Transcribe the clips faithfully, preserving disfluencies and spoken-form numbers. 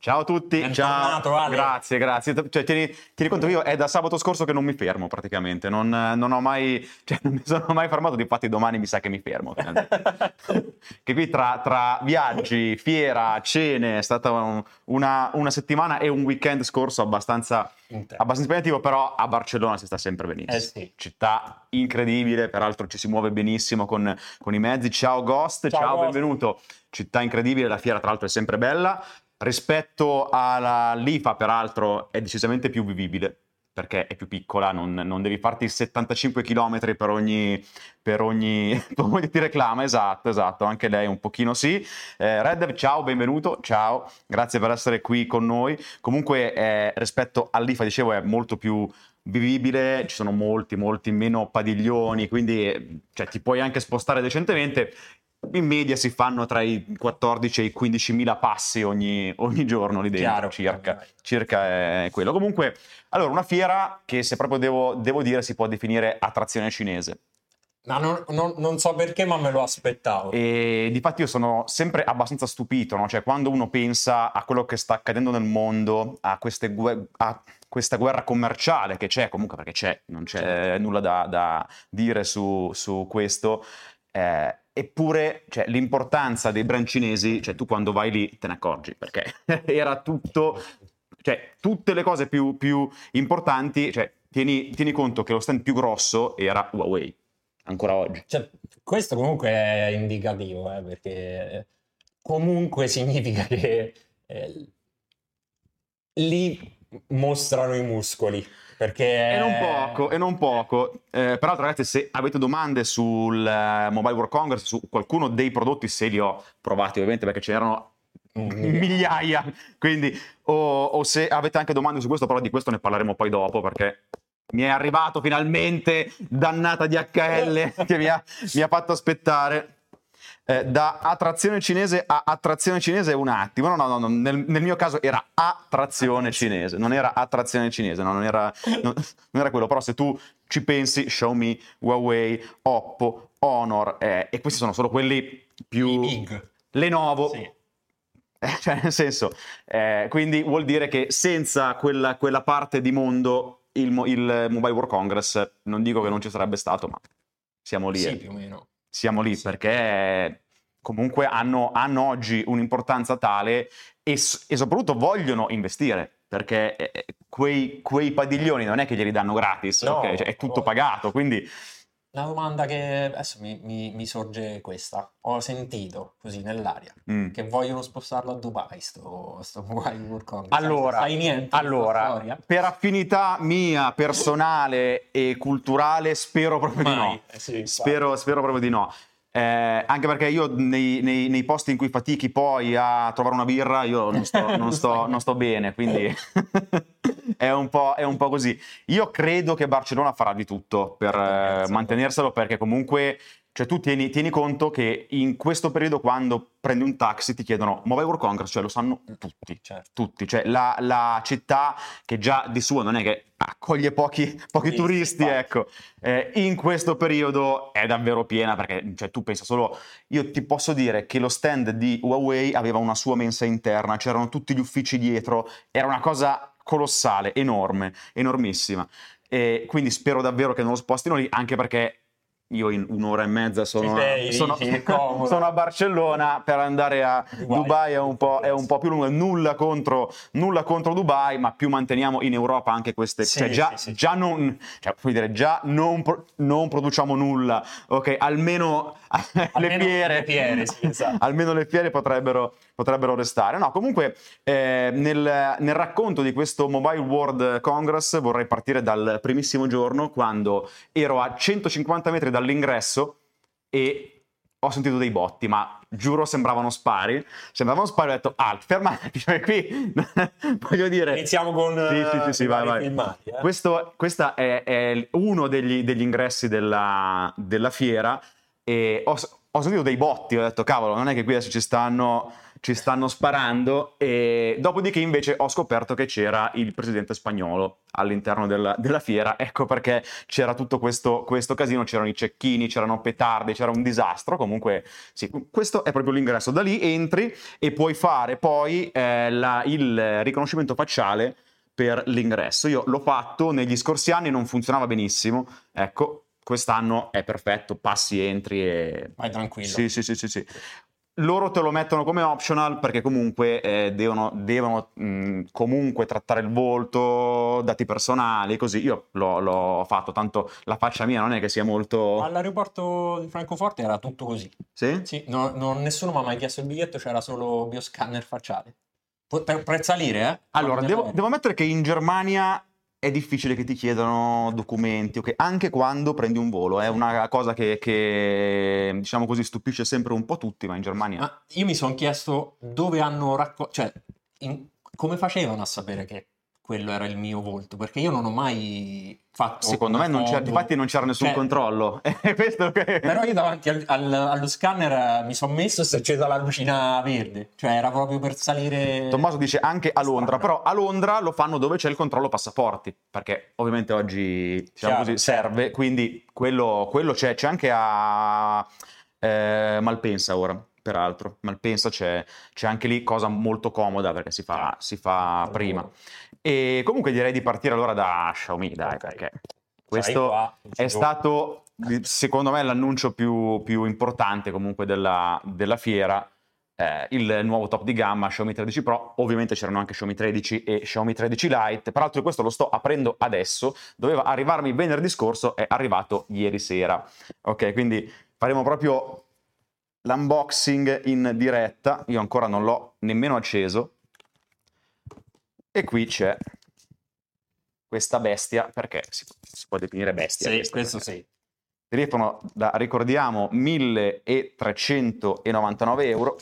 Ciao a tutti, Bentornato, ciao, Ale. grazie, grazie. Cioè, tieni, tieni conto, io è da sabato scorso che non mi fermo praticamente, non, non ho mai, cioè, non mi sono mai fermato, infatti domani mi sa che mi fermo. Che qui tra, tra viaggi, fiera, cene, è stata un- una, una settimana e un weekend scorso abbastanza, abbastanza impegnativo, però a Barcellona si sta sempre benissimo. Eh sì. Città incredibile, peraltro ci si muove benissimo con, con i mezzi. Ciao Ghost, ciao, Ciao, Ghost. benvenuto. Città incredibile, la fiera tra l'altro è sempre bella. Rispetto all'I F A, peraltro, è decisamente più vivibile, perché è più piccola, non, non devi farti settantacinque chilometri per ogni, per ogni, per ogni ti reclama, esatto, esatto, anche lei un pochino sì. Eh, Red, ciao, benvenuto, ciao, grazie per essere qui con noi. Comunque, eh, rispetto all'I F A, dicevo, è molto più vivibile, ci sono molti, molti meno padiglioni, quindi cioè, ti puoi anche spostare decentemente. In media si fanno tra i quattordici e i quindicimila passi ogni, ogni giorno lì dentro, Chiaro, circa, ovviamente. circa è quello. Comunque, allora, una fiera che se proprio devo, devo dire si può definire attrazione cinese. Ma non, non- non so perché, ma me lo aspettavo. E difatti io sono sempre abbastanza stupito, no? Cioè quando uno pensa a quello che sta accadendo nel mondo, a, queste gue- a questa guerra commerciale che c'è, comunque perché c'è, non c'è Certo. nulla da, da dire su, su questo, eh, eppure cioè, l'importanza dei brand cinesi, cioè tu quando vai lì te ne accorgi, perché era tutto, cioè tutte le cose più, più importanti, cioè tieni, tieni conto che lo stand più grosso era Huawei, ancora oggi. Cioè, questo comunque è indicativo, eh, perché comunque significa che eh, lì mostrano i muscoli. Perché E non poco, e non poco. Eh, peraltro, ragazzi, se avete domande sul eh, Mobile World Congress, su qualcuno dei prodotti, se li ho provati, ovviamente, perché ce n'erano Migliaia. migliaia. Quindi, o, o se avete anche domande su questo, però di questo ne parleremo poi dopo, perché mi è arrivato finalmente, dannata D H L, che mi ha, mi ha fatto aspettare. Eh, da attrazione cinese a attrazione cinese un attimo, no, no, no, no. Nel, nel mio caso era attrazione cinese, non era attrazione cinese, no, non, era, non, non era quello, però se tu ci pensi, Xiaomi, Huawei, Oppo, Honor, eh, e questi sono solo quelli più... I big. Lenovo, Sì. eh, cioè nel senso, eh, quindi vuol dire che senza quella, quella parte di mondo il, mo- il Mobile World Congress, non dico che non ci sarebbe stato, ma siamo lì. Sì, eh. più o meno. Siamo lì Sì. perché comunque hanno, hanno oggi un'importanza tale e, s- e soprattutto vogliono investire, perché eh, quei, quei padiglioni non è che glieli danno gratis, No, ok? Cioè, è tutto no. pagato, quindi La domanda che adesso mi, mi- mi sorge è questa. Ho sentito così nell'aria mm. che vogliono spostarlo a Dubai, sto, sto Mobile World Congress. Allora, Sai niente di sta allora, storia? per affinità mia personale e culturale, spero proprio di Mai. no. Eh sì, infatti. Spero, spero proprio di no. Eh, anche perché io nei, nei- nei posti in cui fatichi poi a trovare una birra, io non sto, non Non sto- stai non sto bene, quindi è un po', è un po' così. Io credo che Barcellona farà di tutto per Per eh, tenerselo. mantenerselo, perché comunque, cioè tu tieni, tieni conto che in questo periodo quando prendi un taxi ti chiedono Mobile World Congress, cioè lo sanno tutti, Certo. tutti, cioè la, la città che già di suo non è che accoglie pochi, pochi Turisti, turisti, infatti. ecco, eh, in questo periodo è davvero piena, perché cioè, tu pensa solo, io ti posso dire che lo stand di Huawei aveva una sua mensa interna, c'erano tutti gli uffici dietro, era una cosa colossale, enorme, enormissima. E quindi spero davvero che non lo spostino lì, anche perché io in un'ora e mezza sono, Ci sei, sono, sì, è comodo. sono a Barcellona, per andare a Dubai, Dubai è un po', è un po' più lungo, nulla contro, nulla contro Dubai, ma più manteniamo in Europa anche queste, Sì, cioè già, sì, sì. già non, cioè, vuol dire, già non, pro- non produciamo nulla, ok, almeno, le Almeno fiere, le fiere, sì, esatto. almeno le fiere potrebbero, potrebbero restare. No, comunque eh, nel, nel racconto di questo Mobile World Congress vorrei partire dal primissimo giorno, quando ero a centocinquanta metri dall'ingresso e ho sentito dei botti, ma giuro sembravano spari. Sembravano spari, ho detto, ah, fermati, cioè qui, voglio dire... Iniziamo con Sì, sì, sì, eh, sì, i vai, vari vai. filmati. eh. Questo questa è, è uno degli, degli ingressi della, della fiera e ho, ho sentito dei botti, ho detto, cavolo, non è che qui adesso ci stanno... ci stanno sparando. E dopodiché invece ho scoperto che c'era il presidente spagnolo all'interno della, della fiera, ecco perché c'era tutto questo, questo casino, c'erano i cecchini, c'erano petardi, c'era un disastro. Comunque sì, questo è proprio l'ingresso, da lì entri e puoi fare poi eh, la, il riconoscimento facciale per l'ingresso. Io l'ho fatto negli scorsi anni, non funzionava benissimo, ecco. Quest'anno è perfetto, passi, entri e... Vai tranquillo. Sì, sì, sì, sì, sì. Loro te lo mettono come optional perché comunque eh, devono, devono mh, comunque trattare il volto, dati personali, così. Io l'ho, l'ho fatto, tanto la faccia mia non è che sia molto... All'aeroporto di Francoforte era tutto così. Sì? Sì, no- non- nessuno mi ha mai chiesto il biglietto, c'era solo bioscanner facciale. Po- Per, per salire, eh? Allora, Quando devo, eri. devo ammettere che in Germania è difficile che ti chiedano documenti, ok? Anche quando prendi un volo, è una cosa che, che, diciamo così, stupisce sempre un po' tutti, ma in Germania... Ma io mi sono chiesto dove hanno raccolto, cioè, in- come facevano a sapere che quello era il mio volto? Perché io non ho mai fatto Secondo una me non c'era, foto. infatti non c'era nessun Cioè, controllo. È questo che... Però io davanti al- al- allo scanner eh, mi sono messo e si è accesa la lucina verde, cioè era proprio per salire. Tommaso dice anche a Londra, Strano. però a Londra lo fanno dove c'è il controllo passaporti, perché ovviamente oggi, diciamo Chiaro, così, serve, quindi quello, quello c'è, c'è anche a eh, Malpensa ora, peraltro. Malpensa c'è, c'è anche lì, cosa molto comoda perché si fa, si fa Al prima. volo. E comunque direi di partire allora da Xiaomi, dai, Ok. perché Sai, questo qua, è giro- stato, secondo me, l'annuncio più, più importante comunque della, della fiera. Eh, il nuovo top di gamma Xiaomi tredici Pro, ovviamente c'erano anche Xiaomi tredici e Xiaomi tredici Lite, peraltro questo lo sto aprendo adesso, doveva arrivarmi venerdì scorso, è arrivato ieri sera, ok? Quindi faremo proprio l'unboxing in diretta, io ancora non l'ho nemmeno acceso, e qui c'è questa bestia, perché si, si può definire bestia. Sì, questa, questo perché- sì. Telefono da, ricordiamo, milletrecentonovantanove euro.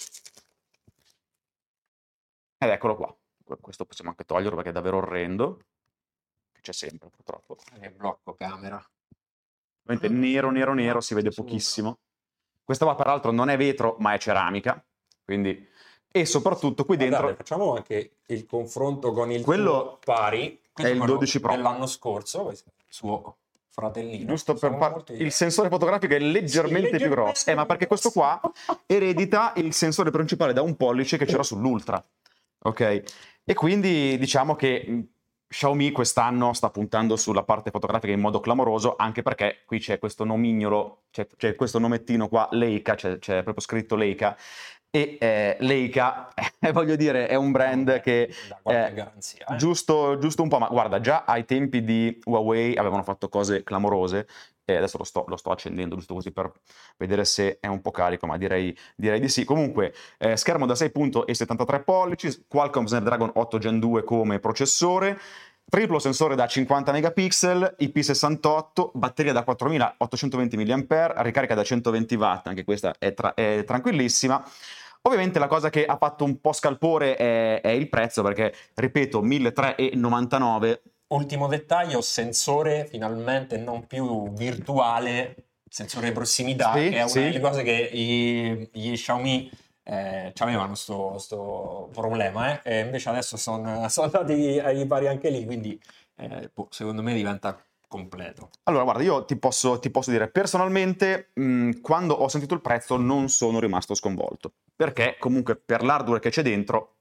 Ed eccolo qua. Questo possiamo anche toglierlo perché è davvero orrendo. Che c'è sempre, purtroppo. Che blocco camera. Ovviamente nero, nero, nero, si vede Sì, pochissimo. Questa qua, peraltro, non è vetro, ma è ceramica. Quindi... E soprattutto qui Guardate, dentro... facciamo anche il confronto con il Quello suo pari. è il quello dodici Pro. dell'anno scorso, questo è il suo fratellino. Giusto per Sono far... molto Il diversi. sensore fotografico è leggermente Sì, più grosso. Eh, ma perché questo qua eredita il sensore principale da un pollice che c'era sull'Ultra. Ok? E quindi diciamo che mh, Xiaomi quest'anno sta puntando sulla parte fotografica in modo clamoroso, anche perché qui c'è questo nomignolo, c'è, c'è questo nomettino qua, Leica, c'è, c'è proprio scritto Leica. E eh, Leica, eh, voglio dire, è un brand Vabbè, che da qualche eh, garanzia, eh. giusto, giusto un po', ma guarda, già ai tempi di Huawei avevano fatto cose clamorose, e adesso lo sto, lo sto accendendo giusto così per vedere se è un po' carico, ma direi, direi di sì. Comunque, eh, schermo da sei virgola settantatré pollici, Qualcomm Snapdragon otto Gen due come processore, triplo sensore da cinquanta megapixel, I P sessantotto, batteria da quattromilaottocentoventi milliampere ora, ricarica da centoventi watt, anche questa è, tra- è tranquillissima. Ovviamente la cosa che ha fatto un po' scalpore è, è il prezzo, perché, ripeto, milletrecentonovantanove. Ultimo dettaglio, sensore finalmente non più virtuale, sensore di prossimità, Sì, che è una sì. delle cose che i- gli Xiaomi eh, avevano sto, sto problema, eh, e invece adesso sono, sono andati ai pari anche lì, quindi eh, boh, secondo me diventa completo. Allora, guarda, io ti posso, ti posso dire, personalmente, mh, quando ho sentito il prezzo non sono rimasto sconvolto, perché comunque per l'hardware che c'è dentro,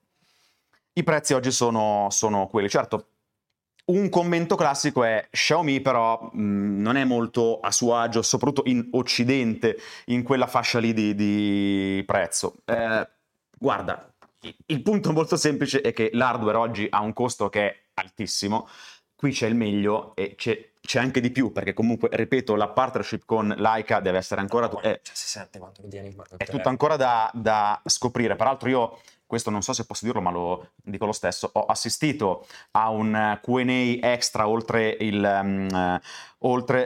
i prezzi oggi sono, sono quelli. Certo, un commento classico è Xiaomi però mh, non è molto a suo agio, soprattutto in Occidente, in quella fascia lì di, di prezzo. Eh, guarda, il punto molto semplice è che l'hardware oggi ha un costo che è altissimo. Qui c'è il meglio e c'è, c'è anche di più, perché comunque, ripeto, la partnership con Leica deve essere ancora... No, è, cioè, si sente quando lo tieni in mano il è tutto telefono. ancora da, da scoprire. Peraltro io, questo non so se posso dirlo, ma lo dico lo stesso, ho assistito a un Q and A extra oltre, il, um, oltre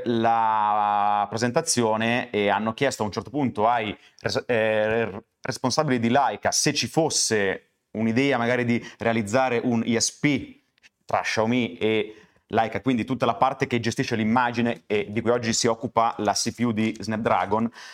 la presentazione, e hanno chiesto a un certo punto ai res- eh, responsabili di Leica se ci fosse un'idea magari di realizzare un I S P tra Xiaomi e Leica, quindi tutta la parte che gestisce l'immagine e di cui oggi si occupa la C P U di Snapdragon.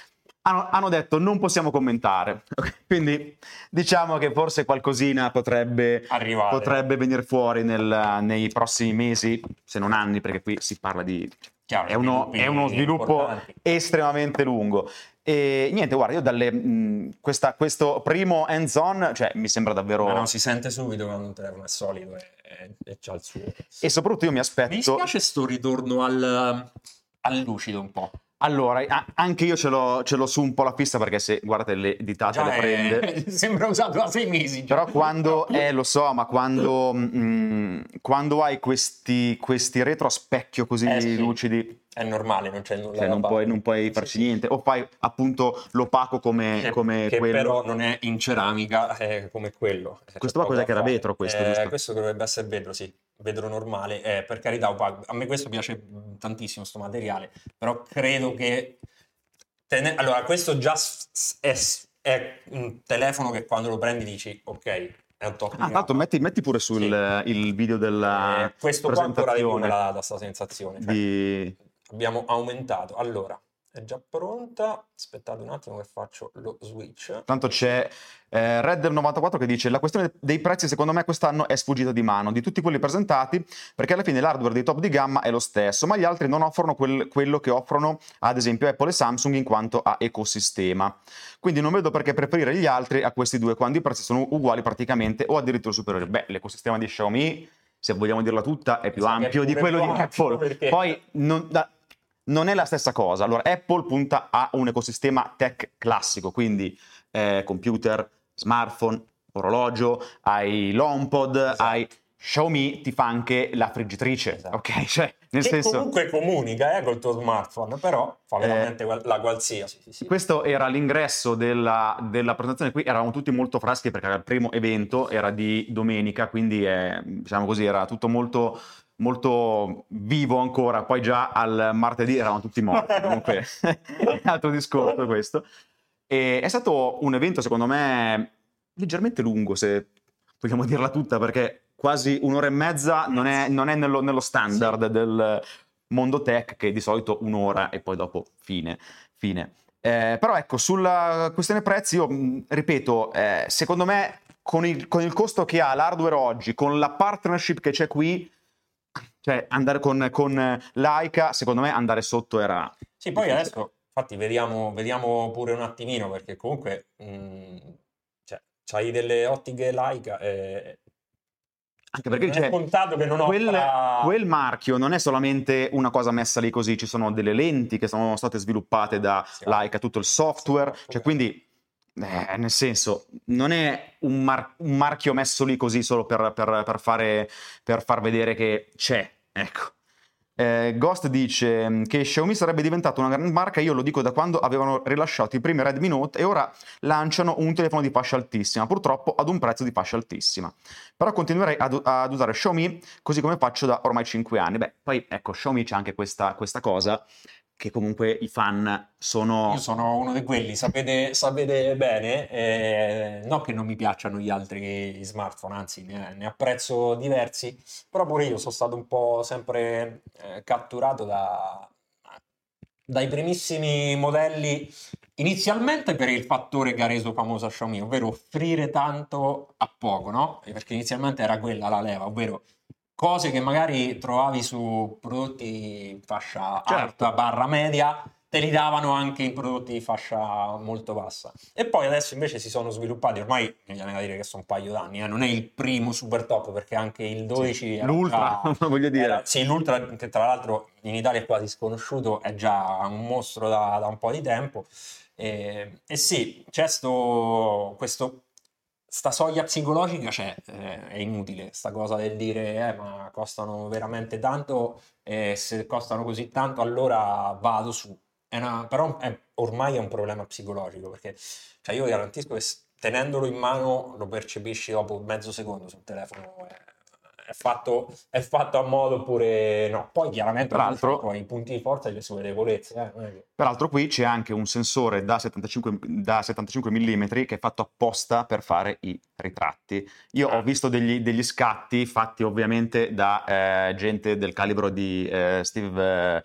hanno, hanno detto non possiamo commentare. Quindi diciamo che forse qualcosina potrebbe, potrebbe venire fuori nel, nei prossimi mesi, se non anni, perché qui si parla di... Chiaro, è, uno, è uno sviluppo importanti. estremamente lungo. E niente, guarda, io dalle mh, questa, questo primo hands-on, cioè mi sembra davvero... Ma non si sente subito quando un telefono è solido e, e, e c'ha il suo... E soprattutto io mi aspetto... Mi dispiace sto ritorno al, al lucido un po'. Allora, a- anche io ce l'ho, ce l'ho su un po' la pista, perché se guardate le ditate Già le è- prende... sembra usato da sei mesi già. Però quando, eh, lo so, ma quando, mh, quando hai questi, questi retro a specchio così Eh, sì. lucidi, È normale, non c'è nulla cioè da non fare. puoi, non puoi Sì, farci sì. niente, o fai appunto l'opaco come, Che, come che quello. però non è in ceramica eh, come quello. Eh, Questo c'è qua cos'è poco che da era fare. vetro questo, Eh, giusto? questo dovrebbe essere vetro, sì, vetro normale. Eh, per carità, opaco. A me questo piace tantissimo, sto materiale, però credo che... Tene... Allora, questo già s- s- è, s- è un telefono che quando lo prendi dici, ok, è un top di Ah, tanto gamma. metti, metti pure sul Sì. il video della Eh, questo qua ancora di più me presentazione l'ha data sta sensazione. Cioè, di... abbiamo aumentato. Allora, è già pronta. Aspettate un attimo che faccio lo switch. Tanto c'è eh, Red del novantaquattro che dice: la questione dei prezzi secondo me quest'anno è sfuggita di mano di tutti quelli presentati, perché alla fine l'hardware dei top di gamma è lo stesso, ma gli altri non offrono quel- quello che offrono ad esempio Apple e Samsung in quanto a ecosistema. Quindi non vedo perché preferire gli altri a questi due quando i prezzi sono uguali praticamente o addirittura superiori. Beh, l'ecosistema di Xiaomi, se vogliamo dirla tutta, è più Esatto, è ampio di pure quello più di ampio, Apple. perché- Poi non, da- non è la stessa cosa. Allora, Apple punta a un ecosistema tech classico, quindi eh, computer, smartphone, orologio, hai l'HomePod, Esatto. hai Xiaomi, ti fa anche la friggitrice, Esatto. ok? Cioè, nel che senso... comunque comunica eh, col tuo smartphone, però fa veramente qual- la qualsiasi. Sì, sì. Questo era l'ingresso della, della presentazione qui, eravamo tutti molto freschi perché era il primo evento, era di domenica, quindi è, diciamo così, era tutto molto, molto vivo ancora, poi già al martedì eravamo tutti morti, comunque è un altro discorso questo. E è stato un evento secondo me leggermente lungo, se vogliamo dirla tutta, perché quasi un'ora e mezza non è, non è nello, nello standard del mondo tech, che di solito un'ora e poi dopo fine. fine. Eh, però ecco, sulla questione prezzi, io mh, ripeto, eh, secondo me con il, con il costo che ha l'hardware oggi, con la partnership che c'è qui, cioè andare con, con Leica, secondo me andare sotto era... Sì, poi difficile. adesso, infatti, vediamo, vediamo pure un attimino, perché comunque mh, cioè, c'hai delle ottiche Leica e Anche perché non è c'è scontato che non quel, offra... quel marchio non è solamente una cosa messa lì così, ci sono delle lenti che sono state sviluppate da Sì. Leica, tutto il software, Sì, cioè quindi eh, nel senso non è un, mar- un marchio messo lì così solo per, per- per fare, per far vedere che c'è, ecco. Eh, Ghost dice che Xiaomi sarebbe diventata una grande marca, io lo dico da quando avevano rilasciato i primi Redmi Note e ora lanciano un telefono di fascia altissima, purtroppo ad un prezzo di fascia altissima. Però continuerei ad, ad usare Xiaomi così come faccio da ormai cinque anni. Beh, poi ecco, Xiaomi c'è anche questa, questa cosa che comunque i fan sono... Io sono uno di quelli, sapete, sapete bene, eh, non che non mi piacciono gli altri smartphone, anzi ne, ne apprezzo diversi, però pure io sono stato un po' sempre eh, catturato da, dai primissimi modelli, inizialmente per il fattore che ha reso famosa Xiaomi, ovvero offrire tanto a poco, no? Perché inizialmente era quella la leva, ovvero cose che magari trovavi su prodotti fascia Certo. alta barra media, te li davano anche in prodotti di fascia molto bassa. E poi adesso invece si sono sviluppati, ormai mi viene da dire che sono un paio d'anni, eh, non è il primo super top perché anche il dodici Sì, era l'Ultra, già- voglio dire. era- sì, l'Ultra che tra l'altro in Italia è quasi sconosciuto, è già un mostro da, da un po' di tempo. E, e sì, c'è sto, questo sta soglia psicologica c'è, eh, è inutile sta cosa del dire eh, ma costano veramente tanto e se costano così tanto allora vado su. È una- però è- ormai è un problema psicologico perché cioè, io garantisco che s- tenendolo in mano lo percepisci dopo mezzo secondo sul telefono. È, è fatto, è fatto a modo oppure no. Poi chiaramente Peraltro- con i punti di forza e le sue debolezze. Eh, non è che- Peraltro qui c'è anche un sensore da settantacinque, da settantacinque millimetri che è fatto apposta per fare i ritratti. Io Ah. ho visto degli, degli scatti fatti ovviamente da eh, gente del calibro di eh, Steve... eh,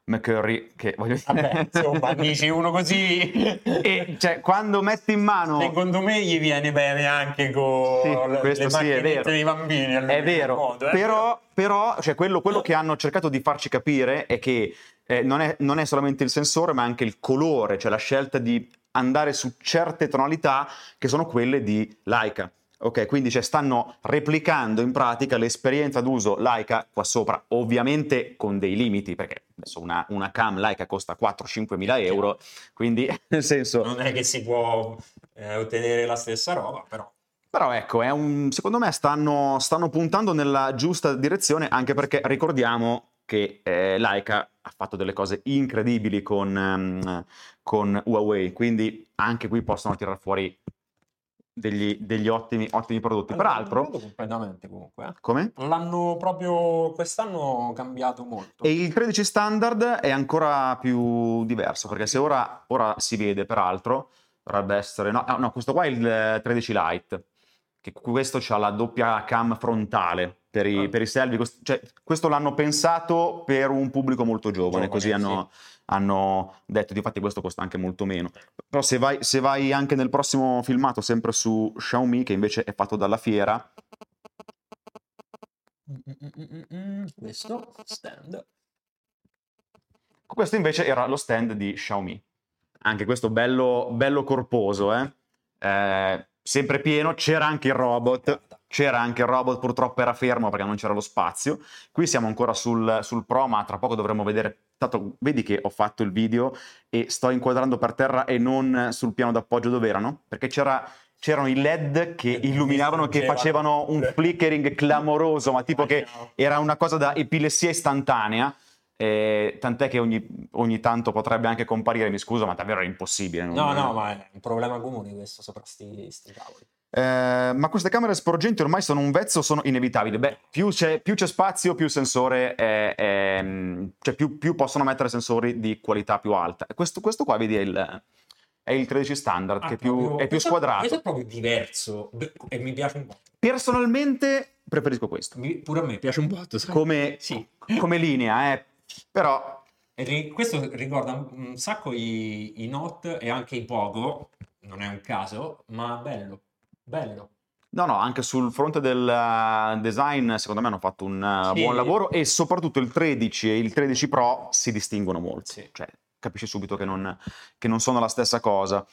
McCurry, che voglio dire... Vabbè, insomma, dici uno così... E cioè, quando metti in mano... Secondo me gli viene bene anche con Sì, le, questo le sì, è macchinette vero. dei bambini. È vero, modo, eh? però, però cioè, quello, quello che hanno cercato di farci capire è che eh, non, è, non è solamente il sensore, ma anche il colore, cioè la scelta di andare su certe tonalità che sono quelle di Leica. Ok, quindi cioè, stanno replicando in pratica l'esperienza d'uso Leica qua sopra, ovviamente con dei limiti, perché adesso una, una cam Leica costa quattro-cinque mila euro, quindi nel senso... Non è che si può eh, ottenere la stessa roba, però... Però ecco, è un, secondo me stanno, stanno puntando nella giusta direzione, anche perché ricordiamo che eh, Leica ha fatto delle cose incredibili con, um, con Huawei, quindi anche qui possono tirare fuori degli, degli ottimi, ottimi prodotti. Allora, Peraltro... completamente comunque. Eh. Come? L'hanno proprio... quest'anno cambiato molto. E il tredici standard è ancora più diverso, perché se ora, ora si vede, peraltro, dovrebbe essere... No, no, questo qua è il tredici Lite, che questo ha la doppia cam frontale per i, Ah. per i selfie. Questo, cioè, questo l'hanno pensato per un pubblico molto giovane, Giovane, così hanno, sì. hanno detto. Difatti questo costa anche molto meno. Però se vai, se vai anche nel prossimo filmato, sempre su Xiaomi, che invece è fatto dalla fiera... Mm-mm-mm-mm. Questo stand. Questo invece era lo stand di Xiaomi. Anche questo bello, bello corposo, eh? Eh, sempre pieno. C'era anche il robot. C'era anche il robot, purtroppo era fermo perché non c'era lo spazio. Qui siamo ancora sul, sul Pro, ma tra poco dovremo vedere. Tanto vedi che ho fatto il video e sto inquadrando per terra e non sul piano d'appoggio dove erano, perché c'era... c'erano i L E D che illuminavano, che facevano un flickering clamoroso, ma tipo che era una cosa da epilessia istantanea. Eh, tant'è che ogni, ogni tanto potrebbe anche comparire, mi scuso, ma davvero è impossibile. Non... No, no, ma è un problema comune questo sopra sti, sti cavoli. Eh, ma queste camere sporgenti ormai sono un vezzo, sono inevitabili. Beh, più c'è, più c'è spazio, più sensore, è, è, cioè più, più possono mettere sensori di qualità più alta. Questo, questo qua, vedi, è il, è il tredici standard, Ah, che è più, proprio, è più questo, squadrato. questo è proprio diverso e mi piace un po'. Personalmente preferisco questo. Mi, pure a me piace un po'. Come, sì. come linea, eh. Però... E questo ricorda un sacco i, i Note e anche i Poco, non è un caso, ma bello, bello. No, no, anche sul fronte del design secondo me hanno fatto un Sì. buon lavoro e soprattutto il tredici e il tredici Pro si distinguono molto. Sì. Cioè, capisci subito che non, che non sono la stessa cosa.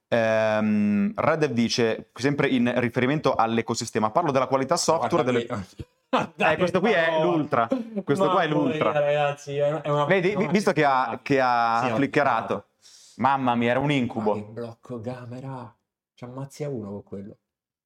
Ehm, Redev dice, sempre in riferimento all'ecosistema, parlo della qualità software delle... Eh, questo qui è l'ultra. Questo qua è l'ultra. Mia, ragazzi, è una... Vedi, visto che ha, che ha sì, flickerato. Mamma mia, era un incubo. Ah, che blocco camera. Ci ammazzi a uno con quello.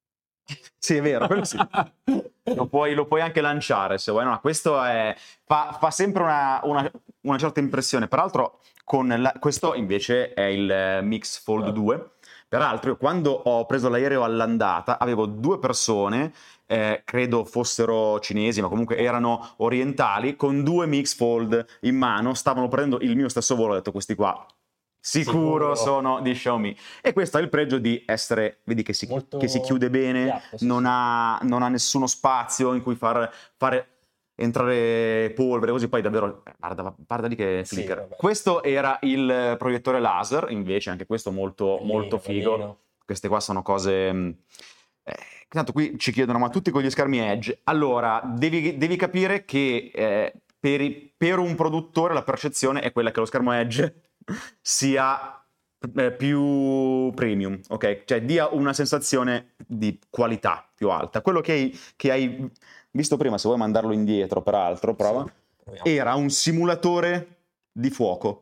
Sì, è vero, quello sì. Lo puoi, lo puoi anche lanciare se vuoi. No, questo è, fa, fa sempre una, una, una certa impressione. Peraltro, con la, questo invece è il Mix Fold due. Peraltro, io quando ho preso l'aereo all'andata avevo due persone, eh, credo fossero cinesi, ma comunque erano orientali, con due Mix Fold in mano, stavano prendendo il mio stesso volo. Ho detto, questi qua sicuro, sicuro sono di Xiaomi. E questo ha il pregio di essere, vedi che si, che si chiude bene, piatto, sì, non, sì. Ha, non ha nessuno spazio in cui far, fare entrare polvere, così poi davvero guarda, guarda lì che flicker. Sì, questo era il proiettore laser, invece anche questo molto, bellino, molto figo. Bellino. Queste qua sono cose... Eh, tanto qui ci chiedono, ma tutti con gli schermi Edge? Allora, devi, devi capire che eh, per, i, per un produttore la percezione è quella che lo schermo Edge sia eh, più premium, ok? Cioè dia una sensazione di qualità più alta. Quello che hai, che hai visto prima, se vuoi mandarlo indietro, peraltro, prova, sì, era un simulatore di fuoco.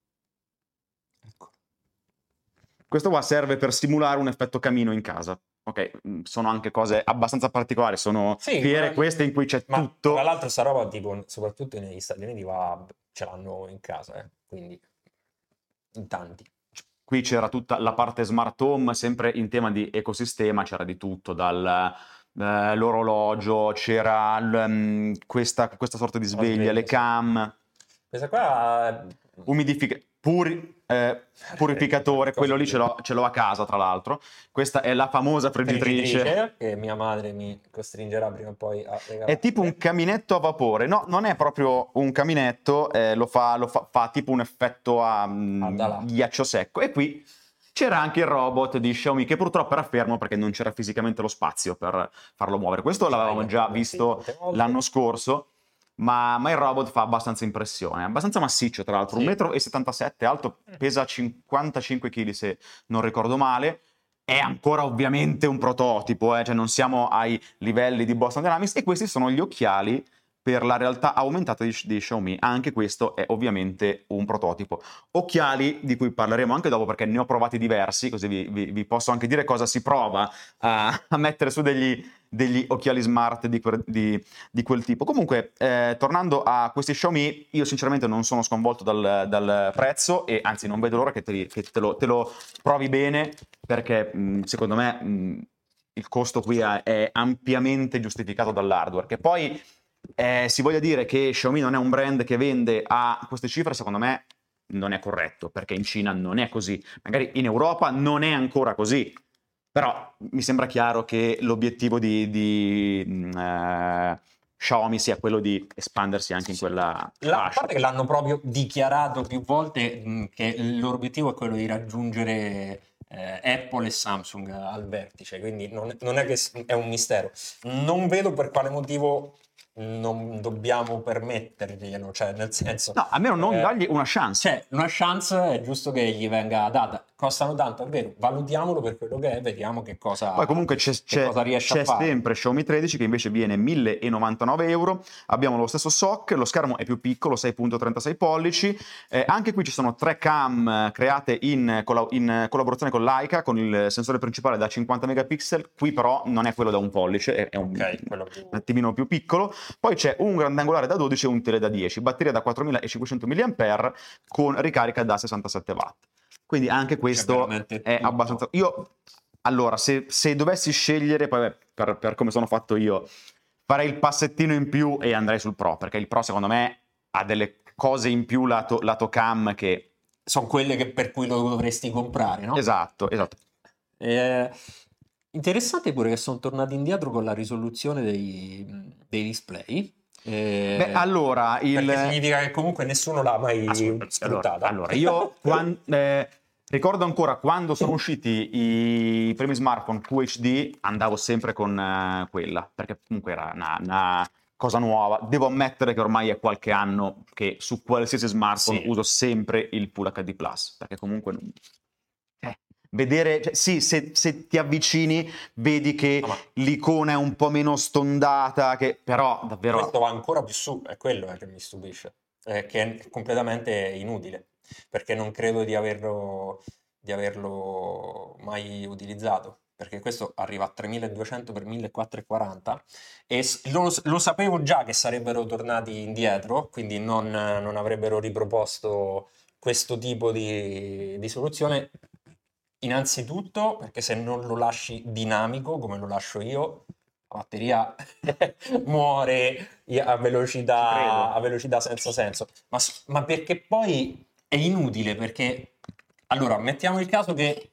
Ecco. Questo qua serve per simulare un effetto camino in casa. Ok, sono anche cose abbastanza particolari, sono sì, fiere queste in cui c'è ma tutto. Tra l'altro sta roba, tipo, soprattutto negli Stati Uniti va, ce l'hanno in casa, eh, quindi in tanti. Qui c'era tutta la parte smart home, sempre in tema di ecosistema, c'era di tutto, dal... Uh, l'orologio, c'era um, questa, questa sorta di sveglia, le cam. Questa qua umidific- puri- eh, purificatore, quello lì ce l'ho, ce l'ho a casa tra l'altro. Questa è la famosa friggitrice. Friggitrice, che mia madre mi costringerà prima o poi a regalare. È tipo un caminetto a vapore, no, non è proprio un caminetto, eh, lo, fa, lo fa, fa tipo un effetto a mm, Andala. ghiaccio secco. E qui c'era anche il robot di Xiaomi che purtroppo era fermo perché non c'era fisicamente lo spazio per farlo muovere. Questo l'avevamo già visto l'anno scorso, ma, ma il robot fa abbastanza impressione. È abbastanza massiccio, tra l'altro, Sì. un metro e settantasette alto, pesa cinquantacinque chili se non ricordo male. È ancora ovviamente un prototipo, eh? Cioè non siamo ai livelli di Boston Dynamics, e questi sono gli occhiali per la realtà aumentata di, di Xiaomi. Anche questo è ovviamente un prototipo. Occhiali di cui parleremo anche dopo perché ne ho provati diversi, così vi, vi, vi posso anche dire cosa si prova a, a mettere su degli, degli occhiali smart di, que, di, di quel tipo. Comunque, eh, tornando a questi Xiaomi, io sinceramente non sono sconvolto dal, dal prezzo, e anzi non vedo l'ora che, te, che te, lo, te lo provi bene, perché mh, secondo me mh, il costo qui è, è ampiamente giustificato dall'hardware. Che poi eh, si voglia dire che Xiaomi non è un brand che vende a queste cifre, secondo me non è corretto, perché in Cina non è così, magari in Europa non è ancora così, però mi sembra chiaro che l'obiettivo di, di mh, eh, Xiaomi sia quello di espandersi anche in quella La, a fascia. parte che l'hanno proprio dichiarato più volte mh, che il loro obiettivo è quello di raggiungere eh, Apple e Samsung al vertice, quindi non, non è che è un mistero. Non vedo per quale motivo non dobbiamo permetterglielo, cioè nel senso... No, almeno non eh, dargli una chance. Cioè, una chance è giusto che gli venga data. Costano tanto, è vero, valutiamolo per quello che è, vediamo che cosa, Poi comunque c'è, che c'è, cosa riesce c'è a fare. sempre Xiaomi tredici che invece viene mille e novantanove euro, abbiamo lo stesso S O C, lo schermo è più piccolo, sei virgola trentasei pollici, eh, anche qui ci sono tre cam create in, colla- in collaborazione con Leica, con il sensore principale da cinquanta megapixel, qui però non è quello da un pollice, è, è un, Ok, quello più... un attimino più piccolo. Poi c'è un grandangolare da dodici e un tele da dieci, batteria da quattromilacinquecento milliampere con ricarica da sessantasette watt. Quindi anche questo è tutto. abbastanza... Io, allora, se, se dovessi scegliere, poi beh, per, per come sono fatto io, farei il passettino in più e andrei sul Pro, perché il Pro secondo me ha delle cose in più lato, lato cam che... Sono quelle che per cui lo dovresti comprare, no? Esatto, esatto. Eh, interessante pure che sono tornati indietro con la risoluzione dei, dei display. Eh, Beh, allora... Il... Perché significa che comunque nessuno l'ha mai sfruttata. Allora, allora io... Quando, eh, ricordo ancora quando sono usciti i primi smartphone Q H D, andavo sempre con uh, quella, perché comunque era una, una cosa nuova. Devo ammettere che ormai è qualche anno che su qualsiasi smartphone Sì. uso sempre il Full H D plus, perché comunque non... eh, vedere, cioè, sì, se, se ti avvicini vedi che No, ma... l'icona è un po' meno stondata, che però davvero... Questo va ancora più su, è quello eh, che mi stupisce, è che è completamente inutile, perché non credo di averlo, di averlo mai utilizzato, perché questo arriva a tremiladuecento per millequattrocentoquaranta e s- lo, lo sapevo già che sarebbero tornati indietro, quindi non, non avrebbero riproposto questo tipo di, di soluzione. Innanzitutto perché se non lo lasci dinamico come lo lascio io, la batteria muore a velocità, a velocità senza senso. Ma, ma perché poi è inutile, perché allora mettiamo il caso che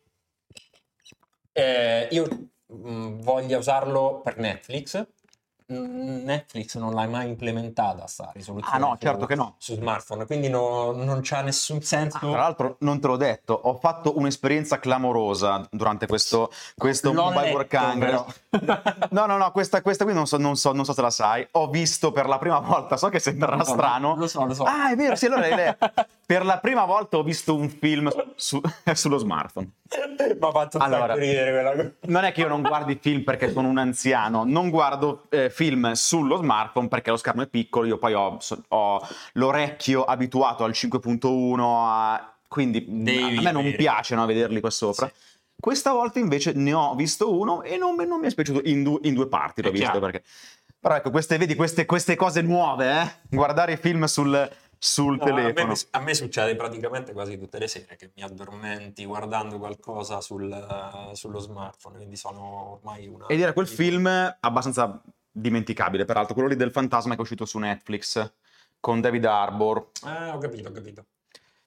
eh, io mh, voglia usarlo per Netflix. Netflix non l'hai mai implementata sta risoluzione Ah no, su, certo che no. su smartphone, quindi no- non c'ha nessun senso. Ah, tra l'altro non te l'ho detto, ho fatto un'esperienza clamorosa durante questo, questo L'ho Mobile letto, World Congress. No, no, no, questa, questa qui non so, non, so, non so se la sai. Ho visto per la prima volta, so che sembrerà No, strano. lo so, lo so. Ah, è vero, sì, allora l'hai letto. Per la prima volta ho visto un film su- sullo smartphone. Mi ha fatto un Allora, sacco ridere quella cosa. non è che io non guardi film perché sono un anziano, non guardo eh, film sullo smartphone perché lo schermo è piccolo, io poi ho, so- ho l'orecchio abituato al cinque punto uno, a- quindi mh, Devi a me non avere. piace, no, vederli qua sopra. Sì. Questa volta invece ne ho visto uno e non, non mi è spiaciuto, in, du- in due parti l'ho È visto chiaro. perché... Però ecco, queste, vedi, queste, queste cose nuove, eh? Guardare i film sul, sul No, a, telefono. me, a me succede praticamente quasi tutte le sere che mi addormenti guardando qualcosa sul, uh, sullo smartphone, quindi sono ormai una... Ed era quel film abbastanza dimenticabile, peraltro, quello lì del fantasma che è uscito su Netflix con David Harbour. Eh, ho capito, ho capito.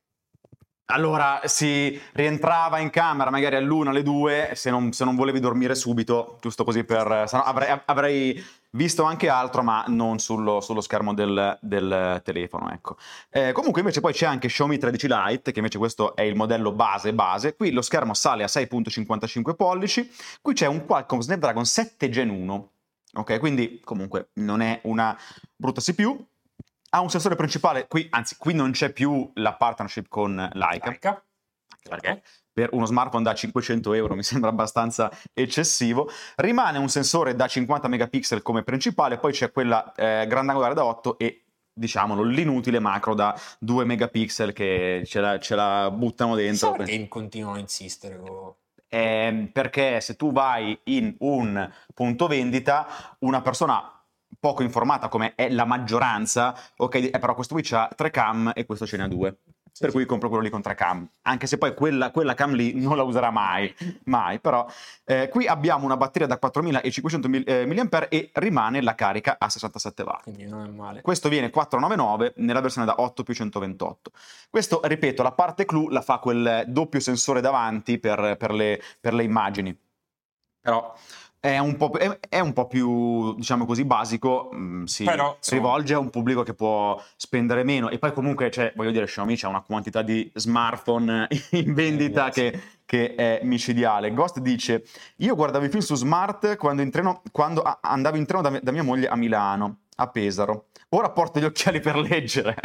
Allora, si rientrava in camera magari all'una, alle due, se non, se non volevi dormire subito, giusto così per... se no avrei, avrei visto anche altro, ma non sullo, sullo schermo del, del telefono, ecco. Eh, comunque invece poi c'è anche Xiaomi tredici Lite, che invece questo è il modello base base. Qui lo schermo sale a sei virgola cinquantacinque pollici, qui c'è un Qualcomm Snapdragon sette Gen uno, ok? Quindi comunque non è una brutta C P U. Ha un sensore principale, qui, anzi, qui non c'è più la partnership con Leica, Leica. perché per uno smartphone da cinquecento euro mi sembra abbastanza eccessivo. Rimane un sensore da cinquanta megapixel come principale, poi c'è quella eh, grandangolare da otto e, diciamolo, l'inutile macro da due megapixel che ce la, ce la buttano dentro. Perché in continuano a insistere con... Eh, perché se tu vai in un punto vendita, una persona poco informata, come è la maggioranza, ok, eh, però questo qui c'ha tre cam e questo ce n'ha due. Sì, per sì. Cui compro quello lì con tre cam, anche se poi quella, quella cam lì non la userà mai, mai, però eh, qui abbiamo una batteria da quattromilacinquecento milliampere e rimane la carica a sessantasette watt. Quindi non è male. Questo viene quattrocentonovantanove nella versione da otto più centoventotto. Questo, ripeto, la parte clou la fa quel doppio sensore davanti per, per, le, per le immagini, però... È un, po', è, è un po' più, diciamo così, basico, mh, si Però, rivolge a un pubblico che può spendere meno. E poi comunque, cioè, voglio dire, Xiaomi c'ha una quantità di smartphone in vendita eh, che, che è micidiale. Ghost dice, io guardavo i film su Smart quando, in treno, quando andavo in treno da, da mia moglie a Milano, a Pesaro. Ora porto gli occhiali per leggere.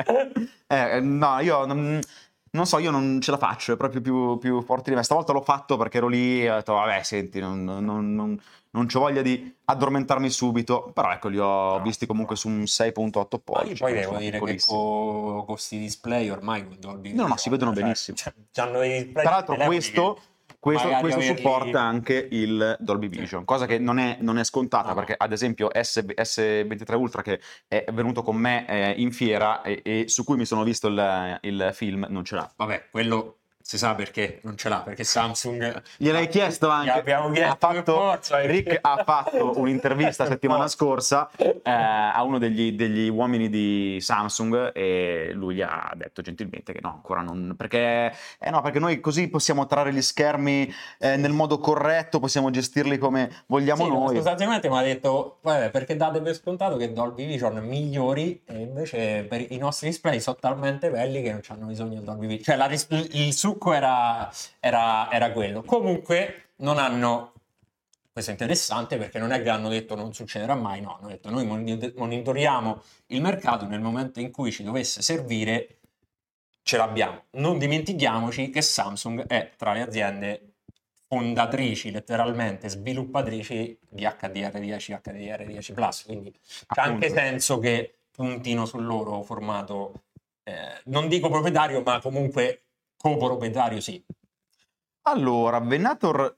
eh, no, io... Non, Non so, io non ce la faccio, è proprio più, più forte di me. Stavolta l'ho fatto perché ero lì e ho detto, vabbè, senti, non, non, non, non c'ho voglia di addormentarmi subito. Però ecco, li ho no, visti comunque su un sei virgola otto pollici. Poi devo dire che con questi display ormai con Dolby No, no, si vedono cioè, benissimo. Cioè, c'hanno i Tra l'altro questo... Questo, questo supporta anche il Dolby Vision, cosa che non è, non è scontata, no. Perché ad esempio S, S ventitré Ultra, che è venuto con me eh, in fiera e, e su cui mi sono visto il, il film, non ce l'ha. Vabbè, quello si sa perché non ce l'ha, perché Samsung... Gliel'hai chiesto anche. Abbiamo chiesto ha fatto, forza, Rick ha fatto un'intervista settimana scorsa eh, a uno degli, degli uomini di Samsung e lui gli ha detto gentilmente che no, ancora non... Perché, eh no, perché noi così possiamo trarre gli schermi eh, nel modo corretto, possiamo gestirli come vogliamo sì, noi. Sostanzialmente mi ha detto, vabbè, perché date per scontato che Dolby Vision migliori e invece per i nostri display sono talmente belli che non hanno bisogno del Dolby Vision. Cioè la, il succo Era, era, era quello. Comunque non hanno, questo è interessante perché non è che hanno detto non succederà mai, no, hanno detto noi monitoriamo il mercato, nel momento in cui ci dovesse servire ce l'abbiamo. Non dimentichiamoci che Samsung è tra le aziende fondatrici, letteralmente sviluppatrici di H D R dieci, H D R dieci Plus, quindi c'ha anche senso che puntino sul loro formato, eh, non dico proprietario, ma comunque coproprietario sì. Allora, Venator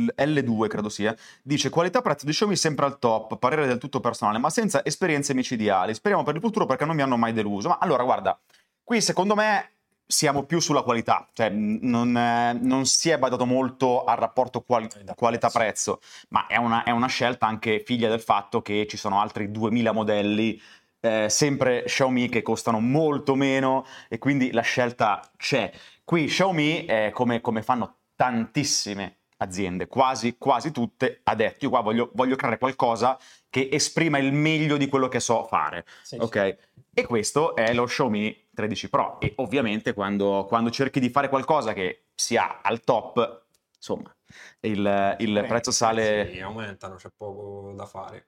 L due credo sia, dice qualità prezzo di Xiaomi sempre al top, parere del tutto personale, ma senza esperienze micidiali. Speriamo per il futuro perché non mi hanno mai deluso. Ma allora, guarda, qui secondo me siamo più sulla qualità, cioè non, eh, non si è badato molto al rapporto quali- qualità-prezzo, ma è una, è una scelta anche figlia del fatto che ci sono altri duemila modelli Eh, sempre Xiaomi che costano molto meno e quindi la scelta c'è. Qui Xiaomi, eh, come, come fanno tantissime aziende, quasi, quasi tutte, ha detto io qua voglio, voglio creare qualcosa che esprima il meglio di quello che so fare, sì, ok? Sì. E questo è lo Xiaomi tredici Pro e ovviamente quando, quando cerchi di fare qualcosa che sia al top, insomma, il, il Beh, prezzo sale... Sì, aumentano, c'è poco da fare.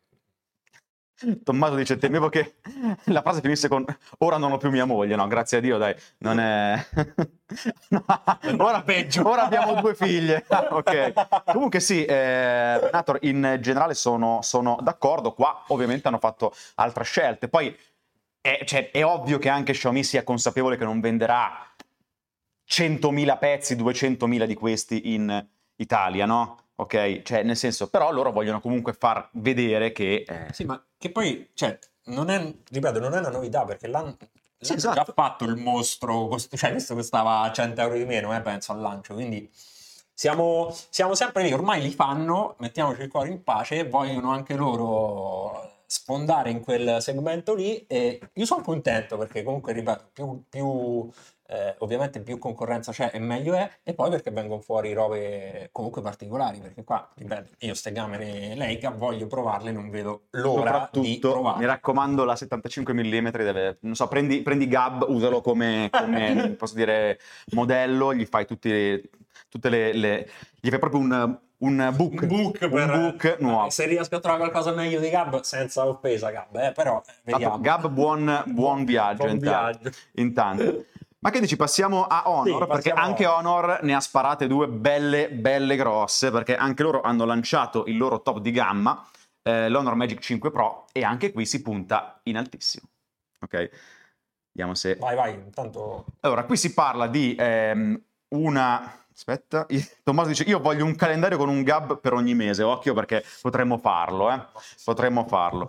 Tommaso dice temevo che la frase finisse con ora non ho più mia moglie, no, grazie a Dio, dai, non è... no, ora peggio, ora abbiamo due figlie. Ok, comunque sì, eh, Venator, in generale sono, sono d'accordo, qua ovviamente hanno fatto altre scelte, poi è, cioè, è ovvio che anche Xiaomi sia consapevole che non venderà centomila pezzi, duecentomila di questi in Italia, no? Ok, cioè nel senso, però loro vogliono comunque far vedere che... Eh... Sì, ma che poi, cioè, non è, ripeto, non è una novità perché l'hanno, sì, esatto. già fatto il mostro, cioè questo costava cento euro di meno, eh, penso al lancio, quindi siamo, siamo sempre lì, ormai li fanno, mettiamoci il cuore in pace, vogliono anche loro sfondare in quel segmento lì e io sono contento perché comunque, ripeto, più... più eh, ovviamente più concorrenza c'è e meglio è, e poi perché vengono fuori robe comunque particolari, perché qua, ripeto, io ste camere Leica voglio provarle, non vedo l'ora di Soprattutto, mi provarle. raccomando, la settantacinque millimetri deve, non so, prendi, prendi Gab, usalo come, come posso dire, modello, gli fai tutti, tutte le, le- gli fai proprio un, un book, Un book un per... book nuovo. Se riesco a trovare qualcosa meglio di Gab, senza offesa Gab, eh, però eh, vediamo. Gab, buon, buon viaggio, Buon intanto. viaggio. intanto. Ma che dici, passiamo a Honor, Sì, perché passiamo a anche Honor ne ha sparate due belle, belle grosse, perché anche loro hanno lanciato il loro top di gamma, eh, l'Honor Magic cinque Pro, e anche qui si punta in altissimo. Ok? Vediamo se... Vai, vai, intanto... Allora, qui si parla di ehm, una... Aspetta, Tommaso dice, io voglio un calendario con un Gab per ogni mese, occhio perché potremmo farlo, eh? Potremmo farlo.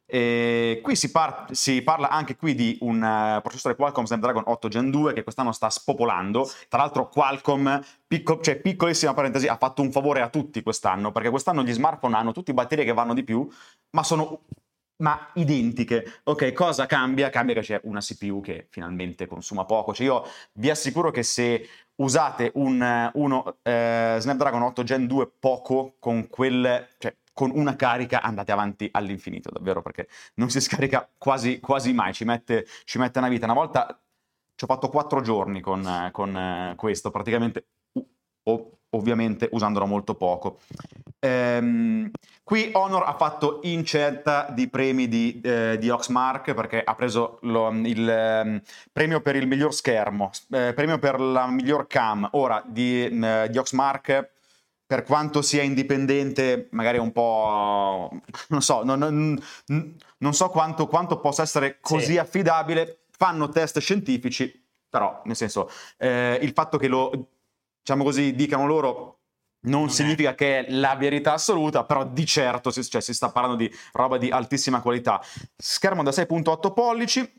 E qui si, par- si parla anche qui di un uh, processore Qualcomm Snapdragon otto Gen due che quest'anno sta spopolando. Tra l'altro Qualcomm, picco- cioè piccolissima parentesi, ha fatto un favore a tutti quest'anno, perché quest'anno gli smartphone hanno tutte batterie che vanno di più, ma sono... ma identiche. Ok, cosa cambia? Cambia che c'è una C P U che finalmente consuma poco. Cioè io vi assicuro che se usate un uno, eh, Snapdragon otto Gen due poco con quel... Cioè, con una carica andate avanti all'infinito, davvero, perché non si scarica quasi, quasi mai, ci mette, ci mette una vita. Una volta ci ho fatto quattro giorni con, con eh, questo, praticamente, o, ovviamente usandolo molto poco. Ehm, qui Honor ha fatto incetta di premi di, eh, di Oxmark, perché ha preso lo, il eh, premio per il miglior schermo, eh, premio per la miglior cam. Ora, di, eh, di Oxmark, per quanto sia indipendente, magari un po'... non so, non, non, non so quanto, quanto possa essere così Sì. affidabile. Fanno test scientifici, però, nel senso, eh, il fatto che lo, diciamo così, dicano loro non, non significa è. che è la verità assoluta, però di certo si, cioè, si sta parlando di roba di altissima qualità. Schermo da sei virgola otto pollici,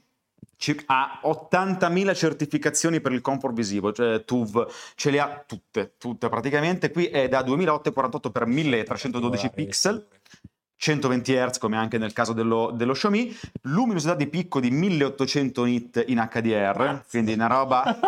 ha ottantamila certificazioni per il comfort visivo, cioè T U V, ce le ha tutte, tutte praticamente. Qui è da duemilaottocentoquarantotto per milletrecentododici pixel, centoventi hertz come anche nel caso dello, dello Xiaomi, luminosità di picco di milleottocento nit in H D R, quindi una roba...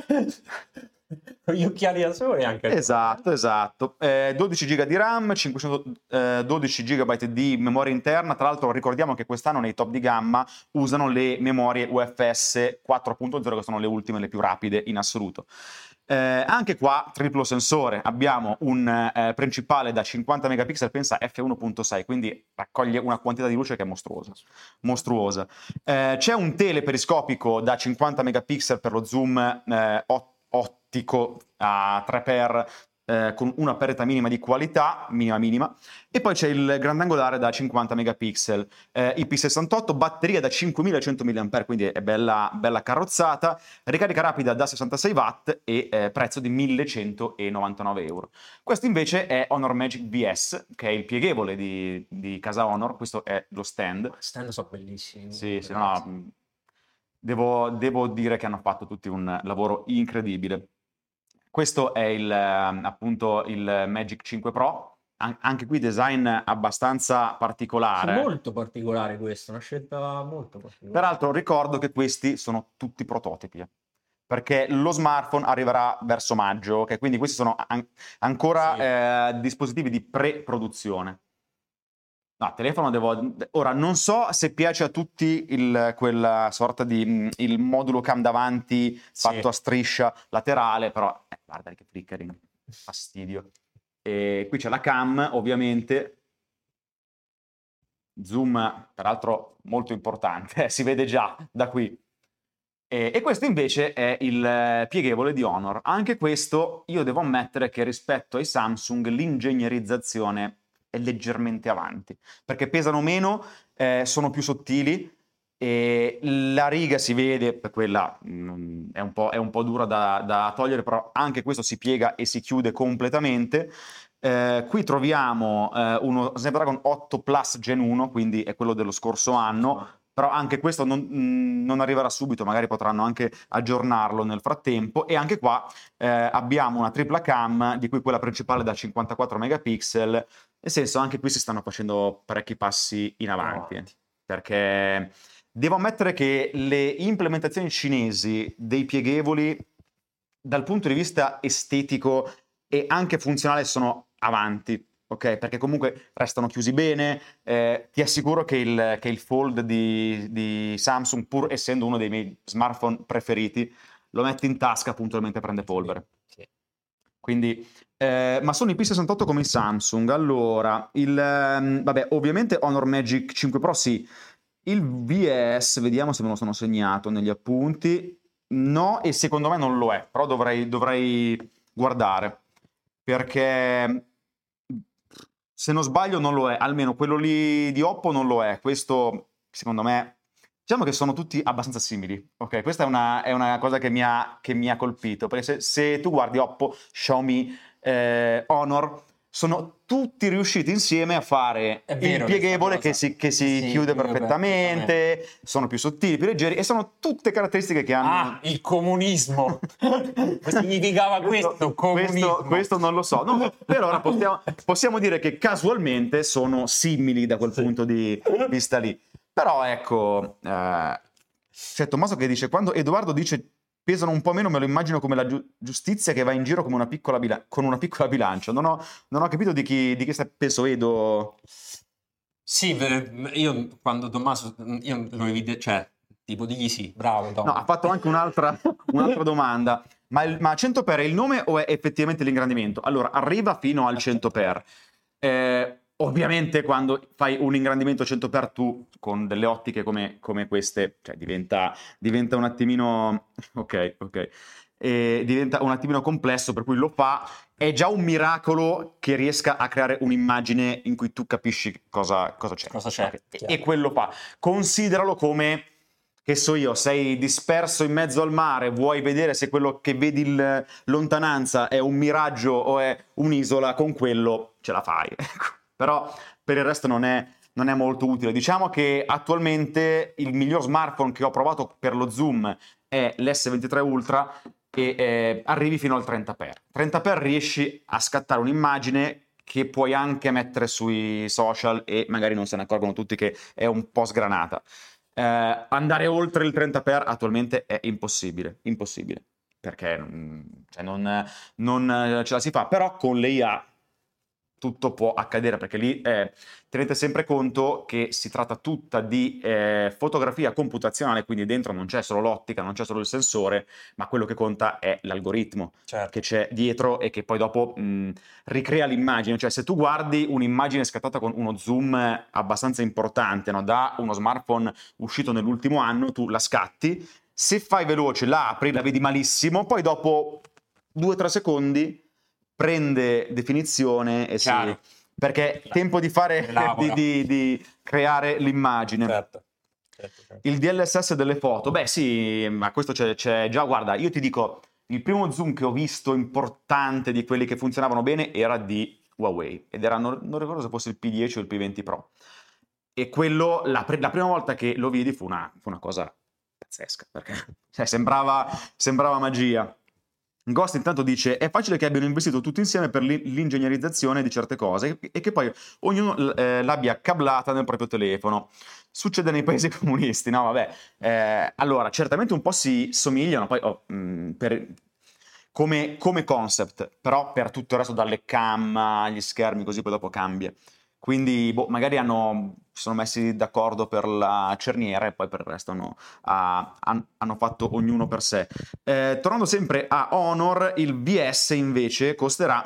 Gli occhiali da sole anche. Esatto, esatto. Eh, dodici giga di RAM, cinquecentododici giga di memoria interna. Tra l'altro ricordiamo che quest'anno nei top di gamma usano le memorie U F S quattro punto zero, che sono le ultime, le più rapide in assoluto. Eh, anche qua triplo sensore, abbiamo un eh, principale da cinquanta megapixel, pensa effe uno punto sei, quindi raccoglie una quantità di luce che è mostruosa. mostruosa. Eh, c'è un teleperiscopico da cinquanta megapixel per lo zoom eh, ottico a tre per eh, con una aperta minima di qualità, minima minima, e poi c'è il grandangolare da cinquanta megapixel, eh, I P sessantotto, batteria da cinquemilacento milliampere orari, quindi è bella, bella carrozzata, ricarica rapida da sessantasei watt e eh, prezzo di millecentonovantanove euro. Questo invece è Honor Magic V S, che è il pieghevole di, di casa Honor. Questo è lo stand. I stand sono bellissimi. Sì, sì, no, devo, devo dire che hanno fatto tutti un lavoro incredibile. Questo è il, appunto il Magic cinque Pro, An- anche qui design abbastanza particolare. Sì, molto particolare questo, una scelta molto particolare. Peraltro ricordo che questi sono tutti prototipi, eh, perché lo smartphone arriverà verso maggio, okay? Quindi questi sono an- ancora Sì. eh, dispositivi di pre-produzione. No, telefono devo... Ora, non so se piace a tutti il, quella sorta di... mh, il modulo cam davanti fatto Sì. a striscia laterale, però... Eh, guarda che flickering, fastidio. E qui c'è la cam, ovviamente. Zoom, peraltro, molto importante, eh, si vede già da qui. E, e questo invece è il eh, pieghevole di Honor. Anche questo, io devo ammettere che rispetto ai Samsung l'ingegnerizzazione è leggermente avanti, perché pesano meno, eh, sono più sottili e la riga si vede, quella mm, è, un po', è un po' dura da, da togliere, però anche questo si piega e si chiude completamente. Eh, qui troviamo eh, uno Snapdragon otto Plus Gen uno, quindi è quello dello scorso anno, però anche questo non, non arriverà subito, magari potranno anche aggiornarlo nel frattempo. E anche qua eh, abbiamo una tripla cam, di cui quella principale da cinquantaquattro megapixel, nel senso anche qui si stanno facendo parecchi passi in avanti, Avanti. perché Devo ammettere che le implementazioni cinesi dei pieghevoli dal punto di vista estetico e anche funzionale sono avanti, ok? Perché comunque restano chiusi bene, eh, ti assicuro che il, che il Fold di, di Samsung, pur essendo uno dei miei smartphone preferiti, lo metti in tasca puntualmente prende polvere. Sì, sì. Quindi, eh, ma sono i P sessantotto come i Samsung. Allora, il, ehm, vabbè, ovviamente Honor Magic cinque Pro sì. Il V S, vediamo se me lo sono segnato negli appunti. No, e secondo me non lo è, però dovrei, dovrei guardare, perché se non sbaglio non lo è, almeno quello lì di Oppo non lo è. Questo, secondo me, diciamo che sono tutti abbastanza simili, ok? Questa è una, è una cosa che mi ha, che mi ha colpito, perché se, se tu guardi Oppo, Xiaomi, eh, Honor, sono tutti riusciti insieme a fare È il vero pieghevole questa che cosa. si, che si Sì, chiude chiude perfettamente, perfettamente. sono più sottili, più leggeri, e sono tutte caratteristiche che hanno... Ah, il comunismo. Significava questo, questo, comunismo. questo non lo so. No, per ora possiamo, possiamo dire che casualmente sono simili da quel Sì. punto di vista lì. Però ecco, eh, c'è Tommaso che dice, quando Edoardo dice pesano un po' meno, me lo immagino come la giu- giustizia che va in giro come una piccola bila- con una piccola bilancia. Non ho, non ho capito di chi, di chi sta peso Edo. Sì, ve- io quando Tommaso, io lo evidenzio, cioè, tipo digli sì, bravo No, Tom. ha fatto anche un'altra, un'altra domanda. Ma, il, ma cento per è il nome o è effettivamente l'ingrandimento? Allora, arriva fino al cento per. Eh, ovviamente quando fai un ingrandimento cento per tu con delle ottiche come, come queste, cioè diventa, diventa un attimino... Ok, ok. E diventa un attimino complesso, per cui lo fa. È già un miracolo che riesca a creare un'immagine in cui tu capisci cosa, cosa c'è. Cosa c'è? Ok. E, Chiaro. e quello fa. Consideralo come, che so io, sei disperso in mezzo al mare, vuoi vedere se quello che vedi in lontananza è un miraggio o è un'isola, con quello ce la fai. Ecco. Però per il resto non è, non è molto utile. Diciamo che attualmente il miglior smartphone che ho provato per lo zoom è l'S ventitré Ultra e eh, arrivi fino al trenta per. trenta per riesci a scattare un'immagine che puoi anche mettere sui social e magari non se ne accorgono tutti che è un po' sgranata. Eh, andare oltre il trenta per attualmente è impossibile, impossibile, perché mm, cioè non, non ce la si fa, però con l'A I tutto può accadere, perché lì eh, tenete sempre conto che si tratta tutta di eh, fotografia computazionale, quindi dentro non c'è solo l'ottica, non c'è solo il sensore, ma quello che conta è l'algoritmo Certo. che c'è dietro e che poi dopo mh, ricrea l'immagine. Cioè se tu guardi un'immagine scattata con uno zoom abbastanza importante, no, da uno smartphone uscito nell'ultimo anno, tu la scatti, se fai veloce la apri, la vedi malissimo, poi dopo due o tre secondi prende definizione e si... Chiaro. perché tempo di fare, di, di, di creare l'immagine. Certo. Certo, certo. Il D L S S delle foto, beh sì, ma questo c'è, c'è già, guarda, io ti dico, il primo zoom che ho visto importante di quelli che funzionavano bene era di Huawei, ed era, non, non ricordo se fosse il P dieci o il P venti Pro, e quello, la, pre- la prima volta che lo vidi fu una, fu una cosa pazzesca, perché cioè, sembrava, sembrava magia. Ghost intanto dice, è facile che abbiano investito tutti insieme per l'in- l'ingegnerizzazione di certe cose e che poi ognuno l- eh, l'abbia cablata nel proprio telefono. Succede nei paesi comunisti, no? Vabbè. Eh, allora, certamente un po' si somigliano, poi oh, mh, per- come, come concept, però per tutto il resto, dalle cam agli schermi, così poi dopo cambia. Quindi, boh, magari hanno, si sono messi d'accordo per la cerniera e poi per il resto hanno, ah, han- hanno fatto ognuno per sé. Eh, tornando sempre a Honor, il V S invece costerà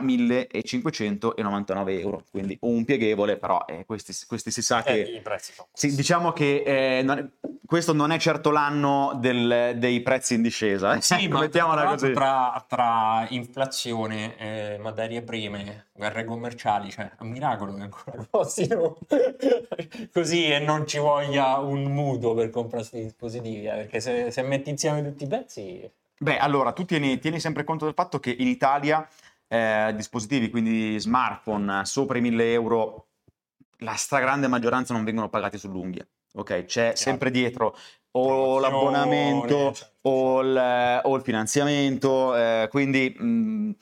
millecinquecentonovantanove euro, quindi un pieghevole, però eh, questi, questi si sa Eh, che... i prezzi sono Sì, diciamo che eh, non è- questo non è certo l'anno del- dei prezzi in discesa, eh. Sì, Ecco, ma tra mettiamola l'altro così. tra, tra inflazione, eh, materie prime, guerre commerciali, cioè è un miracolo che ancora costino così e non ci voglia un mutuo per comprare questi dispositivi, eh, perché se, se metti insieme tutti i pezzi... Beh, allora, tu tieni, tieni sempre conto del fatto che in Italia eh, dispositivi, quindi smartphone, sopra i mille euro, la stragrande maggioranza non vengono pagati sull'unghia, ok? C'è Chiaro. sempre dietro o Promozione, l'abbonamento certo, o il, o il finanziamento, eh, quindi mh,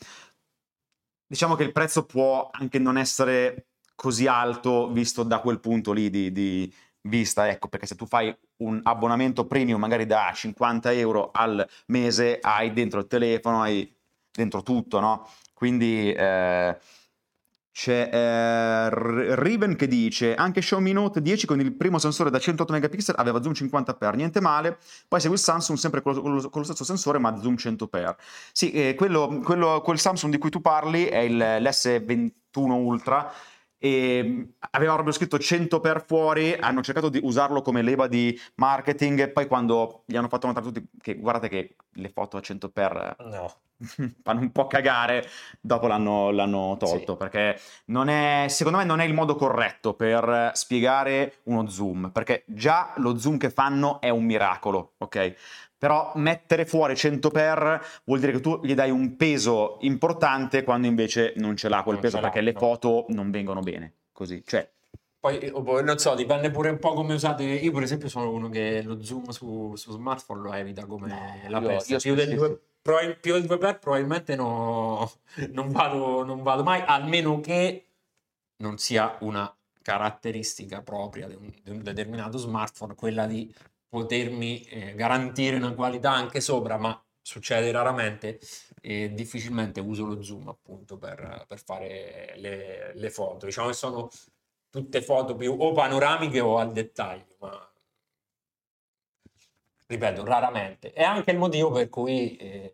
diciamo che il prezzo può anche non essere così alto visto da quel punto lì di, di vista, ecco, perché se tu fai un abbonamento premium magari da cinquanta euro al mese, hai dentro il telefono, hai dentro tutto, no? Quindi eh, c'è eh, Riven che dice anche Xiaomi Note dieci con il primo sensore da centootto megapixel aveva zoom cinquanta per, niente male, poi segue il Samsung sempre con lo, con lo, con lo stesso sensore ma zoom cento per. Sì, eh, quello, quello, quel Samsung di cui tu parli è il, l'S ventuno Ultra, e aveva proprio scritto cento per fuori, hanno cercato di usarlo come leva di marketing e poi quando gli hanno fatto notare tutti che guardate che le foto a cento per No. fanno un po' cagare, dopo l'hanno, l'hanno tolto, Sì. perché non è, secondo me non è il modo corretto per spiegare uno zoom, perché già lo zoom che fanno è un miracolo, ok? Però mettere fuori cento per vuol dire che tu gli dai un peso importante quando invece non ce l'ha quel Non peso, ce l'ha, perché le no. foto non vengono bene così, cioè Poi, oh, non so, dipende pure un po' come usate. Io, per esempio, sono uno che lo zoom su, su smartphone lo evita come no, la io, peste. io Più del spessissimo. due, proba- più del due per probabilmente no, non vado, non vado mai, almeno che non sia una caratteristica propria di un, di un determinato smartphone, quella di potermi eh, garantire una qualità anche sopra, ma succede raramente e difficilmente uso lo zoom appunto per, per fare le, le foto. Diciamo che sono tutte foto più o panoramiche o al dettaglio, ma ripeto, raramente. È anche il motivo per cui eh,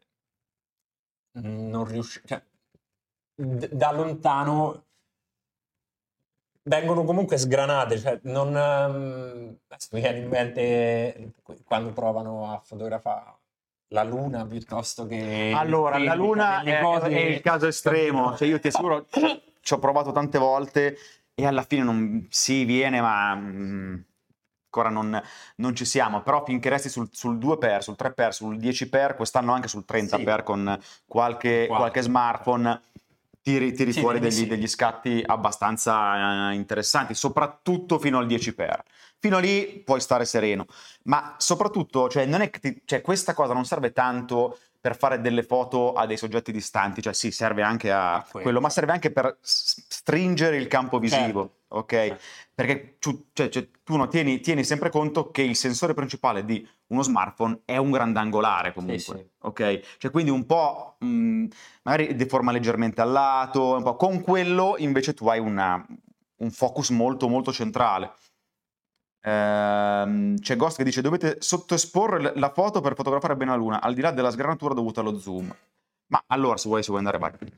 non riuscivo, cioè, d- da lontano vengono comunque sgranate, cioè non ehm, adesso mi viene in mente quando provano a fotografare la luna piuttosto che Allora, la stelle, cioè Luna delle è, cose, è il caso estremo, cioè io ti assicuro, ci ho provato tante volte e alla fine non si viene, ma mm, ancora non, non ci siamo, però finché resti sul, sul due per, sul tre per, sul dieci per, quest'anno anche sul trenta per sì, con qualche, qualche qualche. smartphone, tiri, tiri Sì, fuori direi di degli, sì. degli scatti abbastanza eh, interessanti, soprattutto fino al dieci per. Fino a lì puoi stare sereno, ma soprattutto, cioè, non è che ti- cioè, questa cosa non serve tanto per fare delle foto a dei soggetti distanti, cioè sì, serve anche a A quello, quello, ma certo. serve anche per s- stringere il campo visivo, Certo, ok? certo. Perché tu, cioè, cioè, tu no, tieni, tieni sempre conto che il sensore principale di uno smartphone è un grandangolare Sì, comunque, sì. ok? Cioè quindi un po' mh, magari deforma leggermente al lato, un po'. Con quello invece tu hai una, un focus molto molto centrale. Ehm, c'è Ghost che dice dovete sottoesporre l- la foto per fotografare bene la luna, al di là della sgranatura dovuta allo zoom. Ma allora, se vuoi, se vuoi andare avanti.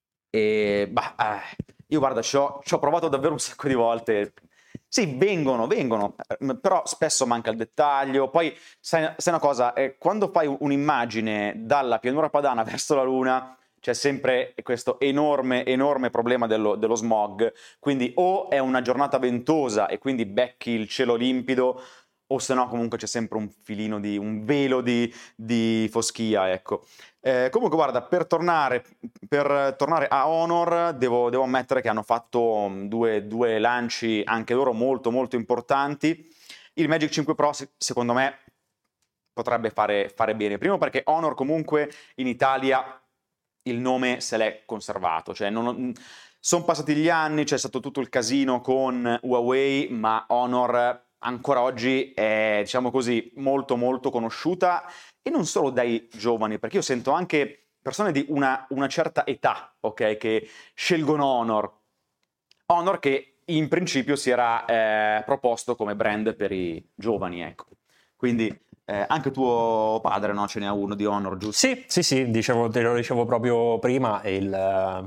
E, bah, eh, io guarda, ci ho, ci ho provato davvero un sacco di volte. Sì, vengono, vengono, eh, però spesso manca il dettaglio. Poi, sai, sai una cosa, eh, quando fai un- un'immagine dalla pianura padana verso la luna, c'è sempre questo enorme, enorme problema dello, dello smog. Quindi o è una giornata ventosa e quindi becchi il cielo limpido, o se no comunque c'è sempre un filino di, un velo di, di foschia, ecco. Eh, comunque, guarda, per tornare, per tornare a Honor, devo, devo ammettere che hanno fatto mm, due, due lanci anche loro molto molto importanti. Il Magic cinque Pro, se- secondo me, potrebbe fare, fare bene. Primo perché Honor comunque in Italia il nome se l'è conservato, cioè non, sono passati gli anni, c'è stato tutto il casino con Huawei, ma Honor ancora oggi è, diciamo così, molto molto conosciuta e non solo dai giovani, perché io sento anche persone di una, una certa età, ok, che scelgono Honor. Honor che in principio si era eh, proposto come brand per i giovani, ecco. Quindi eh, anche tuo padre, no? Ce n'è uno di Honor, giusto? Sì, sì, sì, dicevo, te lo dicevo proprio prima, il, eh,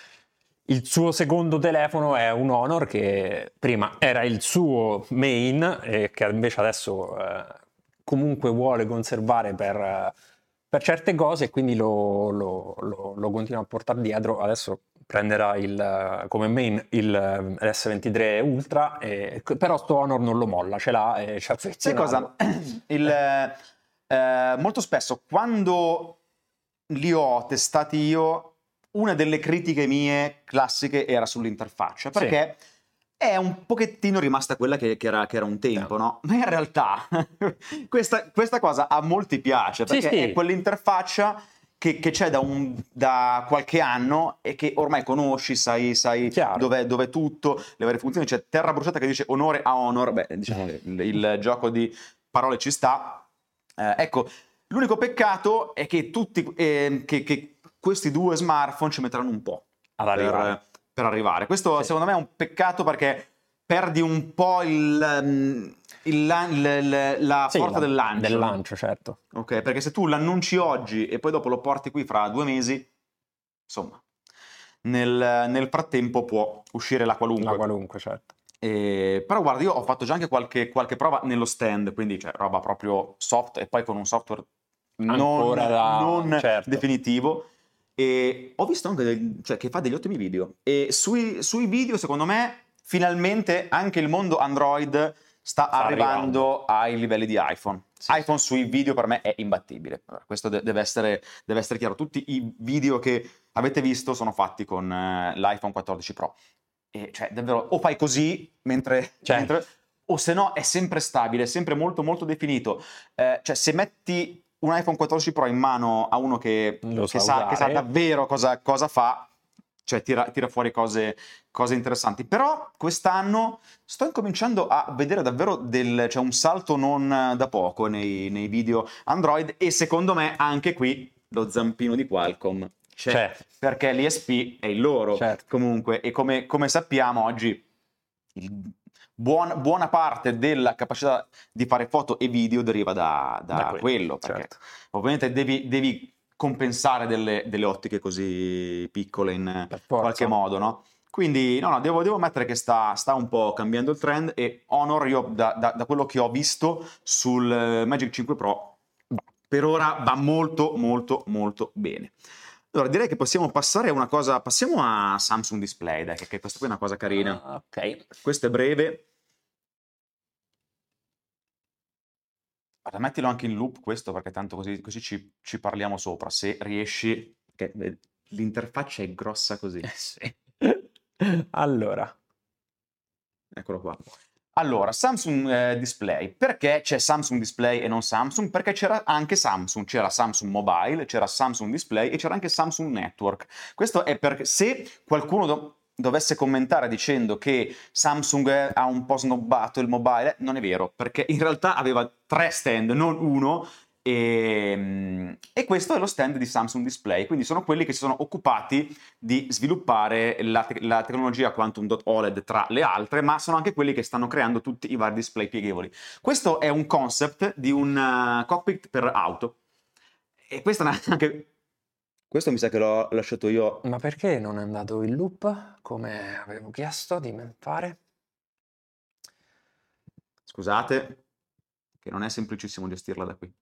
il suo secondo telefono è un Honor che prima era il suo main e che invece adesso eh, comunque vuole conservare per, eh, per certe cose e quindi lo, lo- lo- lo continua a portare dietro. Adesso prenderà il, eh, come main il eh, S ventitré Ultra, e- però sto Honor non lo molla, ce l'ha e ci ha Sai affezionato. cosa? Il, eh, molto spesso quando li ho testati io, una delle critiche mie classiche era sull'interfaccia, Sì, perché è un pochettino rimasta quella che, che era, che era un tempo, sì, no? Ma in realtà questa, questa cosa a molti piace, sì, perché è sì. quell'interfaccia che, che c'è da, un, da qualche anno e che ormai conosci, sai, sai dov'è, dov'è tutto, le varie funzioni. C'è Terra Bruciata che dice onore a honor, beh, diciamo che il, il gioco di parole ci sta. Eh, ecco, l'unico peccato è che tutti eh, che, che questi due smartphone ci metteranno un po' ad arrivare. Per, per arrivare. Questo Sì. secondo me è un peccato perché perdi un po' il, il, il, il, la sì, forza la, del lancio. Del lancio, certo. Ok, perché se tu l'annunci oggi e poi dopo lo porti qui fra due mesi, insomma, nel, nel frattempo può uscire la qualunque. La qualunque, certo. Eh, però guarda, io ho fatto già anche qualche, qualche prova nello stand, quindi cioè, roba proprio soft e poi con un software non, Ancora da- non certo. definitivo. E ho visto anche del- cioè, che fa degli ottimi video. E sui, sui video, secondo me, finalmente anche il mondo Android sta, Sta arrivando, ai livelli di iPhone. Sì. iPhone sui video per me è imbattibile. Questo de- deve, essere, deve essere chiaro. Tutti i video che avete visto sono fatti con eh, l'iPhone quattordici Pro. E cioè, davvero, o fai così mentre, Certo. mentre o se no è sempre stabile, è sempre molto molto definito. Eh, cioè, se metti un iPhone quattordici Pro in mano a uno che, Lo che, sa sa, che sa usare. davvero cosa, cosa fa, cioè tira, tira fuori cose, cose interessanti. Però quest'anno sto incominciando a vedere davvero del, cioè un salto non da poco nei, nei video Android e secondo me anche qui lo zampino di Qualcomm c'è, Certo. perché l'I S P è il loro Certo. comunque e come, come sappiamo oggi il, buon, buona parte della capacità di fare foto e video deriva da, da, Da quello, quello, perché certo. ovviamente devi, devi compensare delle, delle ottiche così piccole in Per forza. qualche modo, no? Quindi no, no, devo, devo ammettere che sta, sta un po' cambiando il trend e Honor io da, da, da quello che ho visto sul eh, Magic cinque Pro per ora va molto molto molto bene. Allora direi che possiamo passare a una cosa, passiamo a Samsung Display, dai, che, che questa qui è una cosa carina. Ah, ok. Questo è breve. Allora, mettilo anche in loop questo perché tanto così, così ci, ci parliamo sopra, se riesci, perché l'interfaccia è grossa così. Eh sì. Allora, Eccolo qua. Allora, Samsung eh, Display. Perché c'è Samsung Display e non Samsung? Perché c'era anche Samsung. C'era Samsung Mobile, c'era Samsung Display e c'era anche Samsung Network. Questo è perché se qualcuno do- dovesse commentare dicendo che Samsung è- ha un po' snobbato il mobile, non è vero, perché in realtà aveva tre stand, non uno, e, e questo è lo stand di Samsung Display, quindi sono quelli che si sono occupati di sviluppare la, te- la tecnologia Quantum Dot O L E D tra le altre, ma sono anche quelli che stanno creando tutti i vari display pieghevoli. Questo è un concept di un uh, cockpit per auto e questo è anche... Questo mi sa che l'ho lasciato io. ma perché non è andato in loop come avevo chiesto di fare? Scusate, che non è semplicissimo gestirla da qui.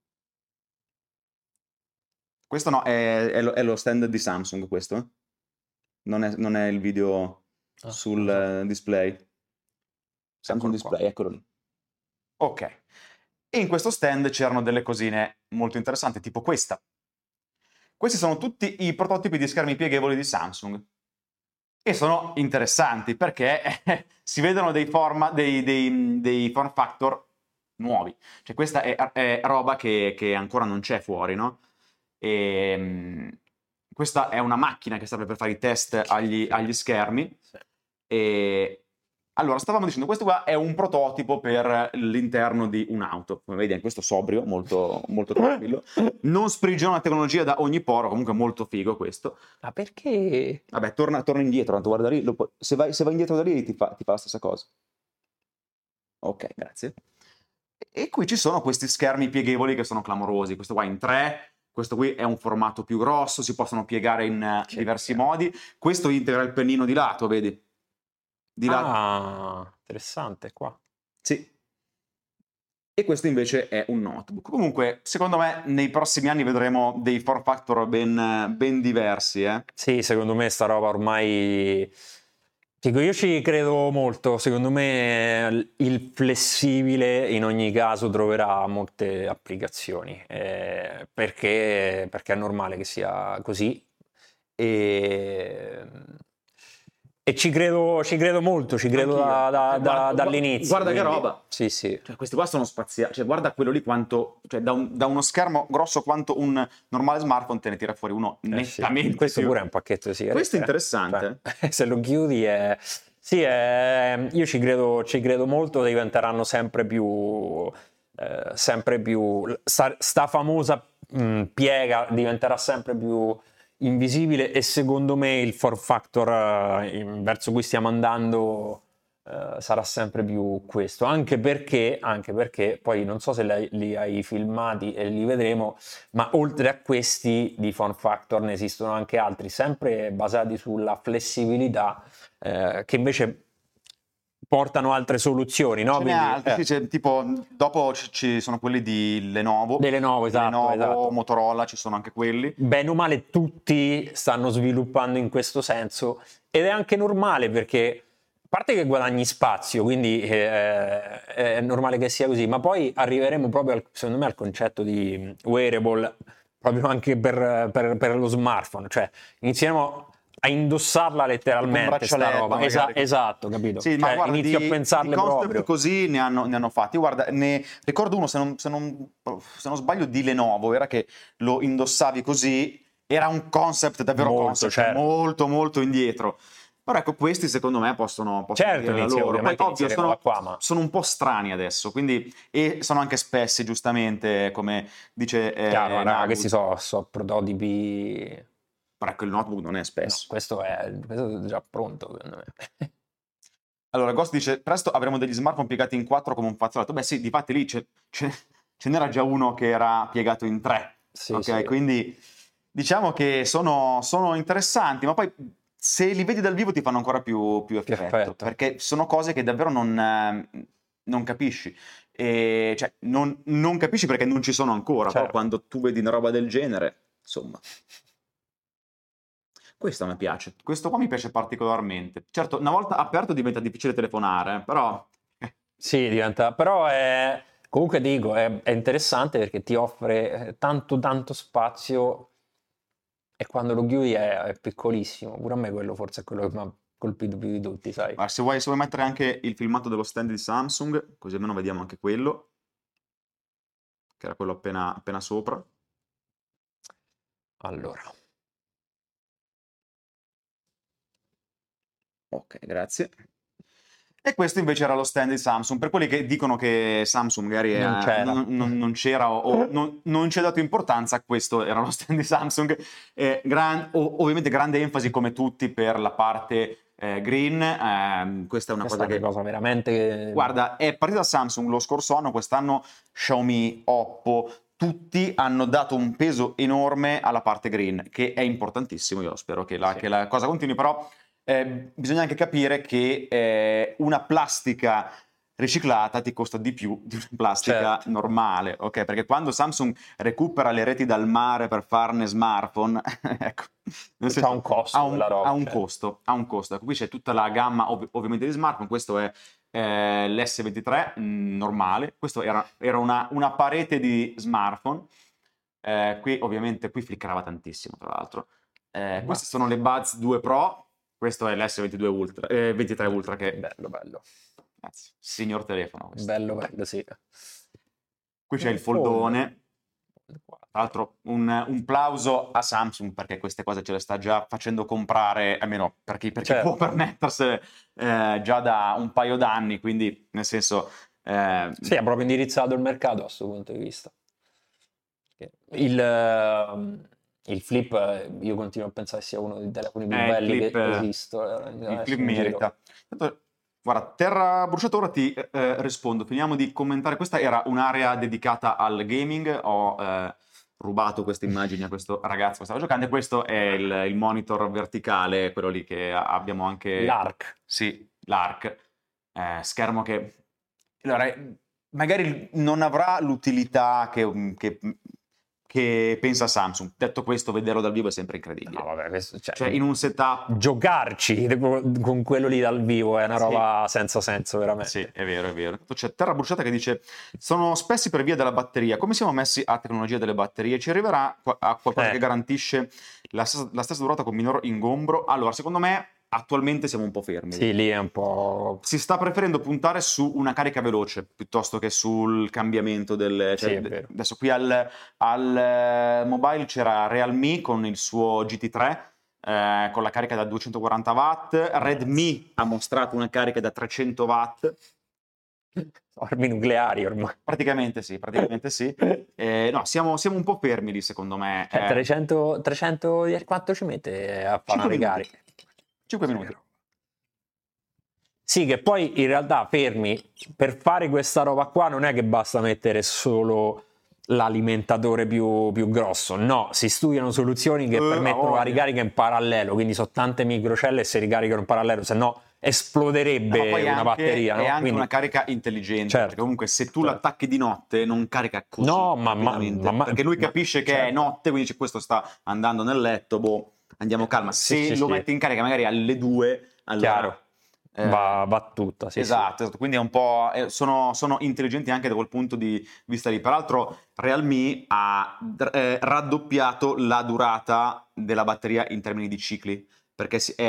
Questo no, è, è lo, è lo stand di Samsung, questo. eh? Non è, non è il video Ah, sul lo so. eh, display. Samsung Eccolo qua. Display, eccolo lì. Ok. E in questo stand c'erano delle cosine molto interessanti, tipo questa. Questi sono tutti i prototipi di schermi pieghevoli di Samsung. E sono interessanti perché si vedono dei, forma, dei, dei, dei form factor nuovi. Cioè questa è, è roba che, che ancora non c'è fuori, no? E, mh, questa è una macchina che serve per fare i test agli, agli schermi. Sì. E allora, stavamo dicendo, questo qua è un prototipo per l'interno di un'auto. Come vedi, è questo sobrio, molto, molto tranquillo. Non sprigiona la tecnologia da ogni poro, comunque molto figo questo. Ma perché? Vabbè, torna, torna indietro, tanto guarda lì, lo pu- se, vai, se vai indietro da lì ti fa, ti fa la stessa cosa. Ok, grazie. E qui ci sono questi schermi pieghevoli che sono clamorosi. Questo qua in tre, questo qui è un formato più grosso, si possono piegare in eh, Che diversi figa. modi. Questo integra il pennino di lato, vedi? Di lato. Ah, interessante qua. Sì. E questo invece è un notebook. Comunque, secondo me, nei prossimi anni vedremo dei form factor ben, ben diversi, eh? Sì, secondo me sta roba ormai... Dico, io ci credo molto, secondo me il flessibile in ogni caso troverà molte applicazioni, eh, perché, perché è normale che sia così. E, E ci credo, ci credo molto, ci credo da, da, da, guarda, dall'inizio. Guarda quindi, che roba. Sì, sì. Cioè, questi qua sono spaziali. Cioè, guarda quello lì quanto... Cioè, da, un, da uno schermo grosso quanto un normale smartphone te ne tira fuori uno Eh, nettamente sì. Questo più. pure è un pacchetto di sigarette. Questo è interessante. Cioè, se lo chiudi è... Sì, è... io ci credo, ci credo molto, diventeranno sempre più... Eh, sempre più... Sta, sta famosa mh, piega diventerà sempre più... invisibile, e secondo me il form factor uh, verso cui stiamo andando uh, sarà sempre più questo, anche perché, anche perché poi non so se li, li hai filmati e li vedremo, ma oltre a questi di form factor ne esistono anche altri sempre basati sulla flessibilità, uh, che invece portano altre soluzioni, no? Ce n'è Quindi, altri, eh. sì, c'è, tipo dopo ci, ci sono quelli di Lenovo, Di Lenovo, esatto, Lenovo, esatto. Motorola, ci sono anche quelli. Bene o male tutti stanno sviluppando in questo senso, ed è anche normale, perché a parte che guadagni spazio, quindi eh, è normale che sia così, ma poi arriveremo proprio al, secondo me al concetto di wearable proprio anche per, per, per lo smartphone, cioè inizieremo a indossarla letteralmente sta roba. Esa- esatto, capito? Sì, cioè, ma guarda, inizio di, a pensarle di concept proprio. così ne hanno, ne hanno fatti. Guarda, ne ricordo uno, se non, se, non, se non sbaglio, di Lenovo, era che lo indossavi così, era un concept davvero Molto, concept, certo. molto molto indietro. Però ecco, questi secondo me possono, possono Certo, dire la inizio, loro. Poi ovviamente ovvio, inizieremo sono, da qua, ma... sono un po' strani adesso, quindi, e sono anche spessi, giustamente, come dice eh, Chiaro, raga, Nagul. questi sono so prototipi... Però ecco, il notebook non è No, spesso. questo è, questo è già pronto, secondo me. Allora, Ghost dice, presto avremo degli smartphone piegati in quattro come un fazzoletto. Beh sì, difatti lì c'è, c'è, ce n'era già uno che era piegato in tre. Sì, ok, sì. quindi diciamo che sono, sono interessanti, ma poi se li vedi dal vivo ti fanno ancora più, più effetto, effetto. perché sono cose che davvero non, eh, non capisci. E, cioè, non, non capisci perché non ci sono ancora, Certo. però quando tu vedi una roba del genere, insomma... Questo mi piace, questo qua mi piace particolarmente. Certo, una volta aperto diventa difficile telefonare, però... Sì, diventa... Però è... Comunque dico, è, è interessante perché ti offre tanto tanto spazio, e quando lo chiudi è, è piccolissimo. Pure a me quello forse è quello che mi ha colpito più di tutti, sai. Ma se vuoi, se vuoi mettere anche il filmato dello stand di Samsung, così almeno vediamo anche quello, che era quello appena, appena sopra. Allora... Ok, grazie. E questo invece era lo stand di Samsung. Per quelli che dicono che Samsung magari Non eh, c'era. non, non- non c'era o, o non, non ci è dato importanza, questo era lo stand di Samsung. Eh, gran- o- ovviamente grande enfasi come tutti per la parte eh, green. Ehm, questa è una Questa cosa è una che... cosa veramente... Guarda, è partita Samsung lo scorso anno, quest'anno Xiaomi, Oppo, tutti hanno dato un peso enorme alla parte green, che è importantissimo. Io spero che la, Sì. che la cosa continui, però eh, bisogna anche capire che eh, una plastica riciclata ti costa di più di una plastica Certo. normale, ok? Perché quando Samsung recupera le reti dal mare per farne smartphone, ecco, nel senso, Ha un costo ha un, quella roba, ha un cioè. costo, ha un costo. Ecco, qui c'è tutta la gamma ov- ovviamente di smartphone, questo è eh, l'esse ventitré mh, normale, questo era, era una, una parete di smartphone, eh, qui ovviamente qui flickerava tantissimo tra l'altro. Eh, queste sono le Buds due Pro, questo è l'esse ventidue Ultra, eh, ventitré Ultra che... Bello, bello. Grazie. Signor telefono questo. Bello, bello, sì. Qui c'è il foldone. Tra l'altro un, un plauso a Samsung perché queste cose ce le sta già facendo comprare, almeno per chi, per chi Certo. può permettersele, eh, già da un paio d'anni, quindi nel senso... Eh, Sì, ha proprio indirizzato il mercato da questo punto di vista. Il, uh, il Flip, io continuo a pensare sia uno dei telefoni più eh, belli il clip, che esistono. il clip merita. Tanto, guarda, Terra Bruciato, ora ti eh, rispondo. Finiamo di commentare. Questa era un'area dedicata al gaming. Ho eh, rubato queste immagini a questo ragazzo che stava giocando. E questo è il, il monitor verticale, quello lì che abbiamo anche. L'Arc. Sì, l'Arc. Eh, schermo che. Allora, magari non avrà l'utilità che, che, che pensa Samsung. Detto questo, vederlo dal vivo è sempre incredibile. No, vabbè, questo, cioè, Cioè, in un setup... Giocarci con quello lì dal vivo è una roba sì. senza senso, veramente. Sì, è vero, è vero. C'è Terra Bruciata che dice sono spessi per via della batteria. Come siamo messi a tecnologia delle batterie? Ci arriverà a qualcosa Eh. che garantisce la stessa, la stessa durata con minor ingombro? Allora, secondo me attualmente siamo un po' fermi. Sì, lì è un po'... Si sta preferendo puntare su una carica veloce piuttosto che sul cambiamento del... Cioè, Sì, è vero. adesso qui al, al mobile c'era Realme con il suo G T tre, eh, con la carica da duecentoquaranta watt, Redmi ha mostrato una carica da trecento watt. Armi nucleari ormai. Praticamente sì, praticamente sì. Eh, no, siamo, siamo un po' fermi lì, secondo me. Cioè, Eh, trecento, trecento quanto ci mette a fare cinque una minuti. ricarica? cinque minuti. Sì, che poi in realtà fermi, per fare questa roba qua non è che basta mettere solo l'alimentatore più, più grosso, no, si studiano soluzioni che Eh, permettono oh, la sì. ricarica in parallelo, quindi sono tante microcelle e si ricaricano in parallelo, se no esploderebbe No, ma poi è una anche, batteria, no? è anche Quindi- una carica intelligente, Certo, perché comunque se tu certo. l'attacchi di notte non carica così No, ma- ma- rapidamente, ma- ma- perché lui ma- capisce che è certo. notte, quindi dice questo sta andando nel letto, boh, andiamo calma. Se Sì, sì, lo sì. metti in carica magari alle due, allora... Chiaro, eh, va, va tutta, sì, esatto, esatto, quindi è un po', eh, sono, sono intelligenti anche da quel punto di vista lì. Peraltro Realme ha eh, raddoppiato la durata della batteria in termini di cicli, perché si-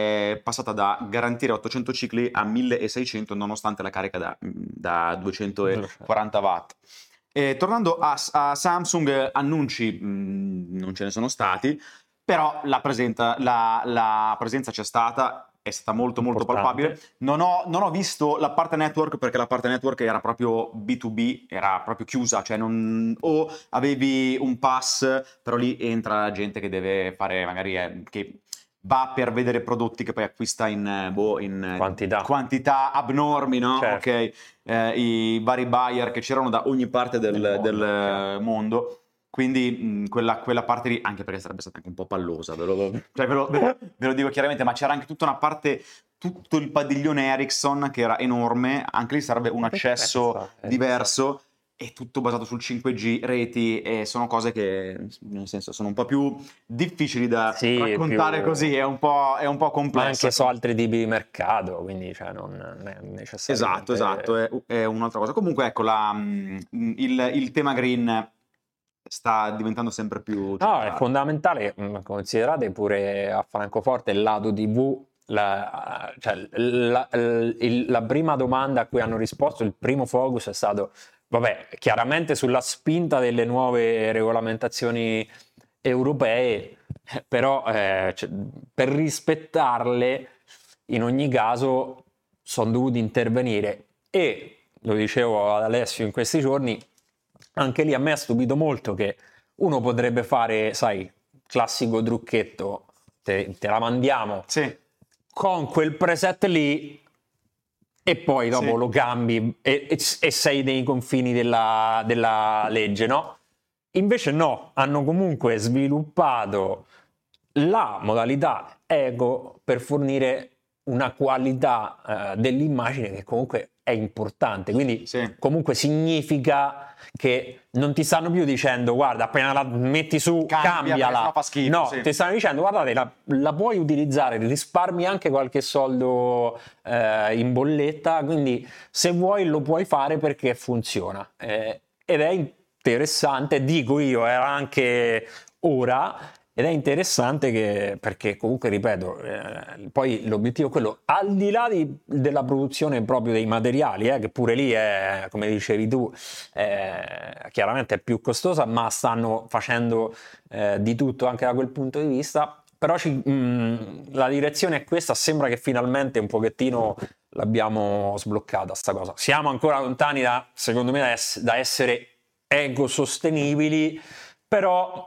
è passata da garantire ottocento cicli a milleseicento nonostante la carica da, da duecentoquaranta watt. E tornando a, a Samsung, annunci mh, non ce ne sono stati, però la, presenta- la- la presenza c'è stata, è stata molto molto Importante. palpabile. Non ho, non ho visto la parte network perché la parte network era proprio B due B, era proprio chiusa, cioè non, o avevi un pass, però lì entra gente che deve fare magari eh, che va per vedere prodotti che poi acquista in, eh, boh, in eh, Quantità. quantità abnormi, no? Certo. Ok, eh, i vari buyer che c'erano da ogni parte del, Del mondo, del, eh, chiaro. mondo. Quindi mh, quella, quella parte lì, anche perché sarebbe stata anche un po' pallosa, ve lo, cioè, ve lo, ve lo dico chiaramente, ma c'era anche tutta una parte, tutto il padiglione Ericsson che era enorme, anche lì sarebbe un accesso Ericsson. diverso, è tutto basato sul cinque G, reti, e sono cose che, nel senso, sono un po' più difficili da Sì, raccontare più- così, è un po', è un po' Ma complesso. anche su altri tipi di mercato, quindi cioè, non non è necessariamente... Esatto, esatto, è, è un'altra cosa. Comunque, ecco, la, mh, il, il tema green sta diventando sempre più No, è centrale. fondamentale, mh, considerate pure a Francoforte il lato tivù, la, cioè, la, il- la prima domanda a cui hanno risposto, il primo focus è stato, vabbè, chiaramente sulla spinta delle nuove regolamentazioni europee, eh, però eh, cioè, per rispettarle in ogni caso sono dovuti intervenire e, lo dicevo ad Alessio in questi giorni, anche lì a me ha stupito molto che uno potrebbe fare, sai, classico trucchetto, te, te la mandiamo Sì, con quel preset lì e poi dopo Sì. lo cambi e, e- e sei nei confini della, della legge, no? Invece no, hanno comunque sviluppato la modalità Ego per fornire una qualità eh, dell'immagine che comunque è importante, quindi sì. comunque significa che non ti stanno più dicendo guarda appena la metti su Cambia, perché cambiala, sennò fa schifo, no, sì. ti stanno dicendo guardate la, la puoi utilizzare, risparmi anche qualche soldo eh, in bolletta, quindi se vuoi lo puoi fare perché funziona. Eh, ed è interessante, dico io, era anche ora, ed è interessante che, perché comunque, ripeto, eh, poi l'obiettivo è quello, al di là di- della produzione proprio dei materiali, eh, che pure lì è, come dicevi tu, eh, chiaramente è più costosa, ma stanno facendo eh, di tutto anche da quel punto di vista. Però ci- mh, la direzione è questa, sembra che finalmente un pochettino l'abbiamo sbloccata sta cosa. Siamo ancora lontani da, secondo me, da, ess- da essere ecosostenibili, però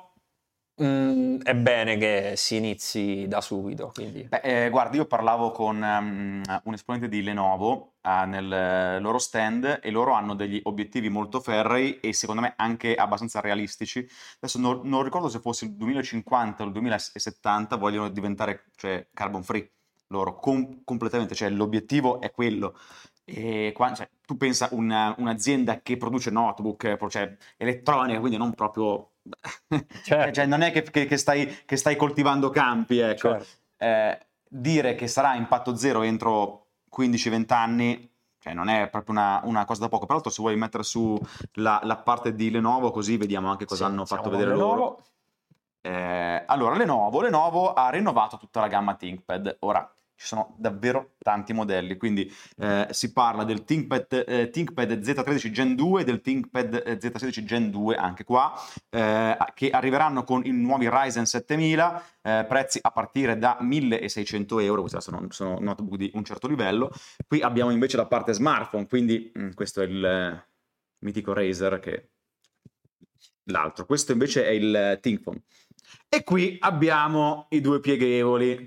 mm, è bene che si inizi da subito. Quindi. Beh, eh, guardi, io parlavo con um, un esponente di Lenovo uh, nel eh, loro stand e loro hanno degli obiettivi molto ferrei e secondo me anche abbastanza realistici. Adesso non, non ricordo se fosse il duemilacinquanta o il duemilasettanta, vogliono diventare, cioè, carbon free loro com- completamente, cioè l'obiettivo è quello. E qua, cioè, tu pensa una, un'azienda che produce notebook, eh, cioè elettronica, quindi non proprio Certo. cioè, non è che, che- che stai, che stai coltivando campi, ecco. Certo. Eh, dire che sarà impatto zero entro quindici venti anni, cioè non è proprio una, una cosa da poco. Peraltro, se vuoi mettere su la, la parte di Lenovo, così vediamo anche cosa Sì, hanno siamo fatto con vedere Lenovo. loro. Eh, allora, Lenovo, Lenovo ha rinnovato tutta la gamma ThinkPad. Ora, ci sono davvero tanti modelli, quindi eh, si parla del ThinkPad, eh, ThinkPad Z tredici Gen due e del ThinkPad eh, Z sedici Gen due anche qua, eh, che arriveranno con i nuovi Ryzen settemila, eh, prezzi a partire da milleseicento euro, questi sono, sono notebook di un certo livello. Qui abbiamo invece la parte smartphone, quindi mh, questo è il eh, mitico Razer, che l'altro, questo invece è il ThinkPhone. E qui abbiamo i due pieghevoli.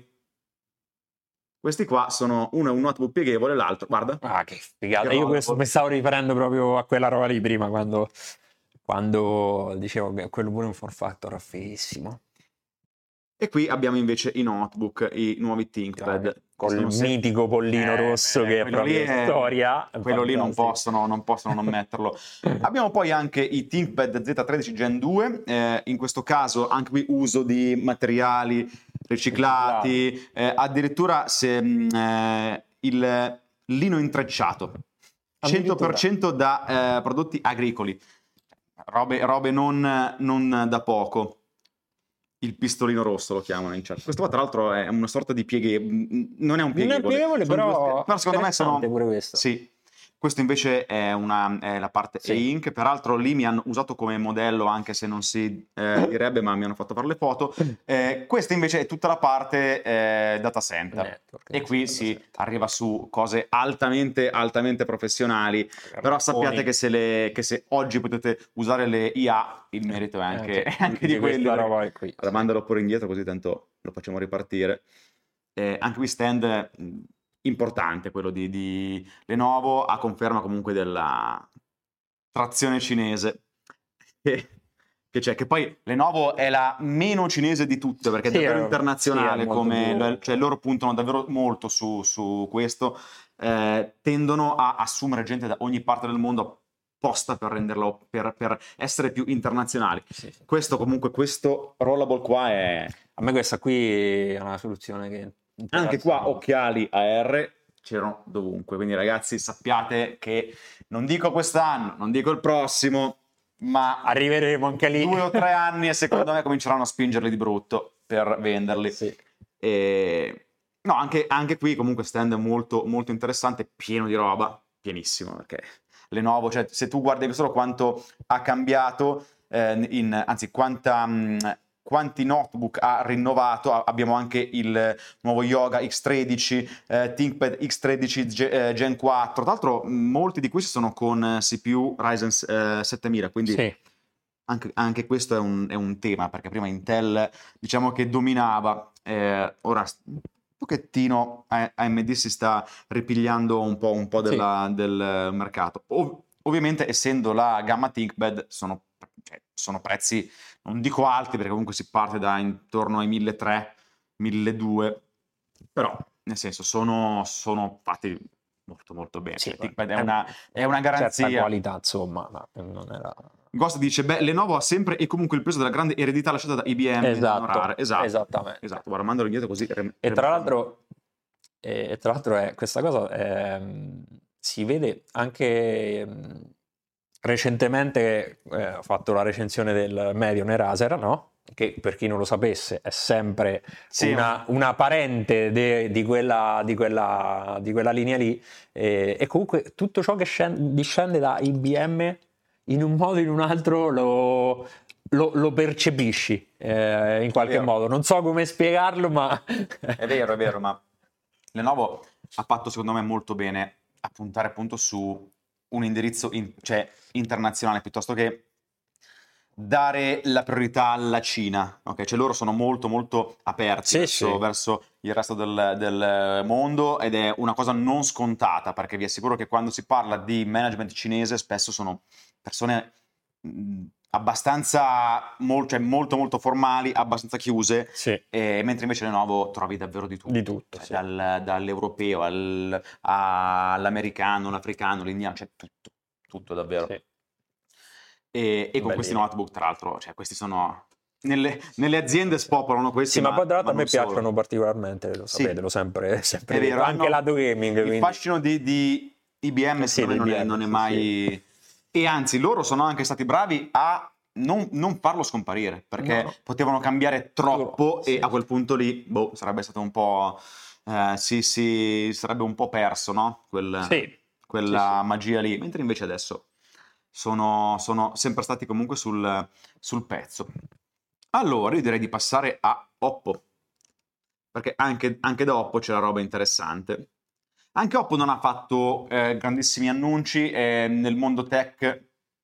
Questi qua sono, uno è un notebook pieghevole, l'altro, guarda. Ah, che figata. Io questo mi stavo riferendo proprio a quella roba lì prima, quando, quando dicevo che quello pure un form factor fighissimo. E qui abbiamo invece i notebook, i nuovi ThinkPad. Con il se... mitico pollino eh, rosso eh, che è proprio è... storia. Quello lì non possono, non possono non metterlo. Abbiamo poi anche i ThinkPad Z tredici Gen due, eh, in questo caso anche qui uso di materiali riciclati, riciclati. Eh, addirittura se, eh, il lino intrecciato, cento per cento da eh, prodotti agricoli, robe, robe non, non da poco. Il pistolino rosso lo chiamano in chat. Questo qua tra l'altro è una sorta di pieghe, non è un pieghevole, non è pieghevole però, due... però secondo me sono pure questo. Sì. Questo invece è, una, è la parte sì. E-Ink, peraltro lì mi hanno usato come modello, anche se non si eh, direbbe, ma mi hanno fatto fare le foto. Eh, questa invece è tutta la parte eh, data center. Network, e qui si center. Arriva su cose altamente, altamente professionali, Ragazzoni. Però sappiate che se, le, che se oggi potete usare le I A, il merito è anche, eh, anche di, di quello. Roba qui. Allora, mandalo pure indietro così tanto lo facciamo ripartire. Eh, anche qui stand... importante quello di, di Lenovo, a conferma comunque della trazione cinese che, che c'è, che poi Lenovo è la meno cinese di tutte, perché è sì, davvero è, internazionale, sì, è come, cioè loro puntano davvero molto su, su questo, eh, tendono a assumere gente da ogni parte del mondo apposta per renderlo, per, per essere più internazionali. Sì, sì. Questo comunque, questo rollable qua è... A me questa qui è una soluzione che... Anche qua occhiali A R c'erano dovunque, quindi ragazzi sappiate che non dico quest'anno, non dico il prossimo, ma arriveremo anche lì. Due o tre anni e secondo me cominceranno a spingerli di brutto per venderli. Sì. E... No, anche, anche qui comunque stand molto, molto interessante, pieno di roba, pienissimo, perché Lenovo, cioè se tu guardi solo quanto ha cambiato, eh, in, anzi quanta... Mh, quanti notebook ha rinnovato, abbiamo anche il nuovo Yoga X tredici, eh, ThinkPad X tredici G- eh, Gen quattro, tra l'altro molti di questi sono con C P U Ryzen eh, settemila, quindi sì. anche, anche questo è un, è un tema, perché prima Intel diciamo che dominava, eh, ora un pochettino A M D si sta ripigliando un po', un po' della, sì. del mercato. Ov- ovviamente essendo la gamma ThinkPad sono, cioè, sono prezzi... non dico alti, perché comunque si parte da intorno ai milletrecento, milleduecento, però nel senso sono, sono fatti molto molto bene. Sì, cioè, è, una, è una garanzia. Certa qualità, insomma, ma non era... Ghost dice, beh, Lenovo ha sempre e comunque il peso della grande eredità lasciata da I B M. Esatto, esatto, esattamente. Esatto, guarda, mandalo indietro così. Rem- e tra l'altro, e tra l'altro è, questa cosa è, si vede anche... Recentemente eh, ho fatto la recensione del Medion Eraser, no? Che per chi non lo sapesse è sempre sì, una, una parente de, di, quella, di, quella, di quella linea lì, e, e comunque tutto ciò che scende, discende da I B M in un modo o in un altro lo, lo, lo percepisci eh, in qualche modo. Non so come spiegarlo, ma... È vero, è vero, ma Lenovo ha fatto secondo me molto bene a puntare appunto su un indirizzo in, cioè, internazionale piuttosto che dare la priorità alla Cina, ok? Cioè loro sono molto molto aperti sì, verso, sì. verso il resto del, del mondo, ed è una cosa non scontata, perché vi assicuro che quando si parla di management cinese spesso sono persone mh, abbastanza mol, cioè molto molto formali, abbastanza chiuse, sì. e, mentre invece Lenovo trovi davvero di tutto, di tutto cioè, sì. dal, dall'europeo al, all'americano, all'africano, l'indiano, c'è cioè tutto, tutto davvero. Sì. E, e con questi notebook, tra l'altro, cioè questi sono... Nelle, nelle aziende spopolano questi. Sì, ma, ma poi tra l'altro a me solo. piacciono particolarmente, lo sapete, sì. l'ho sempre, sempre è vero, anche hanno, lato gaming. Il quindi. fascino di, di I B M, sì, secondo me, non, I B M, è, non è sì, mai... Sì. E anzi, loro sono anche stati bravi a non, non farlo scomparire, perché no. potevano cambiare troppo, sì. e a quel punto lì, boh, sarebbe stato un po'... eh, si, si sarebbe un po' perso, no? Quel, Sì, quella sì, sì. magia lì, mentre invece adesso sono, sono sempre stati comunque sul, sul pezzo. Allora, io direi di passare a Oppo, perché anche, anche da Oppo c'è la roba interessante. Anche Oppo non ha fatto eh, grandissimi annunci e nel mondo tech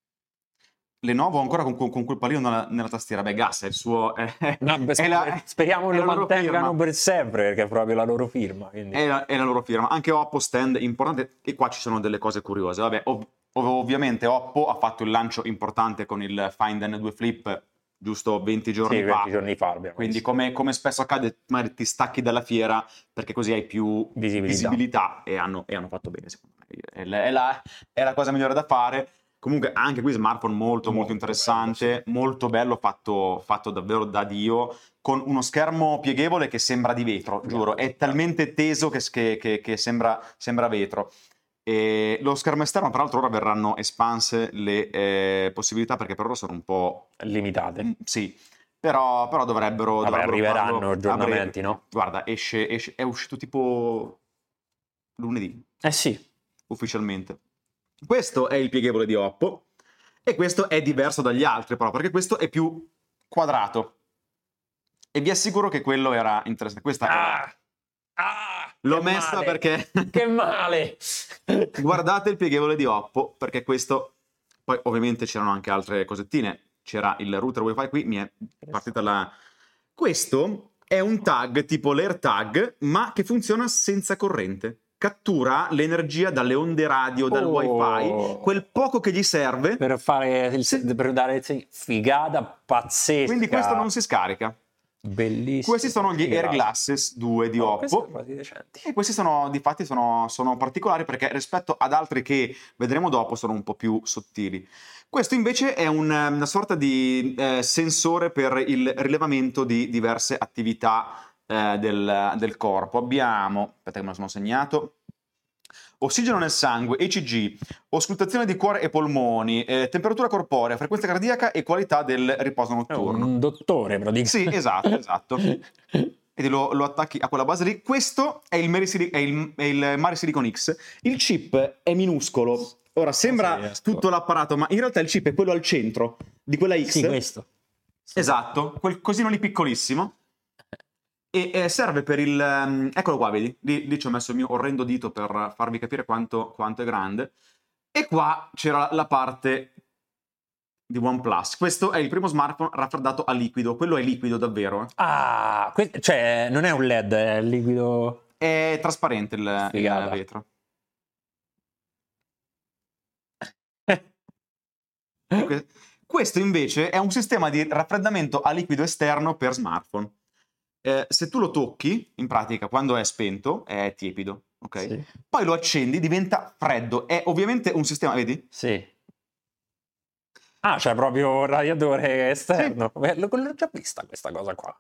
Lenovo ancora con, con- con quel pallino nella, nella tastiera. Beh, Gas è il suo... È, No, beh, è sper- la, speriamo è lo la loro mantengano firma. per sempre, perché è proprio la loro firma. Quindi. È la, è la loro firma. Anche Oppo stand importante. E qua ci sono delle cose curiose. Vabbè, ov- ov- ovviamente Oppo ha fatto il lancio importante con il Find N due Flip giusto venti Sì, giorni venti fa. giorni fa abbiamo Quindi, visto. come, come spesso accade, magari ti stacchi dalla fiera perché così hai più Visibilità. visibilità e hanno, e hanno fatto bene, secondo me. È la, è la- è la cosa migliore da fare. Comunque, anche qui smartphone molto, molto Molto bello, sì. interessante, molto bello, fatto, fatto davvero da Dio, con uno schermo pieghevole che sembra di vetro, giuro. È talmente teso che, che- che- che sembra, sembra vetro. E lo schermo esterno, tra l'altro, ora verranno espanse le eh, possibilità perché per ora sono un po'. Mm, Limitate. sì, però, però dovrebbero, Vabbè, dovrebbero arriveranno farlo a breve. aggiornamenti, no? Guarda, esce, esce- è uscito tipo lunedì, Eh sì. ufficialmente. Questo è il pieghevole di Oppo e questo è diverso dagli altri, però, perché questo è più quadrato. E vi assicuro che quello era interessante. Questa è la. Ah! Ah! Che L'ho messa male! perché Che male! guardate il pieghevole di Oppo, perché questo. Poi ovviamente c'erano anche altre cosettine. C'era il router wifi qui, mi è partita la. Questo è un tag tipo l'AirTag, ma che funziona senza corrente. Cattura l'energia dalle onde radio, dal wifi, Oh! quel poco che gli serve. Per fare il, se- per dare il segno. Figata Quindi questo non pazzesca! si scarica. Questi Bellissimo. sono gli Sì, che Air razza. Glasses due di Oh, questi sono Oppo. quasi decenti. E questi sono, di fatti, sono, sono particolari perché rispetto ad altri che vedremo dopo sono un po' più sottili. Questo invece è un- una sorta di eh, sensore per il rilevamento di diverse attività eh, del, del corpo. Abbiamo, aspetta che me lo sono segnato, ossigeno nel sangue, E C G, auscultazione di cuore e polmoni, eh, temperatura corporea, frequenza cardiaca e qualità del riposo È notturno. un dottore, Sì, praticamente. esatto, esatto. E lo, lo attacchi a quella base lì. Questo è il, Mari Sili- è il- è il Mari Silicon X. Il chip è minuscolo. Ora Non so se sembra riesco. tutto l'apparato, ma in realtà il chip è quello al centro di quella Sì, X. questo. Sì. Esatto, quel cosino lì piccolissimo. E eh, serve per il. ehm, eccolo qua, vedi? Lì, lì ci ho messo il mio orrendo dito per farvi capire quanto, quanto è grande. E qua c'era la parte di OnePlus. Questo è il primo smartphone raffreddato a liquido. Quello è liquido davvero. eh. Ah, que- cioè non è un L E D, è liquido. È trasparente il, il Figata. vetro. E que- questo invece è un sistema di raffreddamento a liquido esterno per smartphone. Eh, se tu lo tocchi, in pratica, quando è spento, è tiepido, ok? Sì. Poi lo accendi, diventa freddo. È ovviamente un sistema, vedi? Sì. Ah, c'è proprio un radiatore esterno. Beh, L'ho l'ho già vista questa cosa qua.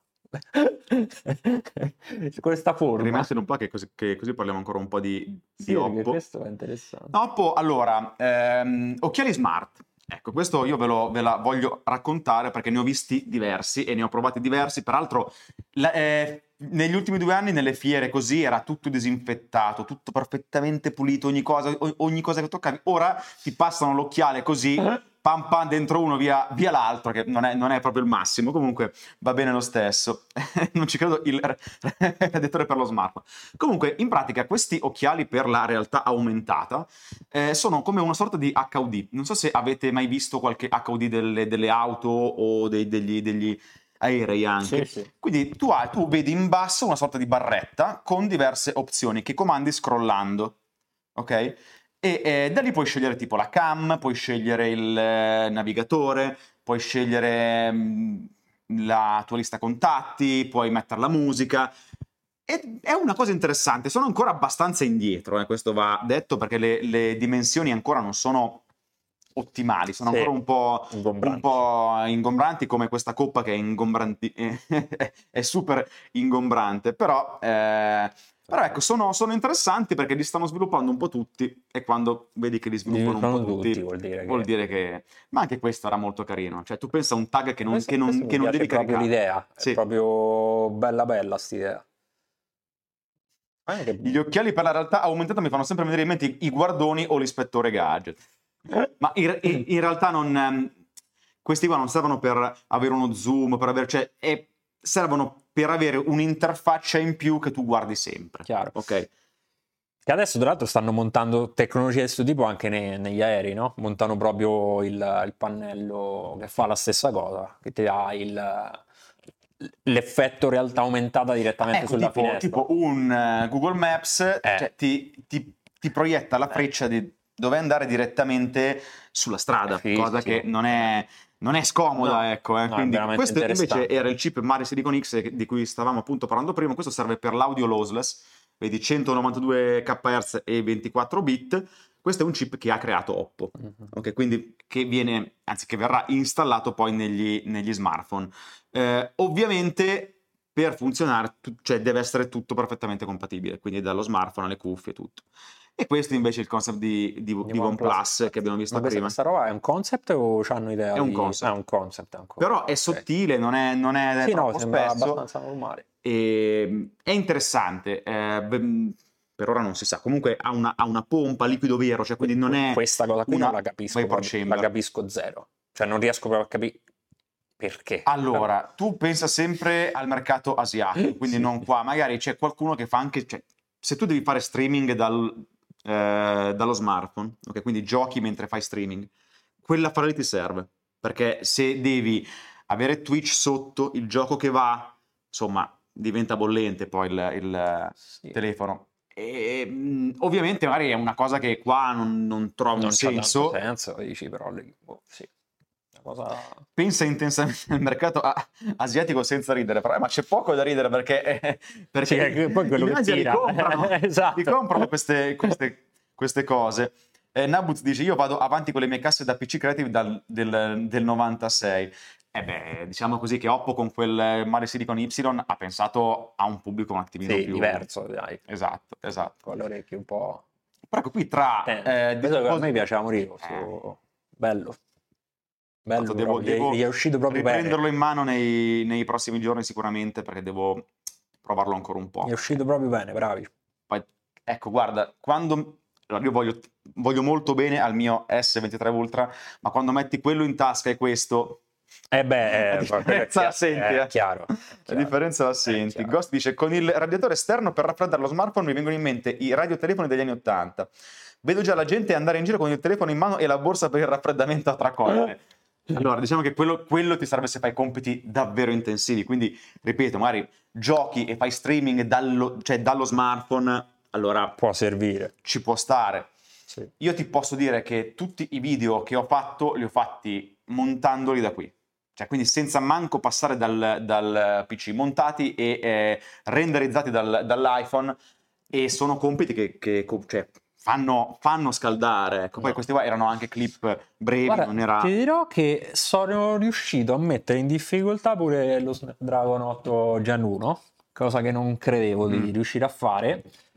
Questa forma. Rimettilo un po' che così, che così parliamo ancora un po' di, di Sì, perché Oppo. questo è interessante. Oppo, allora, ehm, occhiali smart. Ecco, questo io ve, lo, ve la voglio raccontare perché ne ho visti diversi e ne ho provati diversi. Peraltro, la- eh, negli ultimi due anni nelle fiere così era tutto disinfettato, tutto perfettamente pulito, ogni cosa, o- ogni cosa che toccavi. Ora ti passano l'occhiale così, pam pam dentro uno, via, via l'altro, che non è, non è proprio il massimo. Comunque va bene lo stesso. Non ci credo il radiatore per lo smartphone. Comunque, in pratica, questi occhiali per la realtà aumentata eh, sono come una sorta di H U D. Non so se avete mai visto qualche H U D delle, delle auto o dei- degli, degli aerei anche. Sì, sì. Quindi tu, hai, tu vedi in basso una sorta di barretta con diverse opzioni che comandi scrollando. Ok? E eh, da lì puoi scegliere tipo la cam, puoi scegliere il eh, navigatore, puoi scegliere mh, la tua lista contatti, puoi mettere la musica. E è una cosa interessante, sono ancora abbastanza indietro, eh, questo va detto perché le, le dimensioni ancora non sono ottimali, sono Sì, ancora un po', un ingombranti. po' ingombranti come questa coppa che è ingombranti, è super ingombrante, però, eh, però ecco, sono, sono interessanti perché li stanno sviluppando un po' tutti e quando vedi che li sviluppano un po' Sviluppano tutti, tutti, vuol dire vuol che. dire che. Ma anche questo era molto carino, cioè tu pensa a un tag che non, Questo, che non- questo che mi non piace devi proprio caricare. l'idea, è Sì. proprio bella bella st'idea. Eh, Gli occhiali per la realtà aumentata mi fanno sempre venire in mente i, i guardoni o l'ispettore gadget. Ma in, in, in realtà non, questi qua non servono per avere uno zoom, per avere, cioè, è, servono per avere un'interfaccia in più che tu guardi sempre. Chiaro. Ok. Che adesso tra l'altro stanno montando tecnologie di questo tipo anche nei, negli aerei, no? Montano proprio il, il pannello che fa la stessa cosa, che ti dà il, l'effetto realtà aumentata direttamente Ecco, sulla tipo, finestra. tipo un uh, Google Maps Eh. cioè, ti, ti, ti proietta la freccia di dove andare direttamente sulla strada, Sì, cosa sì. che non è, non è scomoda, No, ecco. Eh. no, è Quindi veramente questo invece interessante. era il chip Mari Silicon X di cui stavamo appunto parlando prima. Questo serve per l'audio lossless, vedi centonovantadue kilohertz e ventiquattro bit. Questo è un chip che ha creato Oppo, Mhm. ok? Quindi che viene, anzi che verrà installato poi negli, negli smartphone. Eh, ovviamente per funzionare, tu- cioè deve essere tutto perfettamente compatibile, quindi dallo smartphone alle cuffie e tutto. E questo invece è il concept di, di, di OnePlus che abbiamo visto Ma questa, prima. questa roba è un concept o hanno idea È un di... concept. Ah, è un concept ancora. Però è Ok. sottile, non è, non è Sì, no, troppo sembra spesso. abbastanza normale. E, è interessante. eh, beh, per ora non si sa. Comunque ha una, ha una pompa liquido vero, cioè quindi non è Questa cosa qui una non la capisco, vapor proprio, chamber. la capisco zero. Cioè non riesco proprio a capire perché. Allora, tu pensa sempre al mercato asiatico, quindi Sì. non qua. Magari c'è qualcuno che fa anche... Cioè, se tu devi fare streaming dal, eh, dallo smartphone, ok? Quindi giochi mentre fai streaming, quella fare lì ti serve. Perché se devi avere Twitch sotto, il gioco che va, insomma, diventa bollente poi il, il Sì. telefono. E mh, ovviamente magari è una cosa che qua non, non trovi Non un c'ha senso. tanto senso, dici, però lì, boh, sì. Una cosa... Pensa intensamente al mercato a- asiatico senza ridere, però, eh, ma c'è poco da ridere perché, eh, perché Sì, è poi quello i che manager li tira. comprano, Esatto. li comprano queste, queste, queste cose. Eh, Nabuz dice, io vado avanti con le mie casse da P C Creative dal, del, del novantasei. E beh, diciamo così che Oppo con quel Mari Silicon Y ha pensato a un pubblico un attimino Sì, più... diverso, dai. Esatto, esatto. Con le orecchie un po'... Però ecco qui tra... Eh, Questo che a me disposi- piaceva morire, questo... Eh. Bello. Bello, Tanto devo, proprio, gli, è- devo gli è uscito proprio riprenderlo bene. in mano nei, nei prossimi giorni sicuramente perché devo provarlo ancora un po'. Gli è uscito proprio bene, bravi. Poi, ecco, guarda, quando... Allora, io voglio, voglio molto bene al mio S ventitré Ultra, ma quando metti quello in tasca e questo... Eh beh, la eh, differenza la è senti, è eh. chiaro. La chiaro. differenza la È senti. chiaro. Ghost dice, con il radiatore esterno per raffreddare lo smartphone mi vengono in mente i radiotelefoni degli anni ottanta. Vedo già la gente andare in giro con il telefono in mano e la borsa per il raffreddamento a tracolle. Allora, diciamo che quello, quello ti serve se fai compiti davvero intensivi. Quindi, ripeto, magari giochi e fai streaming dallo, cioè dallo smartphone, allora Può servire. ci può stare. Sì. Io ti posso dire che tutti i video che ho fatto li ho fatti montandoli da qui. Cioè, quindi senza manco passare dal, dal P C, montati e eh, renderizzati dal, dall'iPhone, e sono compiti che, che cioè, fanno, fanno scaldare. Ecco, poi No. questi qua erano anche clip brevi, Guarda, non era... ti dirò che sono riuscito a mettere in difficoltà pure lo Snapdragon otto Gen uno, cosa che non credevo di Mm. riuscire a fare.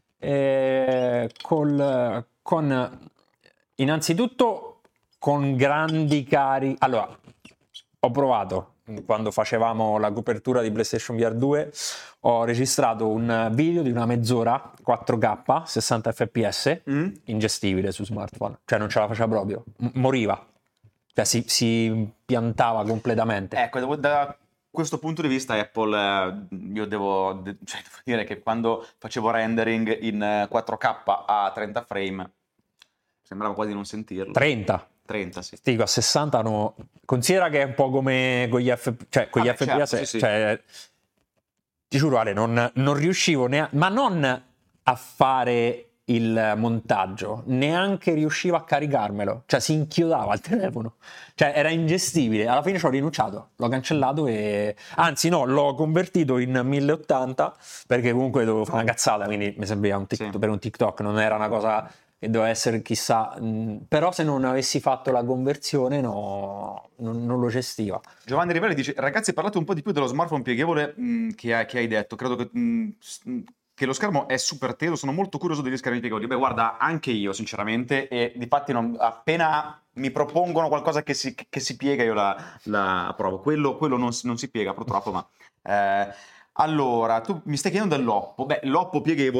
E col, con innanzitutto con grandi carichi. Allora, ho provato quando facevamo la copertura di PlayStation V R due, ho registrato un video di una mezz'ora quattro K sessanta F P S, Mm. ingestibile su smartphone, cioè non ce la faceva proprio, M- moriva, cioè si, si piantava completamente. Ecco, devo- da questo punto di vista Apple, eh, io devo, de- cioè, devo dire che quando facevo rendering in eh, quattro K a trenta frame, sembrava quasi non sentirlo. trenta. trenta, sì. Dico, a sessanta no. Considera che è un po' come con gli, F... cioè, con gli Vabbè, F P S, certo, sì, sì. cioè, ti giuro Ale, non, non riuscivo neanche, ma non a fare il montaggio, neanche riuscivo a caricarmelo, cioè si inchiodava il telefono, cioè era ingestibile. Alla fine ci ho rinunciato, l'ho cancellato e anzi no, l'ho convertito in mille ottanta perché comunque dovevo fare una cazzata, quindi mi serviva un TikTok, Sì. per un TikTok, non era una cosa che doveva essere chissà, mh, però se non avessi fatto la conversione no, non, non lo gestiva. Giovanni Rivelli dice, ragazzi, parlate un po' di più dello smartphone pieghevole mh, che, hai, che hai detto. Credo che, mh, s- mh, che lo schermo è super teso, sono molto curioso degli schermi pieghevoli. Beh, guarda, anche io, sinceramente, e difatti non, appena mi propongono qualcosa che si, che si piega, io la, la provo. Quello, quello non, si- non si piega, purtroppo, ma... eh, allora, tu mi stai chiedendo dell'Oppo. Beh, l'Oppo pieghevole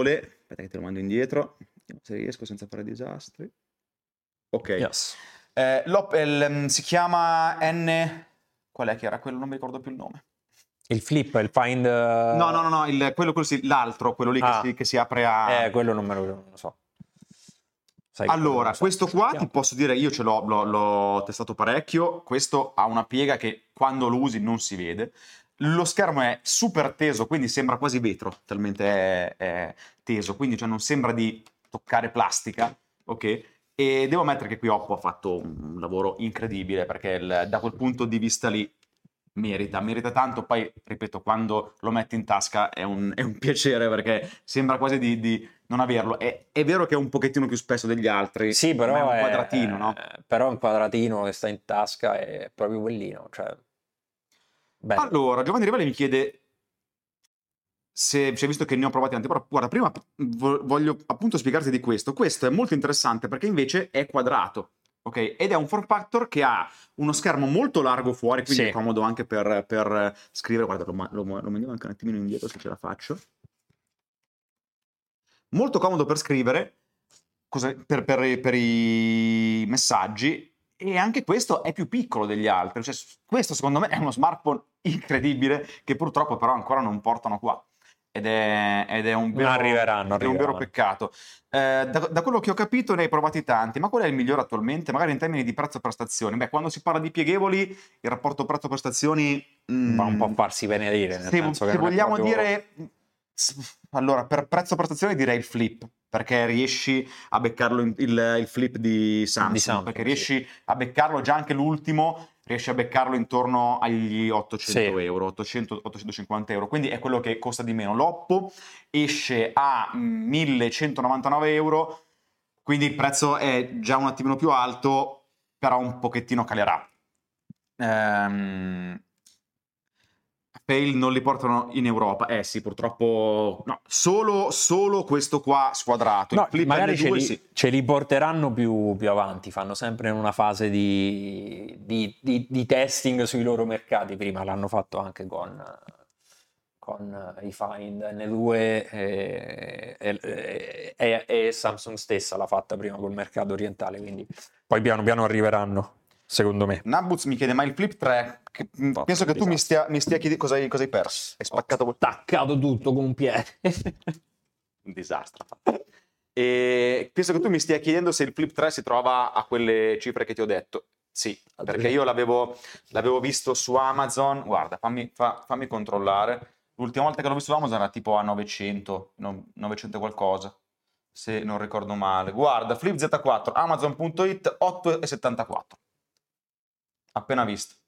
Aspetta che te lo mando indietro, vediamo se riesco senza fare disastri. Ok. Yes. Eh, l'Opel si chiama N... Qual è che era quello? Non mi ricordo più il nome. Il flip, il find... No, no, no, no, il, quello, quello sì, l'altro, quello lì Ah. che, si, che si apre a... Eh, quello non me lo, non lo so. Sai che quello non Allora, lo so. questo qua Cerchiamo. ti posso dire, io ce l'ho, l'ho, l'ho testato parecchio, questo ha una piega che quando lo usi non si vede, lo schermo è super teso, quindi sembra quasi vetro, talmente è, è teso, quindi cioè non sembra di toccare plastica, ok? E devo ammettere che qui Oppo ha fatto un lavoro incredibile, perché il, da quel punto di vista lì merita, merita tanto. Poi, ripeto, quando lo metti in tasca è un, è un piacere, perché sembra quasi di, di non averlo. È, è vero che è un pochettino più spesso degli altri, Sì, ma però è un è, quadratino, no? però è un quadratino che sta in tasca, è proprio bellino, cioè... bello. Allora, Giovanni Rivali mi chiede se, cioè, visto che ne ho provati tanti, però guarda, prima vo- voglio appunto spiegarti di questo. Questo è molto interessante perché invece è quadrato, ok? Ed è un form factor che ha uno schermo molto largo fuori, quindi Sì. è comodo anche per, per scrivere. Guarda, lo, ma- lo, lo mandiamo anche un attimino indietro se ce la faccio. Molto comodo per scrivere, cosa- per, per- per i messaggi, e anche questo è più piccolo degli altri. Cioè, questo secondo me è uno smartphone incredibile che purtroppo però ancora non portano qua. Ed è, ed è un vero, Arriveranno, ed è un vero arriveranno. peccato. Eh, da, da quello che ho capito ne hai provati tanti, ma qual è il migliore attualmente? Magari in termini di prezzo-prestazioni. Beh, quando si parla di pieghevoli, il rapporto prezzo-prestazioni... Va un po' a mm, farsi benedire, nel se, senso che se non è vogliamo proprio... dire... Allora, per prezzo-prestazioni direi il flip, perché riesci a beccarlo in- il, il flip di Samsung, Di Samsung, perché sì. riesci a beccarlo già anche l'ultimo, riesci a beccarlo intorno agli ottocento Sì. euro, ottocento ottocentocinquanta euro, quindi è quello che costa di meno. L'Oppo esce a mm, millecentonovantanove euro, quindi il prezzo è già un attimino più alto, però un pochettino calerà. Ehm, Fail non li portano in Europa. Eh sì, purtroppo no, solo, solo questo qua squadrato. Il No, Flip magari ce N due li, sì. ce li porteranno più, più avanti, fanno sempre in una fase di, di- di- di testing sui loro mercati. Prima l'hanno fatto anche con, con i Find N due e, e- e- e Samsung stessa l'ha fatta prima col mercato orientale, quindi poi piano piano arriveranno, secondo me. Nabuz mi chiede, ma il Flip tre, che- mh, Fatto penso un che tu mi disastro. stia, mi stia chiedendo cosa hai, cosa hai perso. Hai spaccato Ho staccato tutto con un piede. un disastro. E penso che tu mi stia chiedendo se il Flip tre si trova a quelle cifre che ti ho detto. Sì, perché io l'avevo, l'avevo visto su Amazon. Guarda, fammi, fa- fammi controllare. L'ultima volta che l'ho visto su Amazon era tipo a novecento, no- novecento qualcosa, se non ricordo male. Guarda, Flip Z quattro, amazon punto it, otto virgola settantaquattro. Appena visto.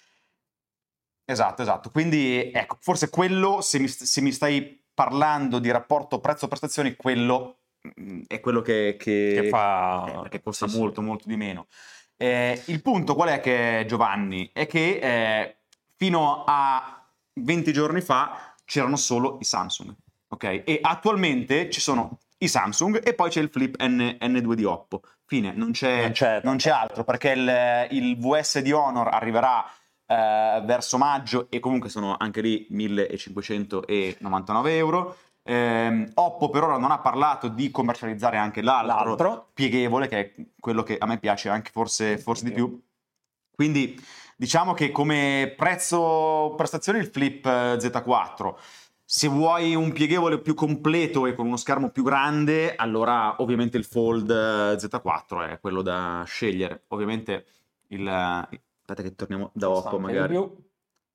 Esatto, esatto. Quindi, ecco, forse quello, se mi, se mi stai parlando di rapporto prezzo-prestazioni, quello mm, è quello che, che- Che fa... eh, perché costa sì, sì. molto, molto di meno. Eh, il punto qual è che, Giovanni? È che eh, fino a venti giorni fa c'erano solo i Samsung, ok? E attualmente ci sono i Samsung e poi c'è il Flip N, N due di Oppo. Fine, non c'è, Non c'è non c'è altro, perché il, il V S di Honor arriverà eh, verso maggio e comunque sono anche lì millecinquecentonovantanove euro. Eh, Oppo per ora non ha parlato di commercializzare anche l'altro, L'altro. pieghevole, che è quello che a me piace anche forse, forse di più. Quindi diciamo che come prezzo prestazione il Flip eh, Z quattro. Se vuoi un pieghevole più completo e con uno schermo più grande, allora ovviamente il Fold eh, Z quattro è quello da scegliere. Ovviamente il... Aspetta che torniamo da Costa Oppo anche di magari. più.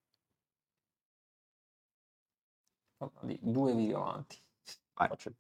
Di due video avanti. Vai. Faccio-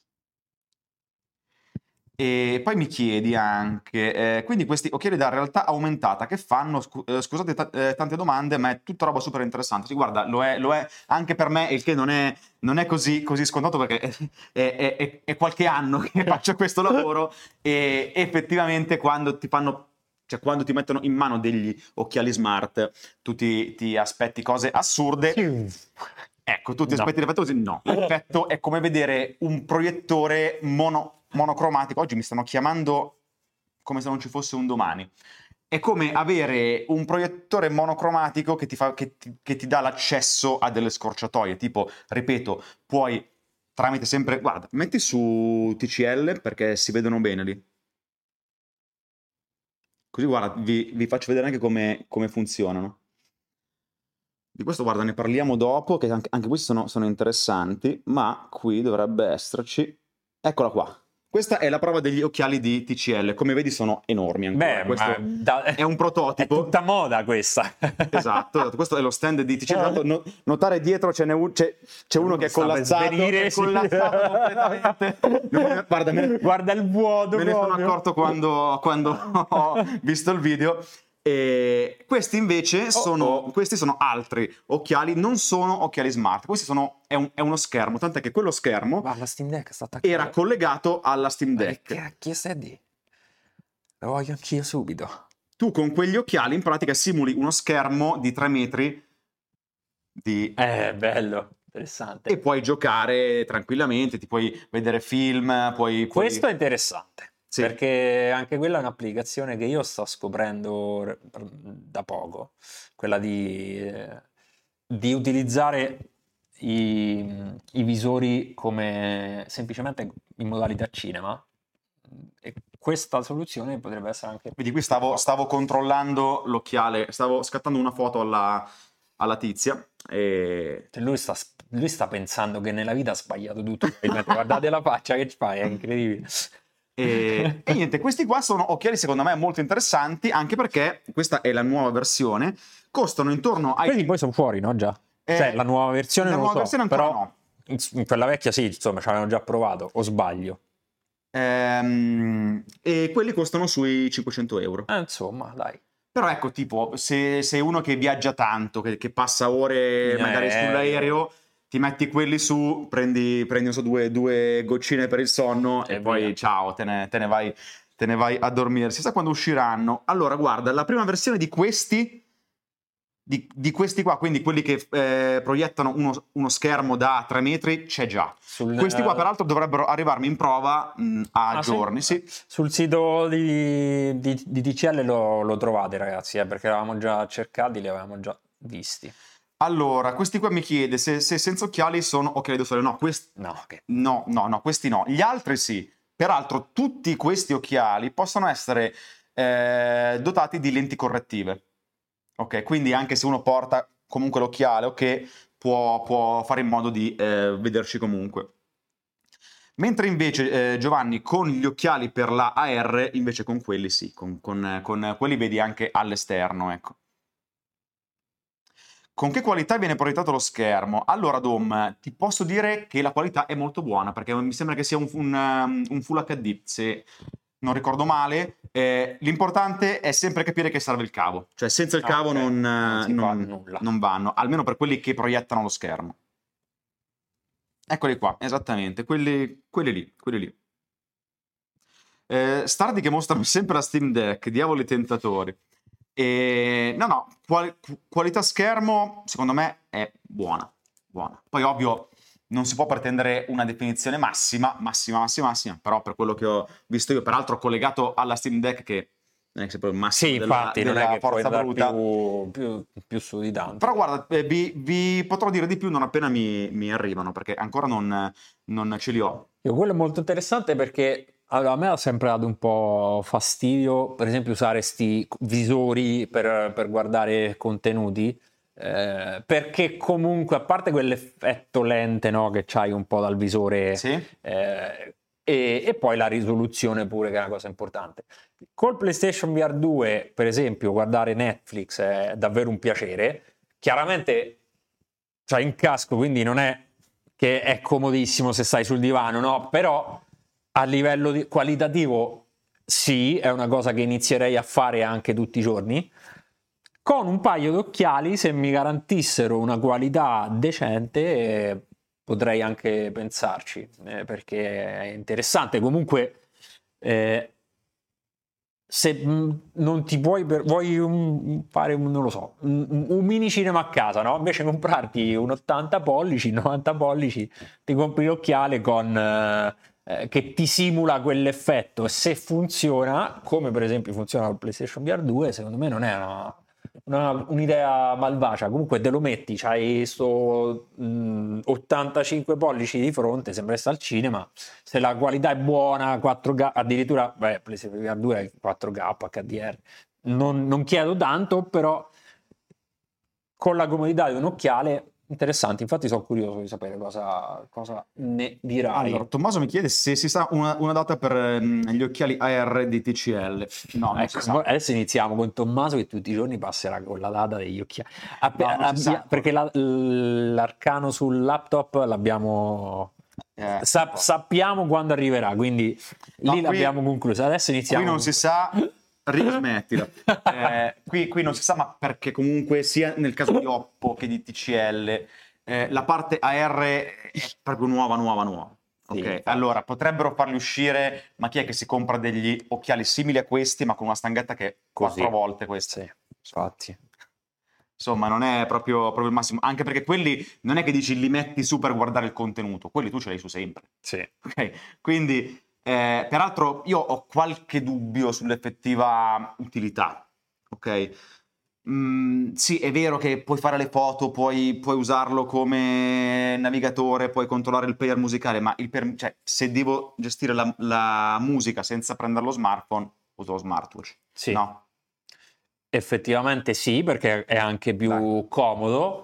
E poi mi chiedi anche, eh, quindi questi occhiali da realtà aumentata che fanno, scu- eh, scusate ta- eh, tante domande, ma è tutta roba super interessante. Sì, guarda, lo è, lo è anche per me, il che non è, non è così, così scontato perché è, è- è- è qualche anno che faccio questo lavoro e effettivamente quando ti fanno, cioè quando ti mettono in mano degli occhiali smart, tu ti, ti aspetti cose assurde. Ecco, tu ti No. aspetti l'effetto così? No, l'effetto è come vedere un proiettore mono- monocromatico. Oggi mi stanno chiamando come se non ci fosse un domani. È come avere un proiettore monocromatico che ti, fa, che ti, che ti dà l'accesso a delle scorciatoie. Tipo, ripeto, puoi tramite sempre, guarda, metti su T C L perché si vedono bene lì. Così guarda, vi, vi faccio vedere anche come, come funzionano. Di questo guarda, ne parliamo dopo, che anche, anche questi sono, sono interessanti, ma qui dovrebbe esserci, eccola qua. Questa è la prova degli occhiali di T C L, come vedi sono enormi ancora. Beh, questo ma da- è un prototipo. È tutta moda questa. Esatto, esatto, questo è lo stand di T C L. Tanto, no, notare dietro ce n'è un, c'è, c'è uno che è Sta per collassato, svenire, è sì. collassato completamente. Guarda, me ne, Guarda il vuoto me ne sono proprio. accorto quando, quando ho visto il video. E questi invece sono, Oh, oh. questi sono altri occhiali, non sono occhiali smart. Questi sono, è, un- è uno schermo, tant'è che quello schermo Ma la Steam Deck sta attaccata. era collegato alla Steam Ma Deck. che cacchio stai a dire? Lo voglio anch'io subito. Tu con quegli occhiali in pratica simuli uno schermo di tre metri di... Eh, bello, interessante. e puoi giocare tranquillamente, ti puoi vedere film, puoi... puoi- Questo è interessante, Sì. perché anche quella è un'applicazione che io sto scoprendo r- da poco, quella di, eh, di utilizzare i, i visori come semplicemente in modalità cinema. E questa soluzione potrebbe essere anche... Vedi, qui stavo, stavo controllando l'occhiale, stavo scattando una foto alla, alla tizia e... Cioè, lui sta, lui sta pensando che nella vita ha sbagliato tutto. Guardate la faccia che fai, è incredibile. E, e niente, questi qua sono occhiali secondo me molto interessanti, anche perché questa è la nuova versione, costano intorno ai... Questi poi sono fuori, no? Già. Eh, Cioè, la nuova versione la non nuova lo so, versione ancora però no. in- in quella vecchia sì, insomma, ci avevano già provato, o sbaglio? Ehm, e quelli costano sui cinquecento euro. Eh, insomma, dai. Però ecco, tipo, se sei uno che viaggia tanto, che, che passa ore In magari aereo. sull'aereo, ti metti quelli su, prendi, prendi non so, due, due goccine per il sonno e, E poi via. ciao, te ne, te ne vai, te ne vai a dormire. Si sa quando usciranno. Allora, guarda, la prima versione di questi, di, di questi qua, quindi quelli che eh, proiettano uno, uno schermo da tre metri, c'è già. Sul, Questi qua, peraltro, dovrebbero arrivarmi in prova mh, a Ah, sì? giorni, sì. Sul sito di, di, di T C L lo, lo trovate, ragazzi, eh, perché l'avevamo già cercati, li avevamo già visti. Allora, questi qua mi chiede se, se senza occhiali sono occhiali da sole. No, questi... No, ok. No, no, no, questi no. Gli altri sì. Peraltro, tutti questi occhiali possono essere eh, dotati di lenti correttive. Ok, quindi anche se uno porta comunque l'occhiale, ok, può, può fare in modo di eh, vederci comunque. Mentre invece eh, Giovanni con gli occhiali per la A R, invece con quelli sì, con, con, con quelli vedi anche all'esterno, ecco. Con che qualità viene proiettato lo schermo? Allora, Dom, ti posso dire che la qualità è molto buona, perché mi sembra che sia un, un, um, un Full H D, se non ricordo male. Eh, l'importante è sempre capire che serve il cavo, cioè senza il Ah, cavo ok. non, Non si fa non- nulla. non vanno, almeno per quelli che proiettano lo schermo. Eccoli qua, esattamente, quelli, quelli lì, quelli lì. Eh, Stardi che mostrano sempre la Steam Deck, diavoli tentatori. E, no, no, qual- qualità schermo secondo me è buona, buona. Poi ovvio non si può pretendere una definizione massima, massima, massima, massima, però per quello che ho visto io, peraltro collegato alla Steam Deck che non è che sia proprio il massimo Sì, della, infatti, non della è che puoi forza andare bruta. più, più, più su di tanto. Però guarda, eh, vi, vi potrò dire di più non appena mi, mi arrivano, perché ancora non, non ce li ho. Io, quello è molto interessante perché allora, a me ha sempre dato un po' fastidio, per esempio, usare sti visori per, per guardare contenuti, eh, perché comunque, a parte quell'effetto lente, no, che c'hai un po' dal visore, Sì? eh, e, e poi la risoluzione pure, che è una cosa importante. Col PlayStation V R due, per esempio, guardare Netflix è davvero un piacere. Chiaramente c'hai in casco, quindi non è che è comodissimo se stai sul divano, no? Però a livello di- qualitativo sì, è una cosa che inizierei a fare anche tutti i giorni. Con un paio d'occhiali, se mi garantissero una qualità decente, eh, potrei anche pensarci, eh, perché è interessante. Comunque, eh, se mh, non ti puoi per- vuoi un- fare un, non lo so, un, un mini cinema a casa, no? Invece comprarti un ottanta pollici, novanta pollici, ti compri l'occhiale con eh, eh, che ti simula quell'effetto, e se funziona, come per esempio funziona con PlayStation V R due, secondo me non è una, una- un'idea malvagia. Comunque te lo metti, c'hai sto mh, ottantacinque pollici di fronte, sembra essere al cinema. Se la qualità è buona, quattro K, addirittura, beh, PlayStation V R due è quattro K H D R. Non, non chiedo tanto, però con la comodità di un occhiale interessante. Infatti sono curioso di sapere cosa, cosa ne dirai. Allora, Tommaso mi chiede se si sa una, una data per ehm, gli occhiali A R di T C L. No, non Ecco, si sa. adesso iniziamo con Tommaso che tutti i giorni passerà con la data degli occhiali. Appe- No, non si abbia- sa. perché la- l'arcano sul laptop l'abbiamo... Eh, sa- sappiamo quando arriverà, quindi No, lì qui- l'abbiamo conclusa. Adesso iniziamo. Qui non si sa, rismettila. Eh, qui, qui non si sa, ma perché comunque sia nel caso di Oppo che di T C L, eh, la parte A R è proprio nuova, nuova, nuova. Sì, Ok, infatti. allora potrebbero farli uscire, ma chi è che si compra degli occhiali simili a questi, ma con una stanghetta che è Così. quattro volte questa? Sì, infatti. Insomma, non è proprio, proprio il massimo, anche perché quelli non è che dici li metti su per guardare il contenuto, quelli tu ce l'hai su sempre. Sì. Ok, quindi eh, peraltro io ho qualche dubbio sull'effettiva utilità, ok? Mm, sì, è vero che puoi fare le foto, puoi, puoi usarlo come navigatore, puoi controllare il player musicale, ma il per- cioè, se devo gestire la, la musica senza prendere lo smartphone, uso lo smartwatch. Sì. No? Effettivamente sì, perché è anche più Dai. comodo.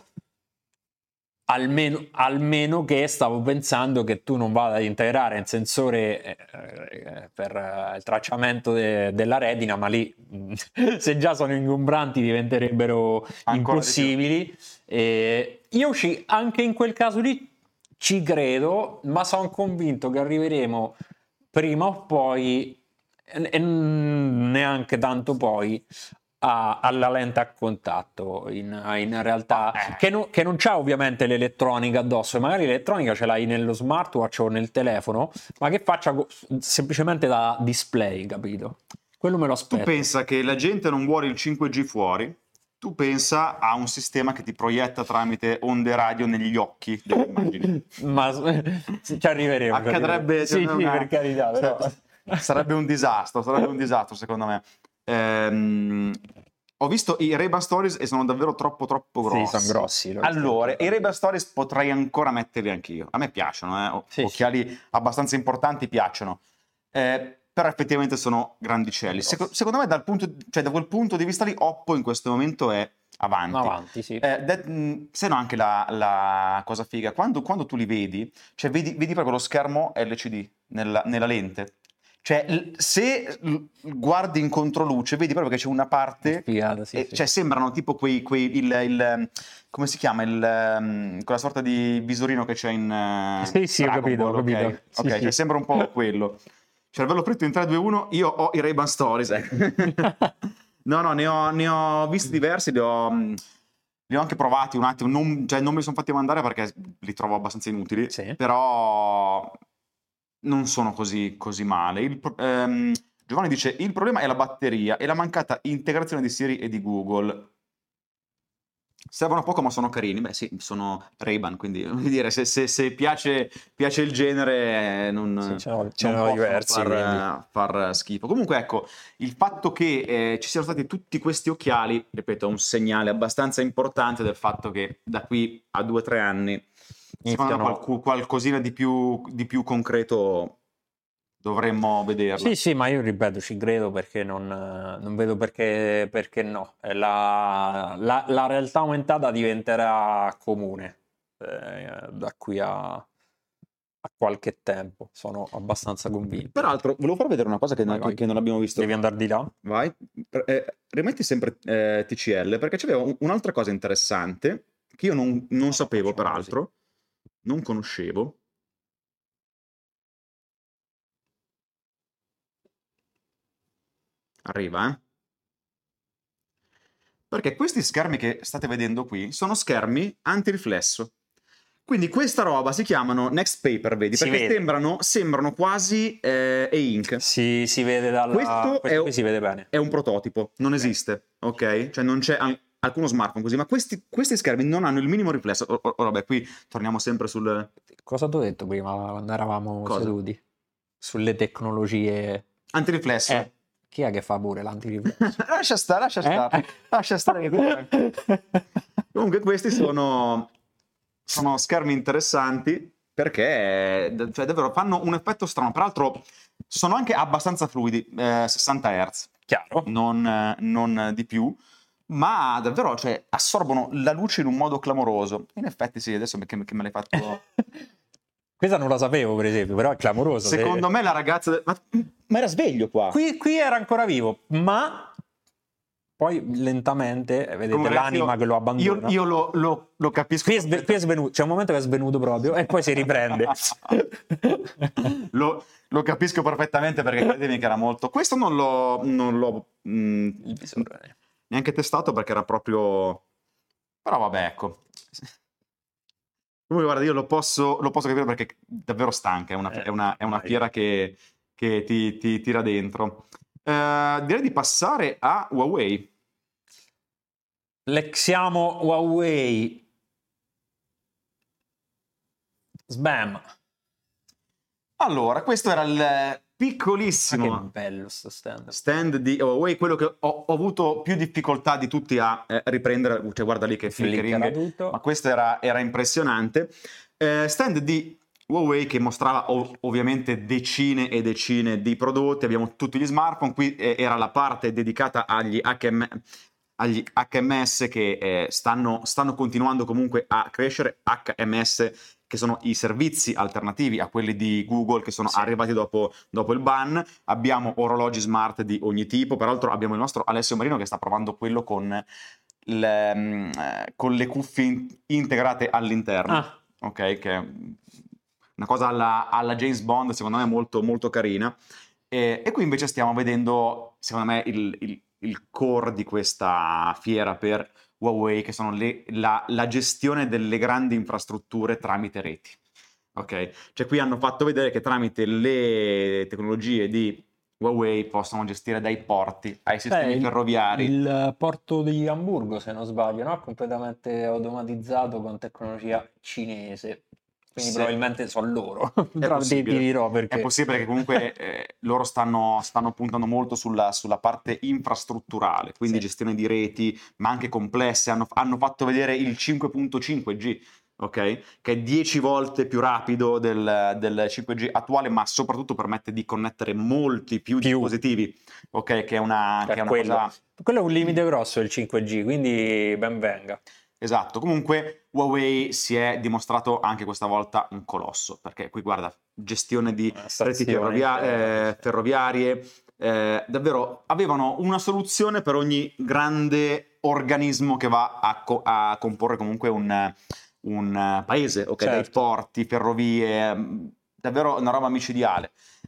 Almeno, almeno che stavo pensando che tu non vada ad integrare un sensore eh, eh, per eh, il tracciamento de- della retina, ma lì se già sono ingombranti diventerebbero Ancora impossibili. E io ci, anche in quel caso lì ci credo, ma sono convinto che arriveremo prima o poi, e e neanche tanto poi, a- alla lente a contatto in, in realtà Eh. che, no- che non c'ha ovviamente l'elettronica addosso, magari l'elettronica ce l'hai nello smartwatch o nel telefono, ma che faccia co- semplicemente da display, capito? Quello me lo Tu aspetto. pensa che la gente non vuole il cinque G fuori, tu pensa a un sistema che ti proietta tramite onde radio negli occhi delle immagini. Ma ci arriveremo. ci Accadrebbe arriveremo. Sì, secondo sì, me, una- per carità, però. sarebbe un disastro, sarebbe un disastro secondo me. Ehm, ho visto i Ray-Ban Stories e sono davvero troppo troppo Sì, grossi. sono grossi, l'ho visto Allora, anche i io. Ray-Ban Stories potrei ancora metterli anch'io. A me piacciono, eh. O- Sì, sì. occhiali abbastanza importanti piacciono. Eh, però effettivamente sono grandicelli. Grossi. Seco- secondo me, dal punto, cioè, da quel punto di vista lì, Oppo in questo momento è avanti. Avanti, sì. Eh, de- mh, se no, anche la, la cosa figa, quando, quando tu li vedi, cioè vedi, vedi proprio lo schermo L C D nella, nella lente. Cioè, l- se l- guardi in controluce, vedi proprio che c'è una parte. Figata, sì, eh, sì. Cioè, sembrano tipo quei. quei il, il- come si chiama? Il, um, quella sorta di visorino che c'è in. eh, Sì, sì, ho Dragon capito, ho Ball, ok? capito. Sì, Ok, sì. cioè, sembra un po' quello. Cervello fritto in tre, due, uno, io ho i Ray-Ban Stories. eh. No, no, ne ho, ne ho visti diversi, li ho, mh, li ho anche provati un attimo, non, cioè non me li sono fatti mandare perché li trovo abbastanza inutili, Sì. però non sono così, così male. Il pro- ehm, Giovanni dice, il problema è la batteria e la mancata integrazione di Siri e di Google. Servono poco ma sono carini. Beh sì, sono Ray-Ban, quindi voglio dire, se, se- se piace, piace il genere eh, non, Sì, ce n'ho- non ce n'ho possono diversi, far, quindi. eh, far schifo. Comunque ecco, il fatto che eh, ci siano stati tutti questi occhiali, ripeto, è un segnale abbastanza importante del fatto che da qui a due o tre anni, secondo me Iniziano- qualcu- qualcosina di più, di più concreto dovremmo vederla. Sì, sì, ma io ripeto, ci credo perché non, eh, non vedo perché, perché no. Eh, La, la- la realtà aumentata diventerà comune eh, da qui a, a qualche tempo, sono abbastanza convinto. Peraltro, volevo far vedere una cosa che, Vai, che- vai. che non abbiamo visto. Devi andare di là? Vai. Eh, rimetti sempre eh, T C L perché c'aveva un- un'altra cosa interessante che io non, non sapevo, facciamo peraltro, non conoscevo. Arriva, eh? Perché questi schermi che state vedendo qui sono schermi antiriflesso. Quindi questa roba si chiamano Next Paper, vedi? Si Perché vede. sembrano, sembrano quasi eh, e-ink. Si, si vede dalla... Questo questo è, qui si vede bene. è un prototipo, non esiste, ok? Cioè non c'è an- alcuno smartphone così, ma questi, questi schermi non hanno il minimo riflesso. O- o- vabbè, qui torniamo sempre sul... Cosa ti ho detto prima quando eravamo Cosa? seduti? Sulle tecnologie... Antiriflesso. Eh, Chi è che fa pure l'antiriflesso? lascia stare, lascia Eh? stare, lascia stare. Che... Comunque questi sono, sono schermi interessanti perché cioè, davvero fanno un effetto strano. Peraltro sono anche abbastanza fluidi, eh, sessanta hertz, Chiaro. non, eh, non di più, ma davvero cioè, assorbono la luce in un modo clamoroso. In effetti sì, adesso che, che me l'hai fatto... Questa non la sapevo, per esempio, però è clamoroso. Secondo se... me la ragazza... De... Ma... ma era sveglio qua. Qui, qui era ancora vivo, ma poi lentamente, vedete Comunque, l'anima io, che lo abbandona. Io, io lo, lo, lo capisco. Qui è, sve- qui è svenuto, c'è un momento che è svenuto proprio e poi si riprende. lo, lo capisco perfettamente perché credimi che era molto... Questo non l'ho, non l'ho mh, Il visore. neanche testato perché era proprio... Però vabbè, ecco. Comunque guarda, io lo posso, lo posso capire perché è davvero stanca, è una, Eh, è una, è una vai. fiera che, che ti, ti tira dentro. Eh, direi di passare a Huawei. Lexiamo Huawei. Sbam. Allora, questo era il piccolissimo Ma che bello sto stand. stand di Huawei, quello che ho, ho avuto più difficoltà di tutti a eh, riprendere, cioè guarda lì che Flickera flickering, tutto. ma questo era, era impressionante. Eh, stand di Huawei che mostrava ov- ovviamente decine e decine di prodotti, abbiamo tutti gli smartphone, qui eh, era la parte dedicata agli H M, agli H M S che eh, stanno, stanno continuando comunque a crescere, H M S che sono i servizi alternativi a quelli di Google che sono Sì. arrivati dopo, dopo il ban. Abbiamo orologi smart di ogni tipo, peraltro abbiamo il nostro Alessio Marino che sta provando quello con le, mm, eh, con le cuffie in- integrate all'interno, Ah. ok? Che è una cosa alla, alla James Bond, secondo me molto, molto carina. E, e qui invece stiamo vedendo, secondo me, il, il, il core di questa fiera per Huawei, che sono le, la, la gestione delle grandi infrastrutture tramite reti. Ok? Cioè qui hanno fatto vedere che tramite le tecnologie di Huawei possono gestire dai porti ai sistemi Beh, il- ferroviari. Il porto di Amburgo, se non sbaglio, no? Completamente automatizzato con tecnologia cinese. Quindi Sì. probabilmente sono loro. È Però ti, ti possibile. dirò perché. È possibile che comunque eh, loro stanno, stanno puntando molto sulla, sulla parte infrastrutturale, quindi Sì. gestione di reti, ma anche complesse. Hanno, hanno fatto vedere il cinque punto cinque G, ok? Che è dieci volte più rapido del, del cinque G attuale, ma soprattutto permette di connettere molti più, Più. dispositivi, ok? Che è una, Cioè, che è una quello. cosa... Quello è un limite grosso il cinque G, quindi ben venga. Esatto, comunque Huawei si è dimostrato anche questa volta un colosso, perché qui guarda, gestione di Una reti stazione ferrovia- intera, eh, sì. ferroviarie, eh, davvero avevano una soluzione per ogni grande organismo che va a, co- a comporre comunque un, un paese, ok? Dai Certo. porti, ferrovie, mh, davvero una roba micidiale.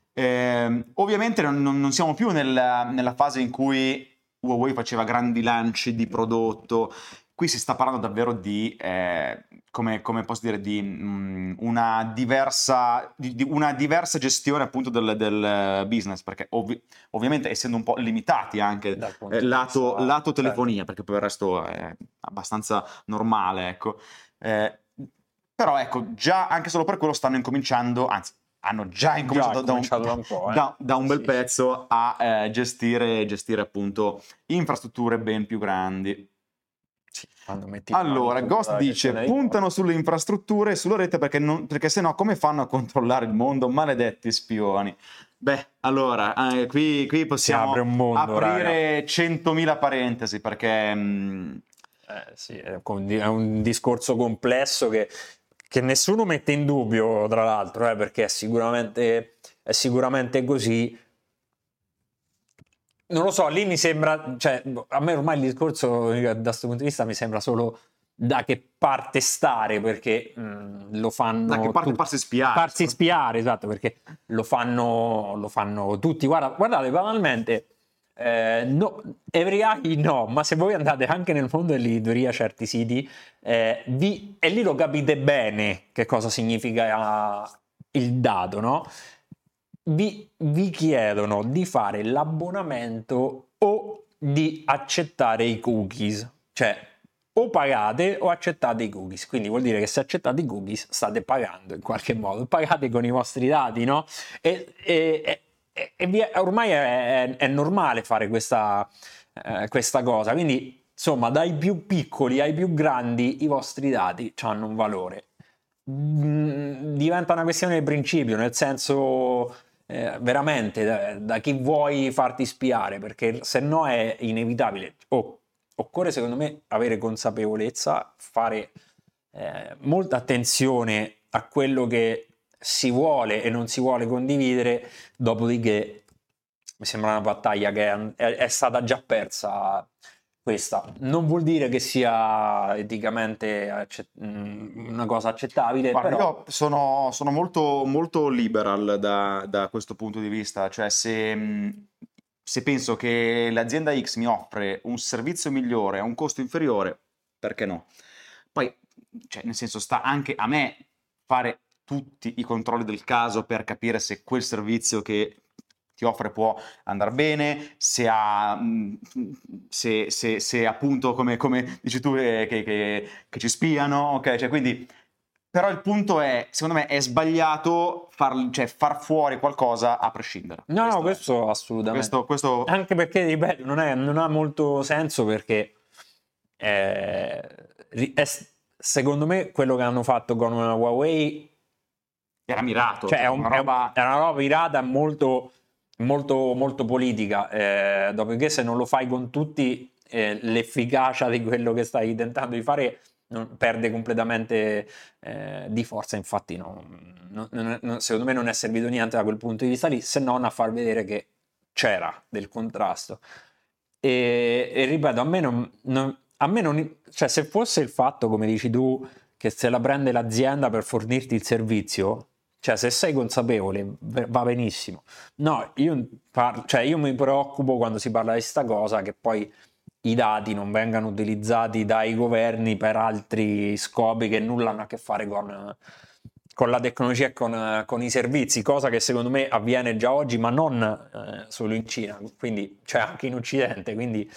Eh, ovviamente non, non- non siamo più nel- nella fase in cui Huawei faceva grandi lanci di prodotto. Qui si sta parlando davvero di, eh, come, come posso dire, di mh, una, diversa, di, di una diversa gestione appunto del, del business, perché ovvi- ovviamente essendo un po' limitati anche Dal punto eh, di lato, vista- lato certo. telefonia, perché poi il resto è abbastanza normale, ecco. Eh, però ecco, già anche solo per quello stanno incominciando, anzi, hanno già incominciato, da, un, cominciato da un po', eh. da- da un bel Sì, sì. pezzo a eh, gestire, gestire appunto infrastrutture ben più grandi. Sì, quando metti in mano Allora, tutta Ghost la dice, gestione dei puntano sulle infrastrutture e sulla rete perché, non, perché sennò come fanno a controllare il mondo? Maledetti spioni. Beh, allora, eh, qui, qui possiamo apre un mondo, aprire centomila parentesi perché... mh, Eh, sì, è un è un discorso complesso che, che nessuno mette in dubbio, tra l'altro, eh, perché è sicuramente, è sicuramente così. Non lo so, lì mi sembra, cioè, a me ormai il discorso da questo punto di vista mi sembra solo da che parte stare, perché mh, lo fanno da che parte tutti. farsi spiare. Farsi spiare, esatto, perché lo fanno, lo fanno tutti. Guarda, guardate, banalmente, eh, no, Every Eye no, ma se voi andate anche nel mondo dell'editoria, certi siti, eh, vi, e lì lo capite bene che cosa significa il dato, no? Vi, vi chiedono di fare l'abbonamento o di accettare i cookies, cioè o pagate o accettate i cookies, quindi vuol dire che se accettate i cookies state pagando in qualche modo, pagate con i vostri dati, no? E, e, e, e via, ormai è, è, è normale fare questa, eh, questa cosa, quindi insomma dai più piccoli ai più grandi i vostri dati hanno un valore. Mm, diventa una questione di principio, nel senso eh, veramente da, da chi vuoi farti spiare, perché se no è inevitabile. Oh, occorre secondo me avere consapevolezza, fare eh, molta attenzione a quello che si vuole e non si vuole condividere, dopodiché mi sembra una battaglia che è, è, è stata già persa. Questa non vuol dire che sia eticamente accett- una cosa accettabile, Guarda, però io sono, sono molto, molto liberal da, da questo punto di vista, cioè se, mh, se penso che l'azienda X mi offre un servizio migliore a un costo inferiore, perché no? Poi, cioè, nel senso, sta anche a me fare tutti i controlli del caso per capire se quel servizio che ti offre può andare bene, se ha, mh, se, se, se appunto, come, come dici tu, eh, che, che, che ci spiano, ok? Cioè, quindi, però il punto è, secondo me, è sbagliato far, cioè, far fuori qualcosa a prescindere. no, no, Questo è. questo assolutamente. Questo, questo... Anche perché, ripeto, non, è, non ha molto senso perché eh, ri- è, secondo me quello che hanno fatto con una Huawei, era mirato, cioè cioè, è, un- una è un- roba... è una roba virata molto, molto, molto politica. Eh, dopodiché, se non lo fai con tutti, eh, l'efficacia di quello che stai tentando di fare non- perde completamente eh, di forza. Infatti, no, non- non- non- secondo me non è servito niente da quel punto di vista lì, se non a far vedere che c'era del contrasto. E, e ripeto, a me non, non- a me non, cioè, se fosse il fatto, come dici tu, che se la prende l'azienda per fornirti il servizio, cioè se sei consapevole va benissimo. No, io, parlo, cioè, io mi preoccupo quando si parla di sta cosa che poi i dati non vengano utilizzati dai governi per altri scopi che nulla hanno a che fare con, con la tecnologia e con, con i servizi, cosa che secondo me avviene già oggi, ma non eh, solo in Cina, quindi cioè anche in Occidente. Quindi,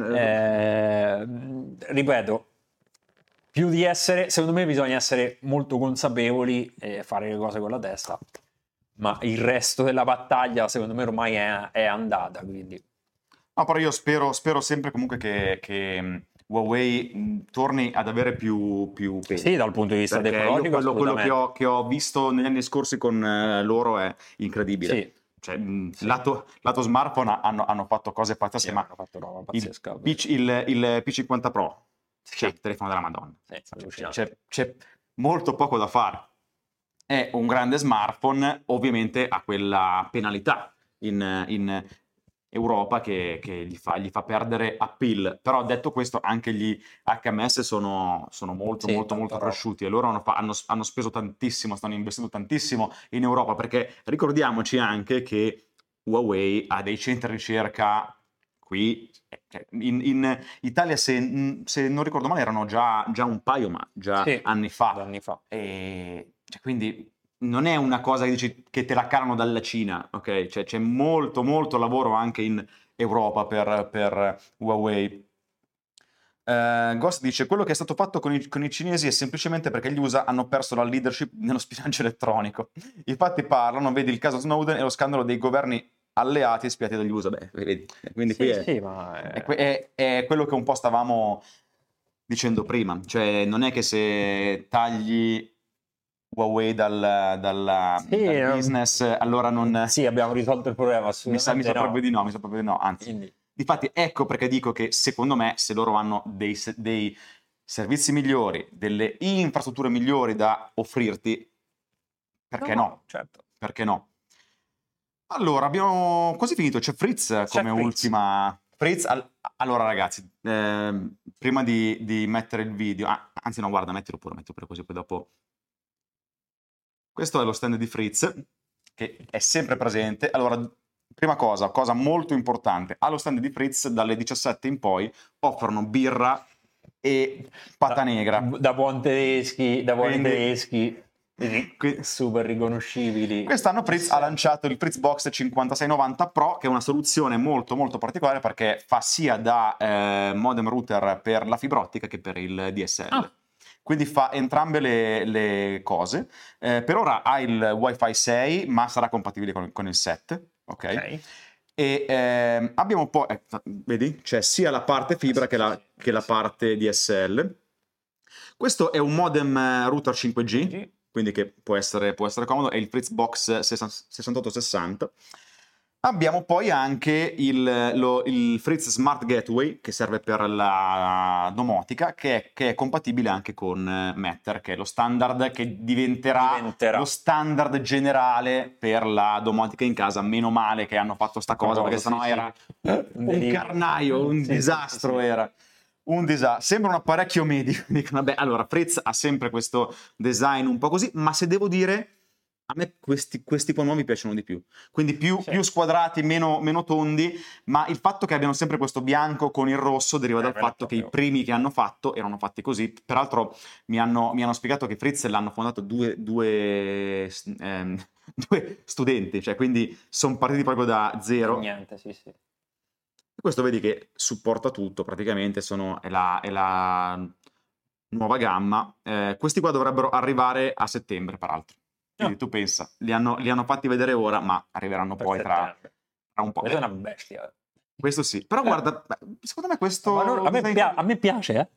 eh, ripeto, più di essere, secondo me bisogna essere molto consapevoli e fare le cose con la testa, ma il resto della battaglia secondo me ormai è, è andata, quindi... No, però io spero, spero sempre comunque che, che mh, Huawei mh, torni ad avere più, più peso. Sì, dal punto di vista Perché io tecnologico quello, quello che, assolutamente. ho, che ho visto negli anni scorsi con eh, loro è incredibile. Sì, Cioè, mh, sì, lato, lato smartphone hanno, hanno fatto cose sì, pazzesche, ma hanno fatto roba il, pazzesca. P C il, il P cinquanta Pro, cioè, Sì, il telefono della Madonna. sì, Cioè, c'è, allucinante. c'è- c'è molto poco da fare. È un grande smartphone, ovviamente ha quella penalità in, in Europa che, che gli, fa, gli fa perdere appeal. Però detto questo, anche gli H M S sono, sono molto Sì, molto tanta molto roba. cresciuti e loro hanno, fa- hanno- hanno speso tantissimo, stanno investendo tantissimo in Europa, perché ricordiamoci anche che Huawei ha dei centri ricerca qui, cioè, in, in Italia, se, se non ricordo male, erano già, già un paio, ma già Sì, anni fa. anni fa. E, cioè, quindi non è una cosa che dici che te la calano dalla Cina, ok? Cioè, c'è molto molto lavoro anche in Europa per, per Huawei. Uh, Ghost dice: quello che è stato fatto con i, con i cinesi è semplicemente perché gli U S A hanno perso la leadership nello spionaggio elettronico. I fatti parlano, vedi il caso Snowden e lo scandalo dei governi alleati e spiati dagli U S A. Beh, vedi. Quindi qui Sì, è, sì, ma è, è... è- è quello che un po' stavamo dicendo prima. Cioè, non è che se tagli Huawei dal, dal- Sì, dal ehm, business, allora non... sì, abbiamo risolto il problema, Mi sa, mi assolutamente sa proprio no. di no, mi sa proprio di no, anzi. Quindi, Difatti, ecco perché dico che secondo me, se loro hanno dei, se- dei servizi migliori, delle infrastrutture migliori da offrirti, no, perché no, no? certo. Perché no? Allora, abbiamo quasi finito. C'è Fritz C'è come Fritz. ultima. Fritz, al- allora ragazzi, ehm, prima di, di mettere il video, ah, anzi no, guarda, mettilo pure, mettilo pure così poi dopo. Questo è lo stand di Fritz, che è sempre presente. Allora, prima cosa, cosa molto importante, allo stand di Fritz dalle diciassette in poi offrono birra e pata Da, negra. da buon tedeschi, da buoni Quindi, tedeschi, ri- qui- super riconoscibili. quest'anno C'è Fritz ha sempre. lanciato il Fritz Box cinquantasei novanta Pro, che è una soluzione molto molto particolare perché fa sia da eh, modem router per la fibra ottica che per il D S L. Ah, Quindi fa entrambe le, le cose. Eh, per ora ha il Wi-Fi sei, ma sarà compatibile con, con il sette. ok? Ok. E ehm, abbiamo poi, eh, vedi, c'è sia la parte fibra Sì, che la, sì, sì, che la sì. parte D S L. Questo è un modem eh, router cinque G, G. quindi che può essere, può essere comodo, è il Fritzbox sessantotto sessanta. Abbiamo poi anche il, lo- il Fritz Smart Gateway, che serve per la domotica, che è, che è compatibile anche con eh, Matter, che è lo standard che diventerà, Diventerà. lo standard generale per la domotica in casa. Meno male che hanno fatto sta cosa, perché Sì, sennò sì. era Un un delirio. carnaio, un Sì, sì, disastro sì, sì. era. Un disastro. Sembra un apparecchio medico. Dicono, vabbè, allora, Fritz ha sempre questo design un po' così, ma se devo dire, a me questi, questi po' nuovi piacciono di più. Quindi più, Sì. più squadrati, meno, meno tondi, ma il fatto che abbiano sempre questo bianco con il rosso deriva Eh, dal quello è fatto che i proprio- primi che hanno fatto erano fatti così. Peraltro mi hanno, mi hanno spiegato che Fritz l'hanno fondato due, due, ehm, due studenti, cioè quindi sono partiti proprio da zero. Niente, sì, sì. Questo vedi che supporta tutto, praticamente sono, è, la, è la nuova gamma. Eh, questi qua dovrebbero arrivare a settembre, peraltro. Quindi No, tu pensa, li hanno, li hanno fatti vedere ora, ma arriveranno per poi tra, settembre. tra un po'. Questa è una bestia. Questo sì. Però guarda, secondo me Ma non- questo a, me design... pia- a me piace, eh.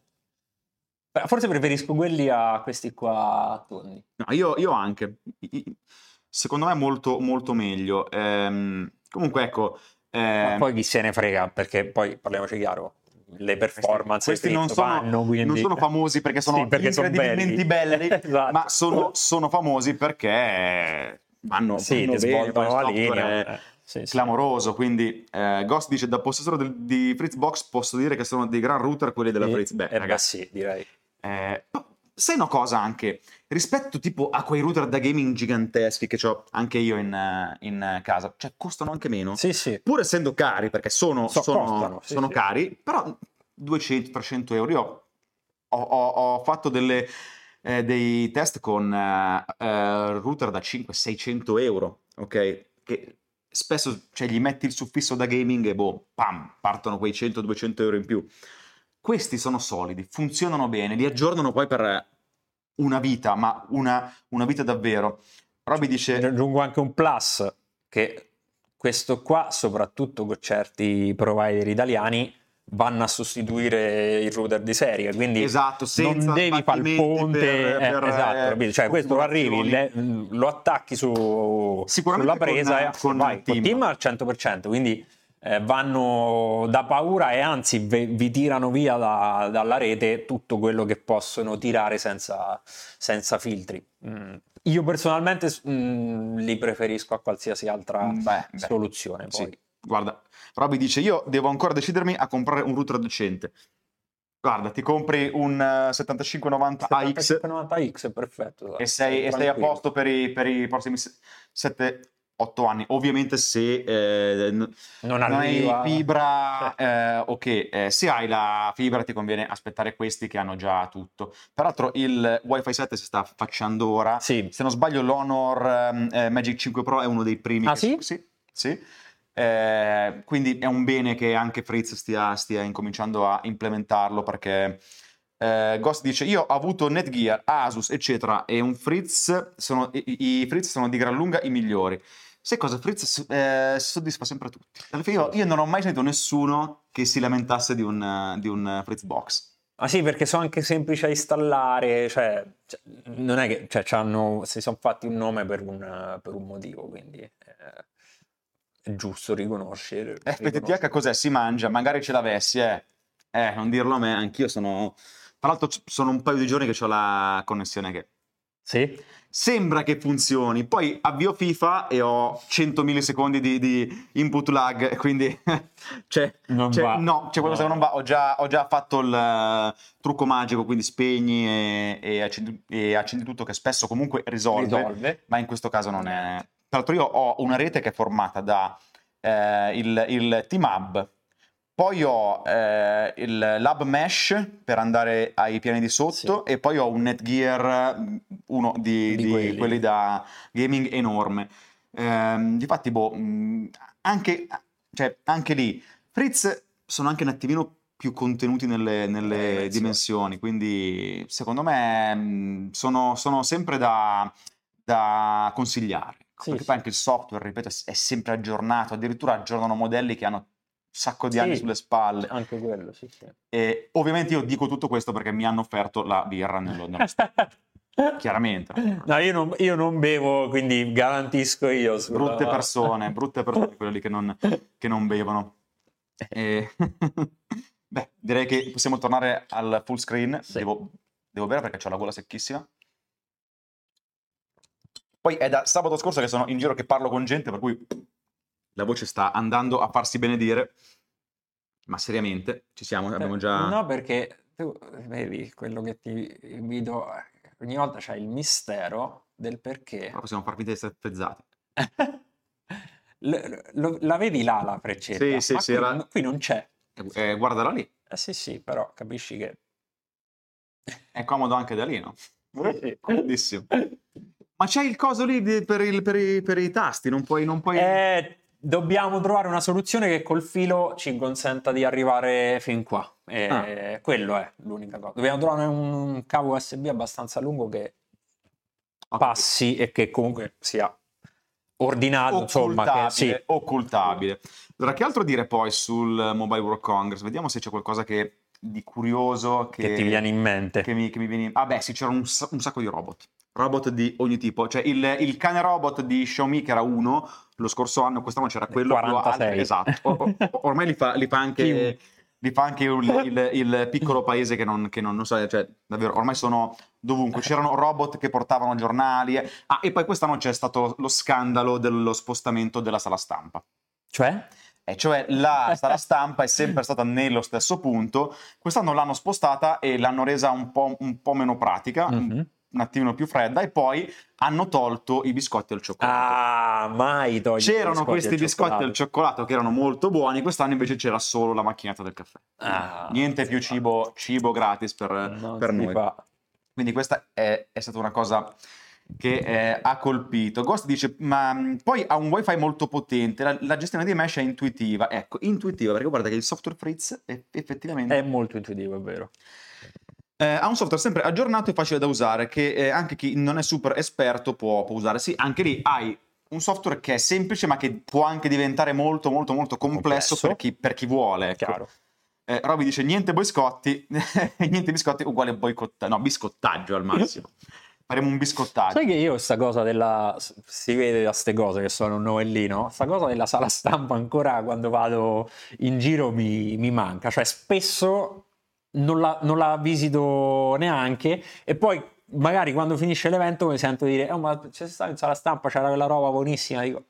Beh, forse preferisco quelli a questi qua tondi. No, io, io anche. I- i- Secondo me è molto, molto meglio. Ehm, comunque, ecco... Ma ehm, poi chi se ne frega, perché poi parliamoci chiaro, le Questi, performance di questi non Fritz sono, vanno, non quindi sono famosi perché sono sì, perché sono incredibilmente belli, belli. ma Esatto. sono, sono famosi perché vanno, Sì, vanno ti bene, poi il svoltano la linea. software è Eh, sì, sì. clamoroso. Quindi eh, Ghost dice, da possessore del- di Fritzbox posso dire che sono dei gran router quelli della Sì, Fritz. Beh, eh beh, ragazzi, sì, direi. eh, sai una cosa anche? Rispetto tipo a quei router da gaming giganteschi che ho anche io in, eh, in casa, cioè costano anche meno, Sì, sì. pur essendo cari, perché sono, So, sono, costano, sì, sono sì. cari, però duecento trecento euro. Io ho, ho- ho fatto delle, eh, dei test con eh, eh, router da cinquecento seicento euro, ok? Che spesso cioè, gli metti il suffisso da gaming e boh, pam, partono quei cento duecento euro in più. Questi sono solidi, funzionano bene, li aggiornano poi per una vita, ma una, una vita davvero. Robby dice... Aggiungo anche un plus, che questo qua, soprattutto con certi provider italiani, vanno a sostituire il router di serie, quindi Esatto, non senza devi fare il sbattimenti ponte, per, eh, per, esatto, eh, capito? Cioè questo lo arrivi, configurazioni. le- lo attacchi su, sulla Sicuramente presa con, e, e con vai, con Team. team al cento per cento, quindi eh, vanno da paura e anzi ve- vi tirano via da- dalla rete tutto quello che possono tirare senza, senza filtri. Mm. Io personalmente mm, li preferisco a qualsiasi altra Beh, beh, soluzione. Poi. sì. Guarda, Robby dice, io devo ancora decidermi a comprare un router decente. Guarda, ti compri un eh, settantacinque novanta A X settantacinque novanta X è perfetto, e dai, sei, sei e sei a tranquillo. posto per i, per i prossimi sette otto anni. Ovviamente se eh, n- Non non hai arriva. fibra, Eh, eh, ok, eh, se hai la fibra ti conviene aspettare questi che hanno già tutto. Peraltro il Wi-Fi sette si sta affacciando ora. Sì. Se non sbaglio l'Honor ehm, eh, Magic cinque Pro è uno dei primi Ah che... sì? Sì, sì. Eh, quindi è un bene che anche Fritz stia, stia incominciando a implementarlo perché eh, Ghost dice io ho avuto Netgear, Asus eccetera e un Fritz sono, i, i Fritz sono di gran lunga i migliori. Sai cosa? Fritz eh, soddisfa sempre tutti. Alla fine io, Sì, io sì. non ho mai sentito nessuno che si lamentasse di un, di un Fritzbox. Ah sì, perché sono anche semplici da installare, cioè, cioè, non è che cioè, c'hanno- si sono fatti un nome per un, per un motivo, quindi eh, è giusto riconoscere, F T T H riconoscere. cos'è? Si mangia, magari ce l'avessi, eh. Eh, non dirlo a me, anch'io sono... Tra l'altro c- sono un paio di giorni che ho la connessione che Sì? sembra che funzioni, poi avvio FIFA e ho cento millisecondi di, di input lag, quindi c'è, Non c'è- va. no, c'è qualcosa No, che non no. va. Ho già, ho già fatto il eh, trucco magico, quindi spegni e, e accendi, e accendi tutto, che spesso comunque risolve, Risolve. ma in questo caso non è... Niente. Tra l'altro io ho una rete che è formata da eh, il, il Team Hub, poi ho eh, il Lab Mesh per andare ai piani di sotto Sì, e poi ho un Netgear, mh, uno di, di di quelli quelli. da gaming enorme. Ehm, difatti, boh, mh, anche, cioè, anche lì, Fritz sono anche un attimino più contenuti nelle, Nelle nelle dimensioni. dimensioni, quindi secondo me mh, sono, sono sempre da, da consigliare. Sì, perché sì. poi anche il software, ripeto, è sempre aggiornato, addirittura aggiornano modelli che hanno un sacco di Sì, anni sulle spalle. anche quello, sì, sì. E ovviamente io dico tutto questo perché mi hanno offerto la birra nello, nello chiaramente. No, io non, io non bevo, quindi garantisco io. Sulla... Brutte persone, brutte persone quelle lì che non, che non bevono. E... Beh, direi che possiamo tornare al full screen. Sì. Devo, devo bere perché ho la gola secchissima. Poi è da sabato scorso che sono in giro che parlo con gente, per cui la voce sta andando a farsi benedire. Ma seriamente, ci siamo, abbiamo già... No, perché tu vedi quello che ti invito, ogni volta c'è il mistero del perché. Però possiamo far finta di essere fezzati. L- lo- la vedi là la freccetta? Sì, sì, Ma sì, qui, era- non- qui non c'è. Eh, eh, guardala lì, Eh sì, sì, però capisci che... è comodo anche da lì, no? Sì, sì. Comodissimo. Ma c'è il coso lì di- per, il- per i, per i tasti, non puoi... Non puoi... Eh, dobbiamo trovare una soluzione che col filo ci consenta di arrivare fin qua. Eh, Quello è l'unica cosa. Dobbiamo trovare un cavo U S B abbastanza lungo che Ok. passi e che comunque sia ordinato, insomma, che sì. Occultabile, occultabile. Allora, che altro dire poi sul Mobile World Congress? Vediamo se c'è qualcosa che, di curioso che, Che ti viene in mente. Che mi, che mi viene... Ah beh, sì, c'era un, sa- un sacco di robot. Robot di ogni tipo. Cioè, il, il cane robot di Xiaomi, che era uno, lo scorso anno, quest'anno c'era quello... quarantasei. Esatto. O- o- ormai li fa, li fa anche... Li fa anche il, il- il piccolo paese che non, che non, non so, cioè, davvero, ormai sono dovunque. C'erano robot che portavano giornali. eh. Ah, e poi quest'anno c'è stato lo scandalo dello spostamento della sala stampa. Cioè? E cioè la sala stampa è sempre stata nello stesso punto. Quest'anno l'hanno spostata e l'hanno resa un po', un po' meno pratica, Mhm. un, un attimino più fredda, e poi hanno tolto i biscotti al cioccolato. Ah, mai togli i C'erano biscotti questi al biscotti cioccolato. al cioccolato che erano molto buoni, quest'anno invece c'era solo la macchinetta del caffè. Ah, Niente non più si fa. cibo, cibo gratis per, Non per si noi. fa. Quindi questa è, è stata una cosa che eh, ha colpito. Ghost dice, ma mh, poi ha un wifi molto potente, la, la gestione dei mesh è intuitiva. Ecco, intuitiva, perché guarda che il software Fritz è effettivamente... È molto intuitivo, è vero. Eh, ha un software sempre aggiornato e facile da usare, che eh, anche chi non è super esperto può, può usare. Sì, anche lì hai un software che è semplice, ma che può anche diventare molto, molto, molto complesso, Complesso. per chi, per chi vuole. Ecco. Chiaro. Eh, Roby dice niente biscotti, niente biscotti uguale boicottaggio, no, biscottaggio al massimo. Faremo un biscottaggio. Sai che io sta cosa della... si vede da ste cose che sono un novellino, sta cosa della sala stampa ancora quando vado in giro mi, mi manca, cioè spesso non la, non la visito neanche e poi magari quando finisce l'evento mi sento dire oh ma c'è stato in sala stampa, c'era quella roba buonissima, dico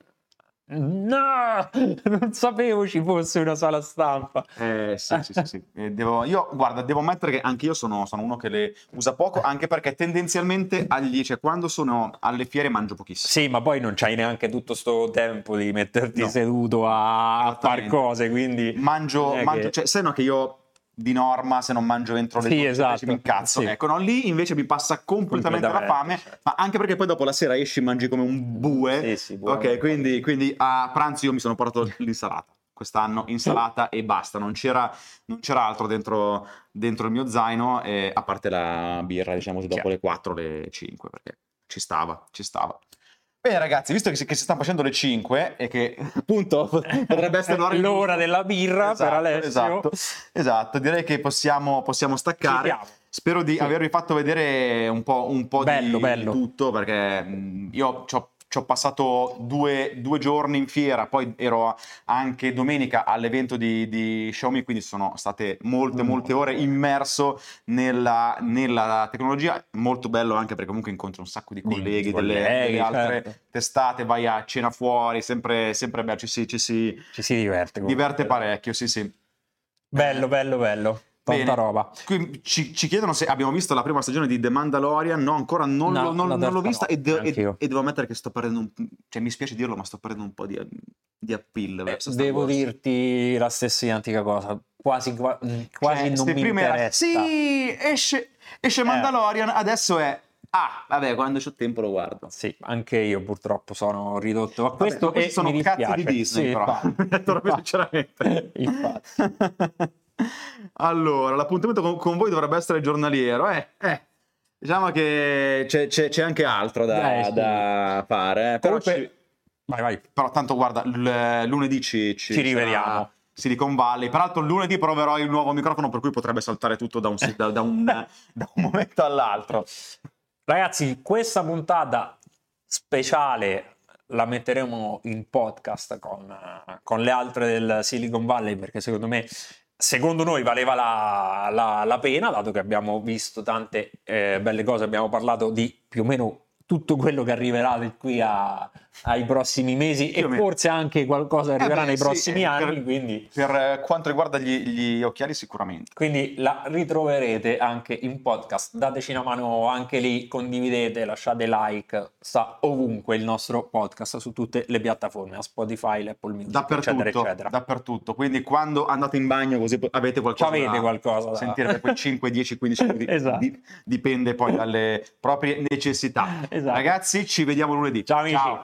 no, non sapevo ci fosse una sala stampa. Eh, sì, sì, sì, sì. Eh, devo, io, guarda, devo ammettere che anche io sono, sono uno che le usa poco, anche perché tendenzialmente agli, cioè, quando sono alle fiere mangio pochissimo. Sì, ma poi non c'hai neanche tutto sto tempo di metterti No. seduto a, a fare Esattamente. cose, quindi Mangio, non è mangio che- cioè, se no che io di norma, se non mangio entro le Sì, dodici, esatto, mi incazzo. sì. Ecco, no, lì invece mi passa completamente, la Completamente, fame, certo. ma anche perché poi dopo la sera esci e mangi come un bue. Sì, sì, buono. Ok, quindi, quindi a pranzo io mi sono portato l'insalata. Quest'anno insalata e basta, non c'era, non c'era altro dentro, dentro il mio zaino, eh, a parte la birra, diciamo, dopo Chiaro. le quattro, le cinque, perché ci stava, ci stava. Bene ragazzi, visto che si, che si stanno facendo le cinque e che appunto potrebbe essere l'ora, L'ora della birra esatto, per Alessio. Esatto, esatto, direi che possiamo, possiamo staccare. Ci siamo. Spero di Sì. avervi fatto vedere un po', un po' Bello, di, bello. di tutto, perché mh, io ci ho ci ho passato due, due giorni in fiera, poi ero anche domenica all'evento di, di Xiaomi, quindi sono state molte, Mm. molte ore immerso nella, nella tecnologia. Molto bello anche perché comunque incontri un sacco di Di colleghi, colleghi, delle, delle altre certo. testate, vai a cena fuori, sempre, sempre bello, ci si, ci si Ci si diverte. comunque. diverte parecchio, sì sì. Bello, bello, bello. Tanta Bene. roba. Qui ci, ci chiedono se abbiamo visto la prima stagione di The Mandalorian. No, ancora non, No, l'ho, non- la non l'ho terza vista no, e, de- e- neanch'io. e devo ammettere che sto perdendo un... Cioè, mi spiace dirlo, ma sto perdendo un po' di, di appeal Eh, verso Star devo Wars. dirti la stessa identica cosa. Quasi, qua- quasi Cioè, non se mi prima era, interessa. sì, esce, esce Eh. Mandalorian, adesso è... Ah, vabbè, quando c'ho tempo lo guardo. Sì, anche io purtroppo sono ridotto a Vabbè, questo ma questi e sono mi cazzi dispiace. di Disney, Sì, però. infatti, Detto proprio sinceramente. infatti. Allora, l'appuntamento con, con voi dovrebbe essere giornaliero. Eh, eh. Diciamo che c'è, c'è, c'è anche altro da, Dai, sì. da fare. Però, Comunque- ci- Vai, vai. però tanto guarda, l- lunedì ci, Ci rivediamo. sarà Silicon Valley. Peraltro lunedì proverò il nuovo microfono, per cui potrebbe saltare tutto da un, da, da un, da un momento all'altro. Ragazzi, questa puntata speciale la metteremo in podcast con, eh, con le altre del Silicon Valley, perché secondo me, secondo noi valeva la, la- la pena, dato che abbiamo visto tante eh, belle cose, abbiamo parlato di più o meno tutto quello che arriverà di qui a- ai prossimi mesi Più e o meno. forse anche qualcosa arriverà Eh beh, nei sì, prossimi eh, anni, per- quindi... Per eh, quanto riguarda gli, gli occhiali, sicuramente. Quindi la ritroverete anche in podcast, dateci una mano anche lì, condividete, lasciate like, sta ovunque il nostro podcast su tutte le piattaforme, a Spotify, l'Apple Music, Dappertutto, eccetera, eccetera. dappertutto. Quindi quando andate in bagno così po- avete qualcosa C'avete da qualcosa da- sentire per quei cinque, dieci, quindici minuti. Esatto. Di- dipende poi dalle proprie necessità. Esatto. Ragazzi, ci vediamo lunedì. Ciao amici.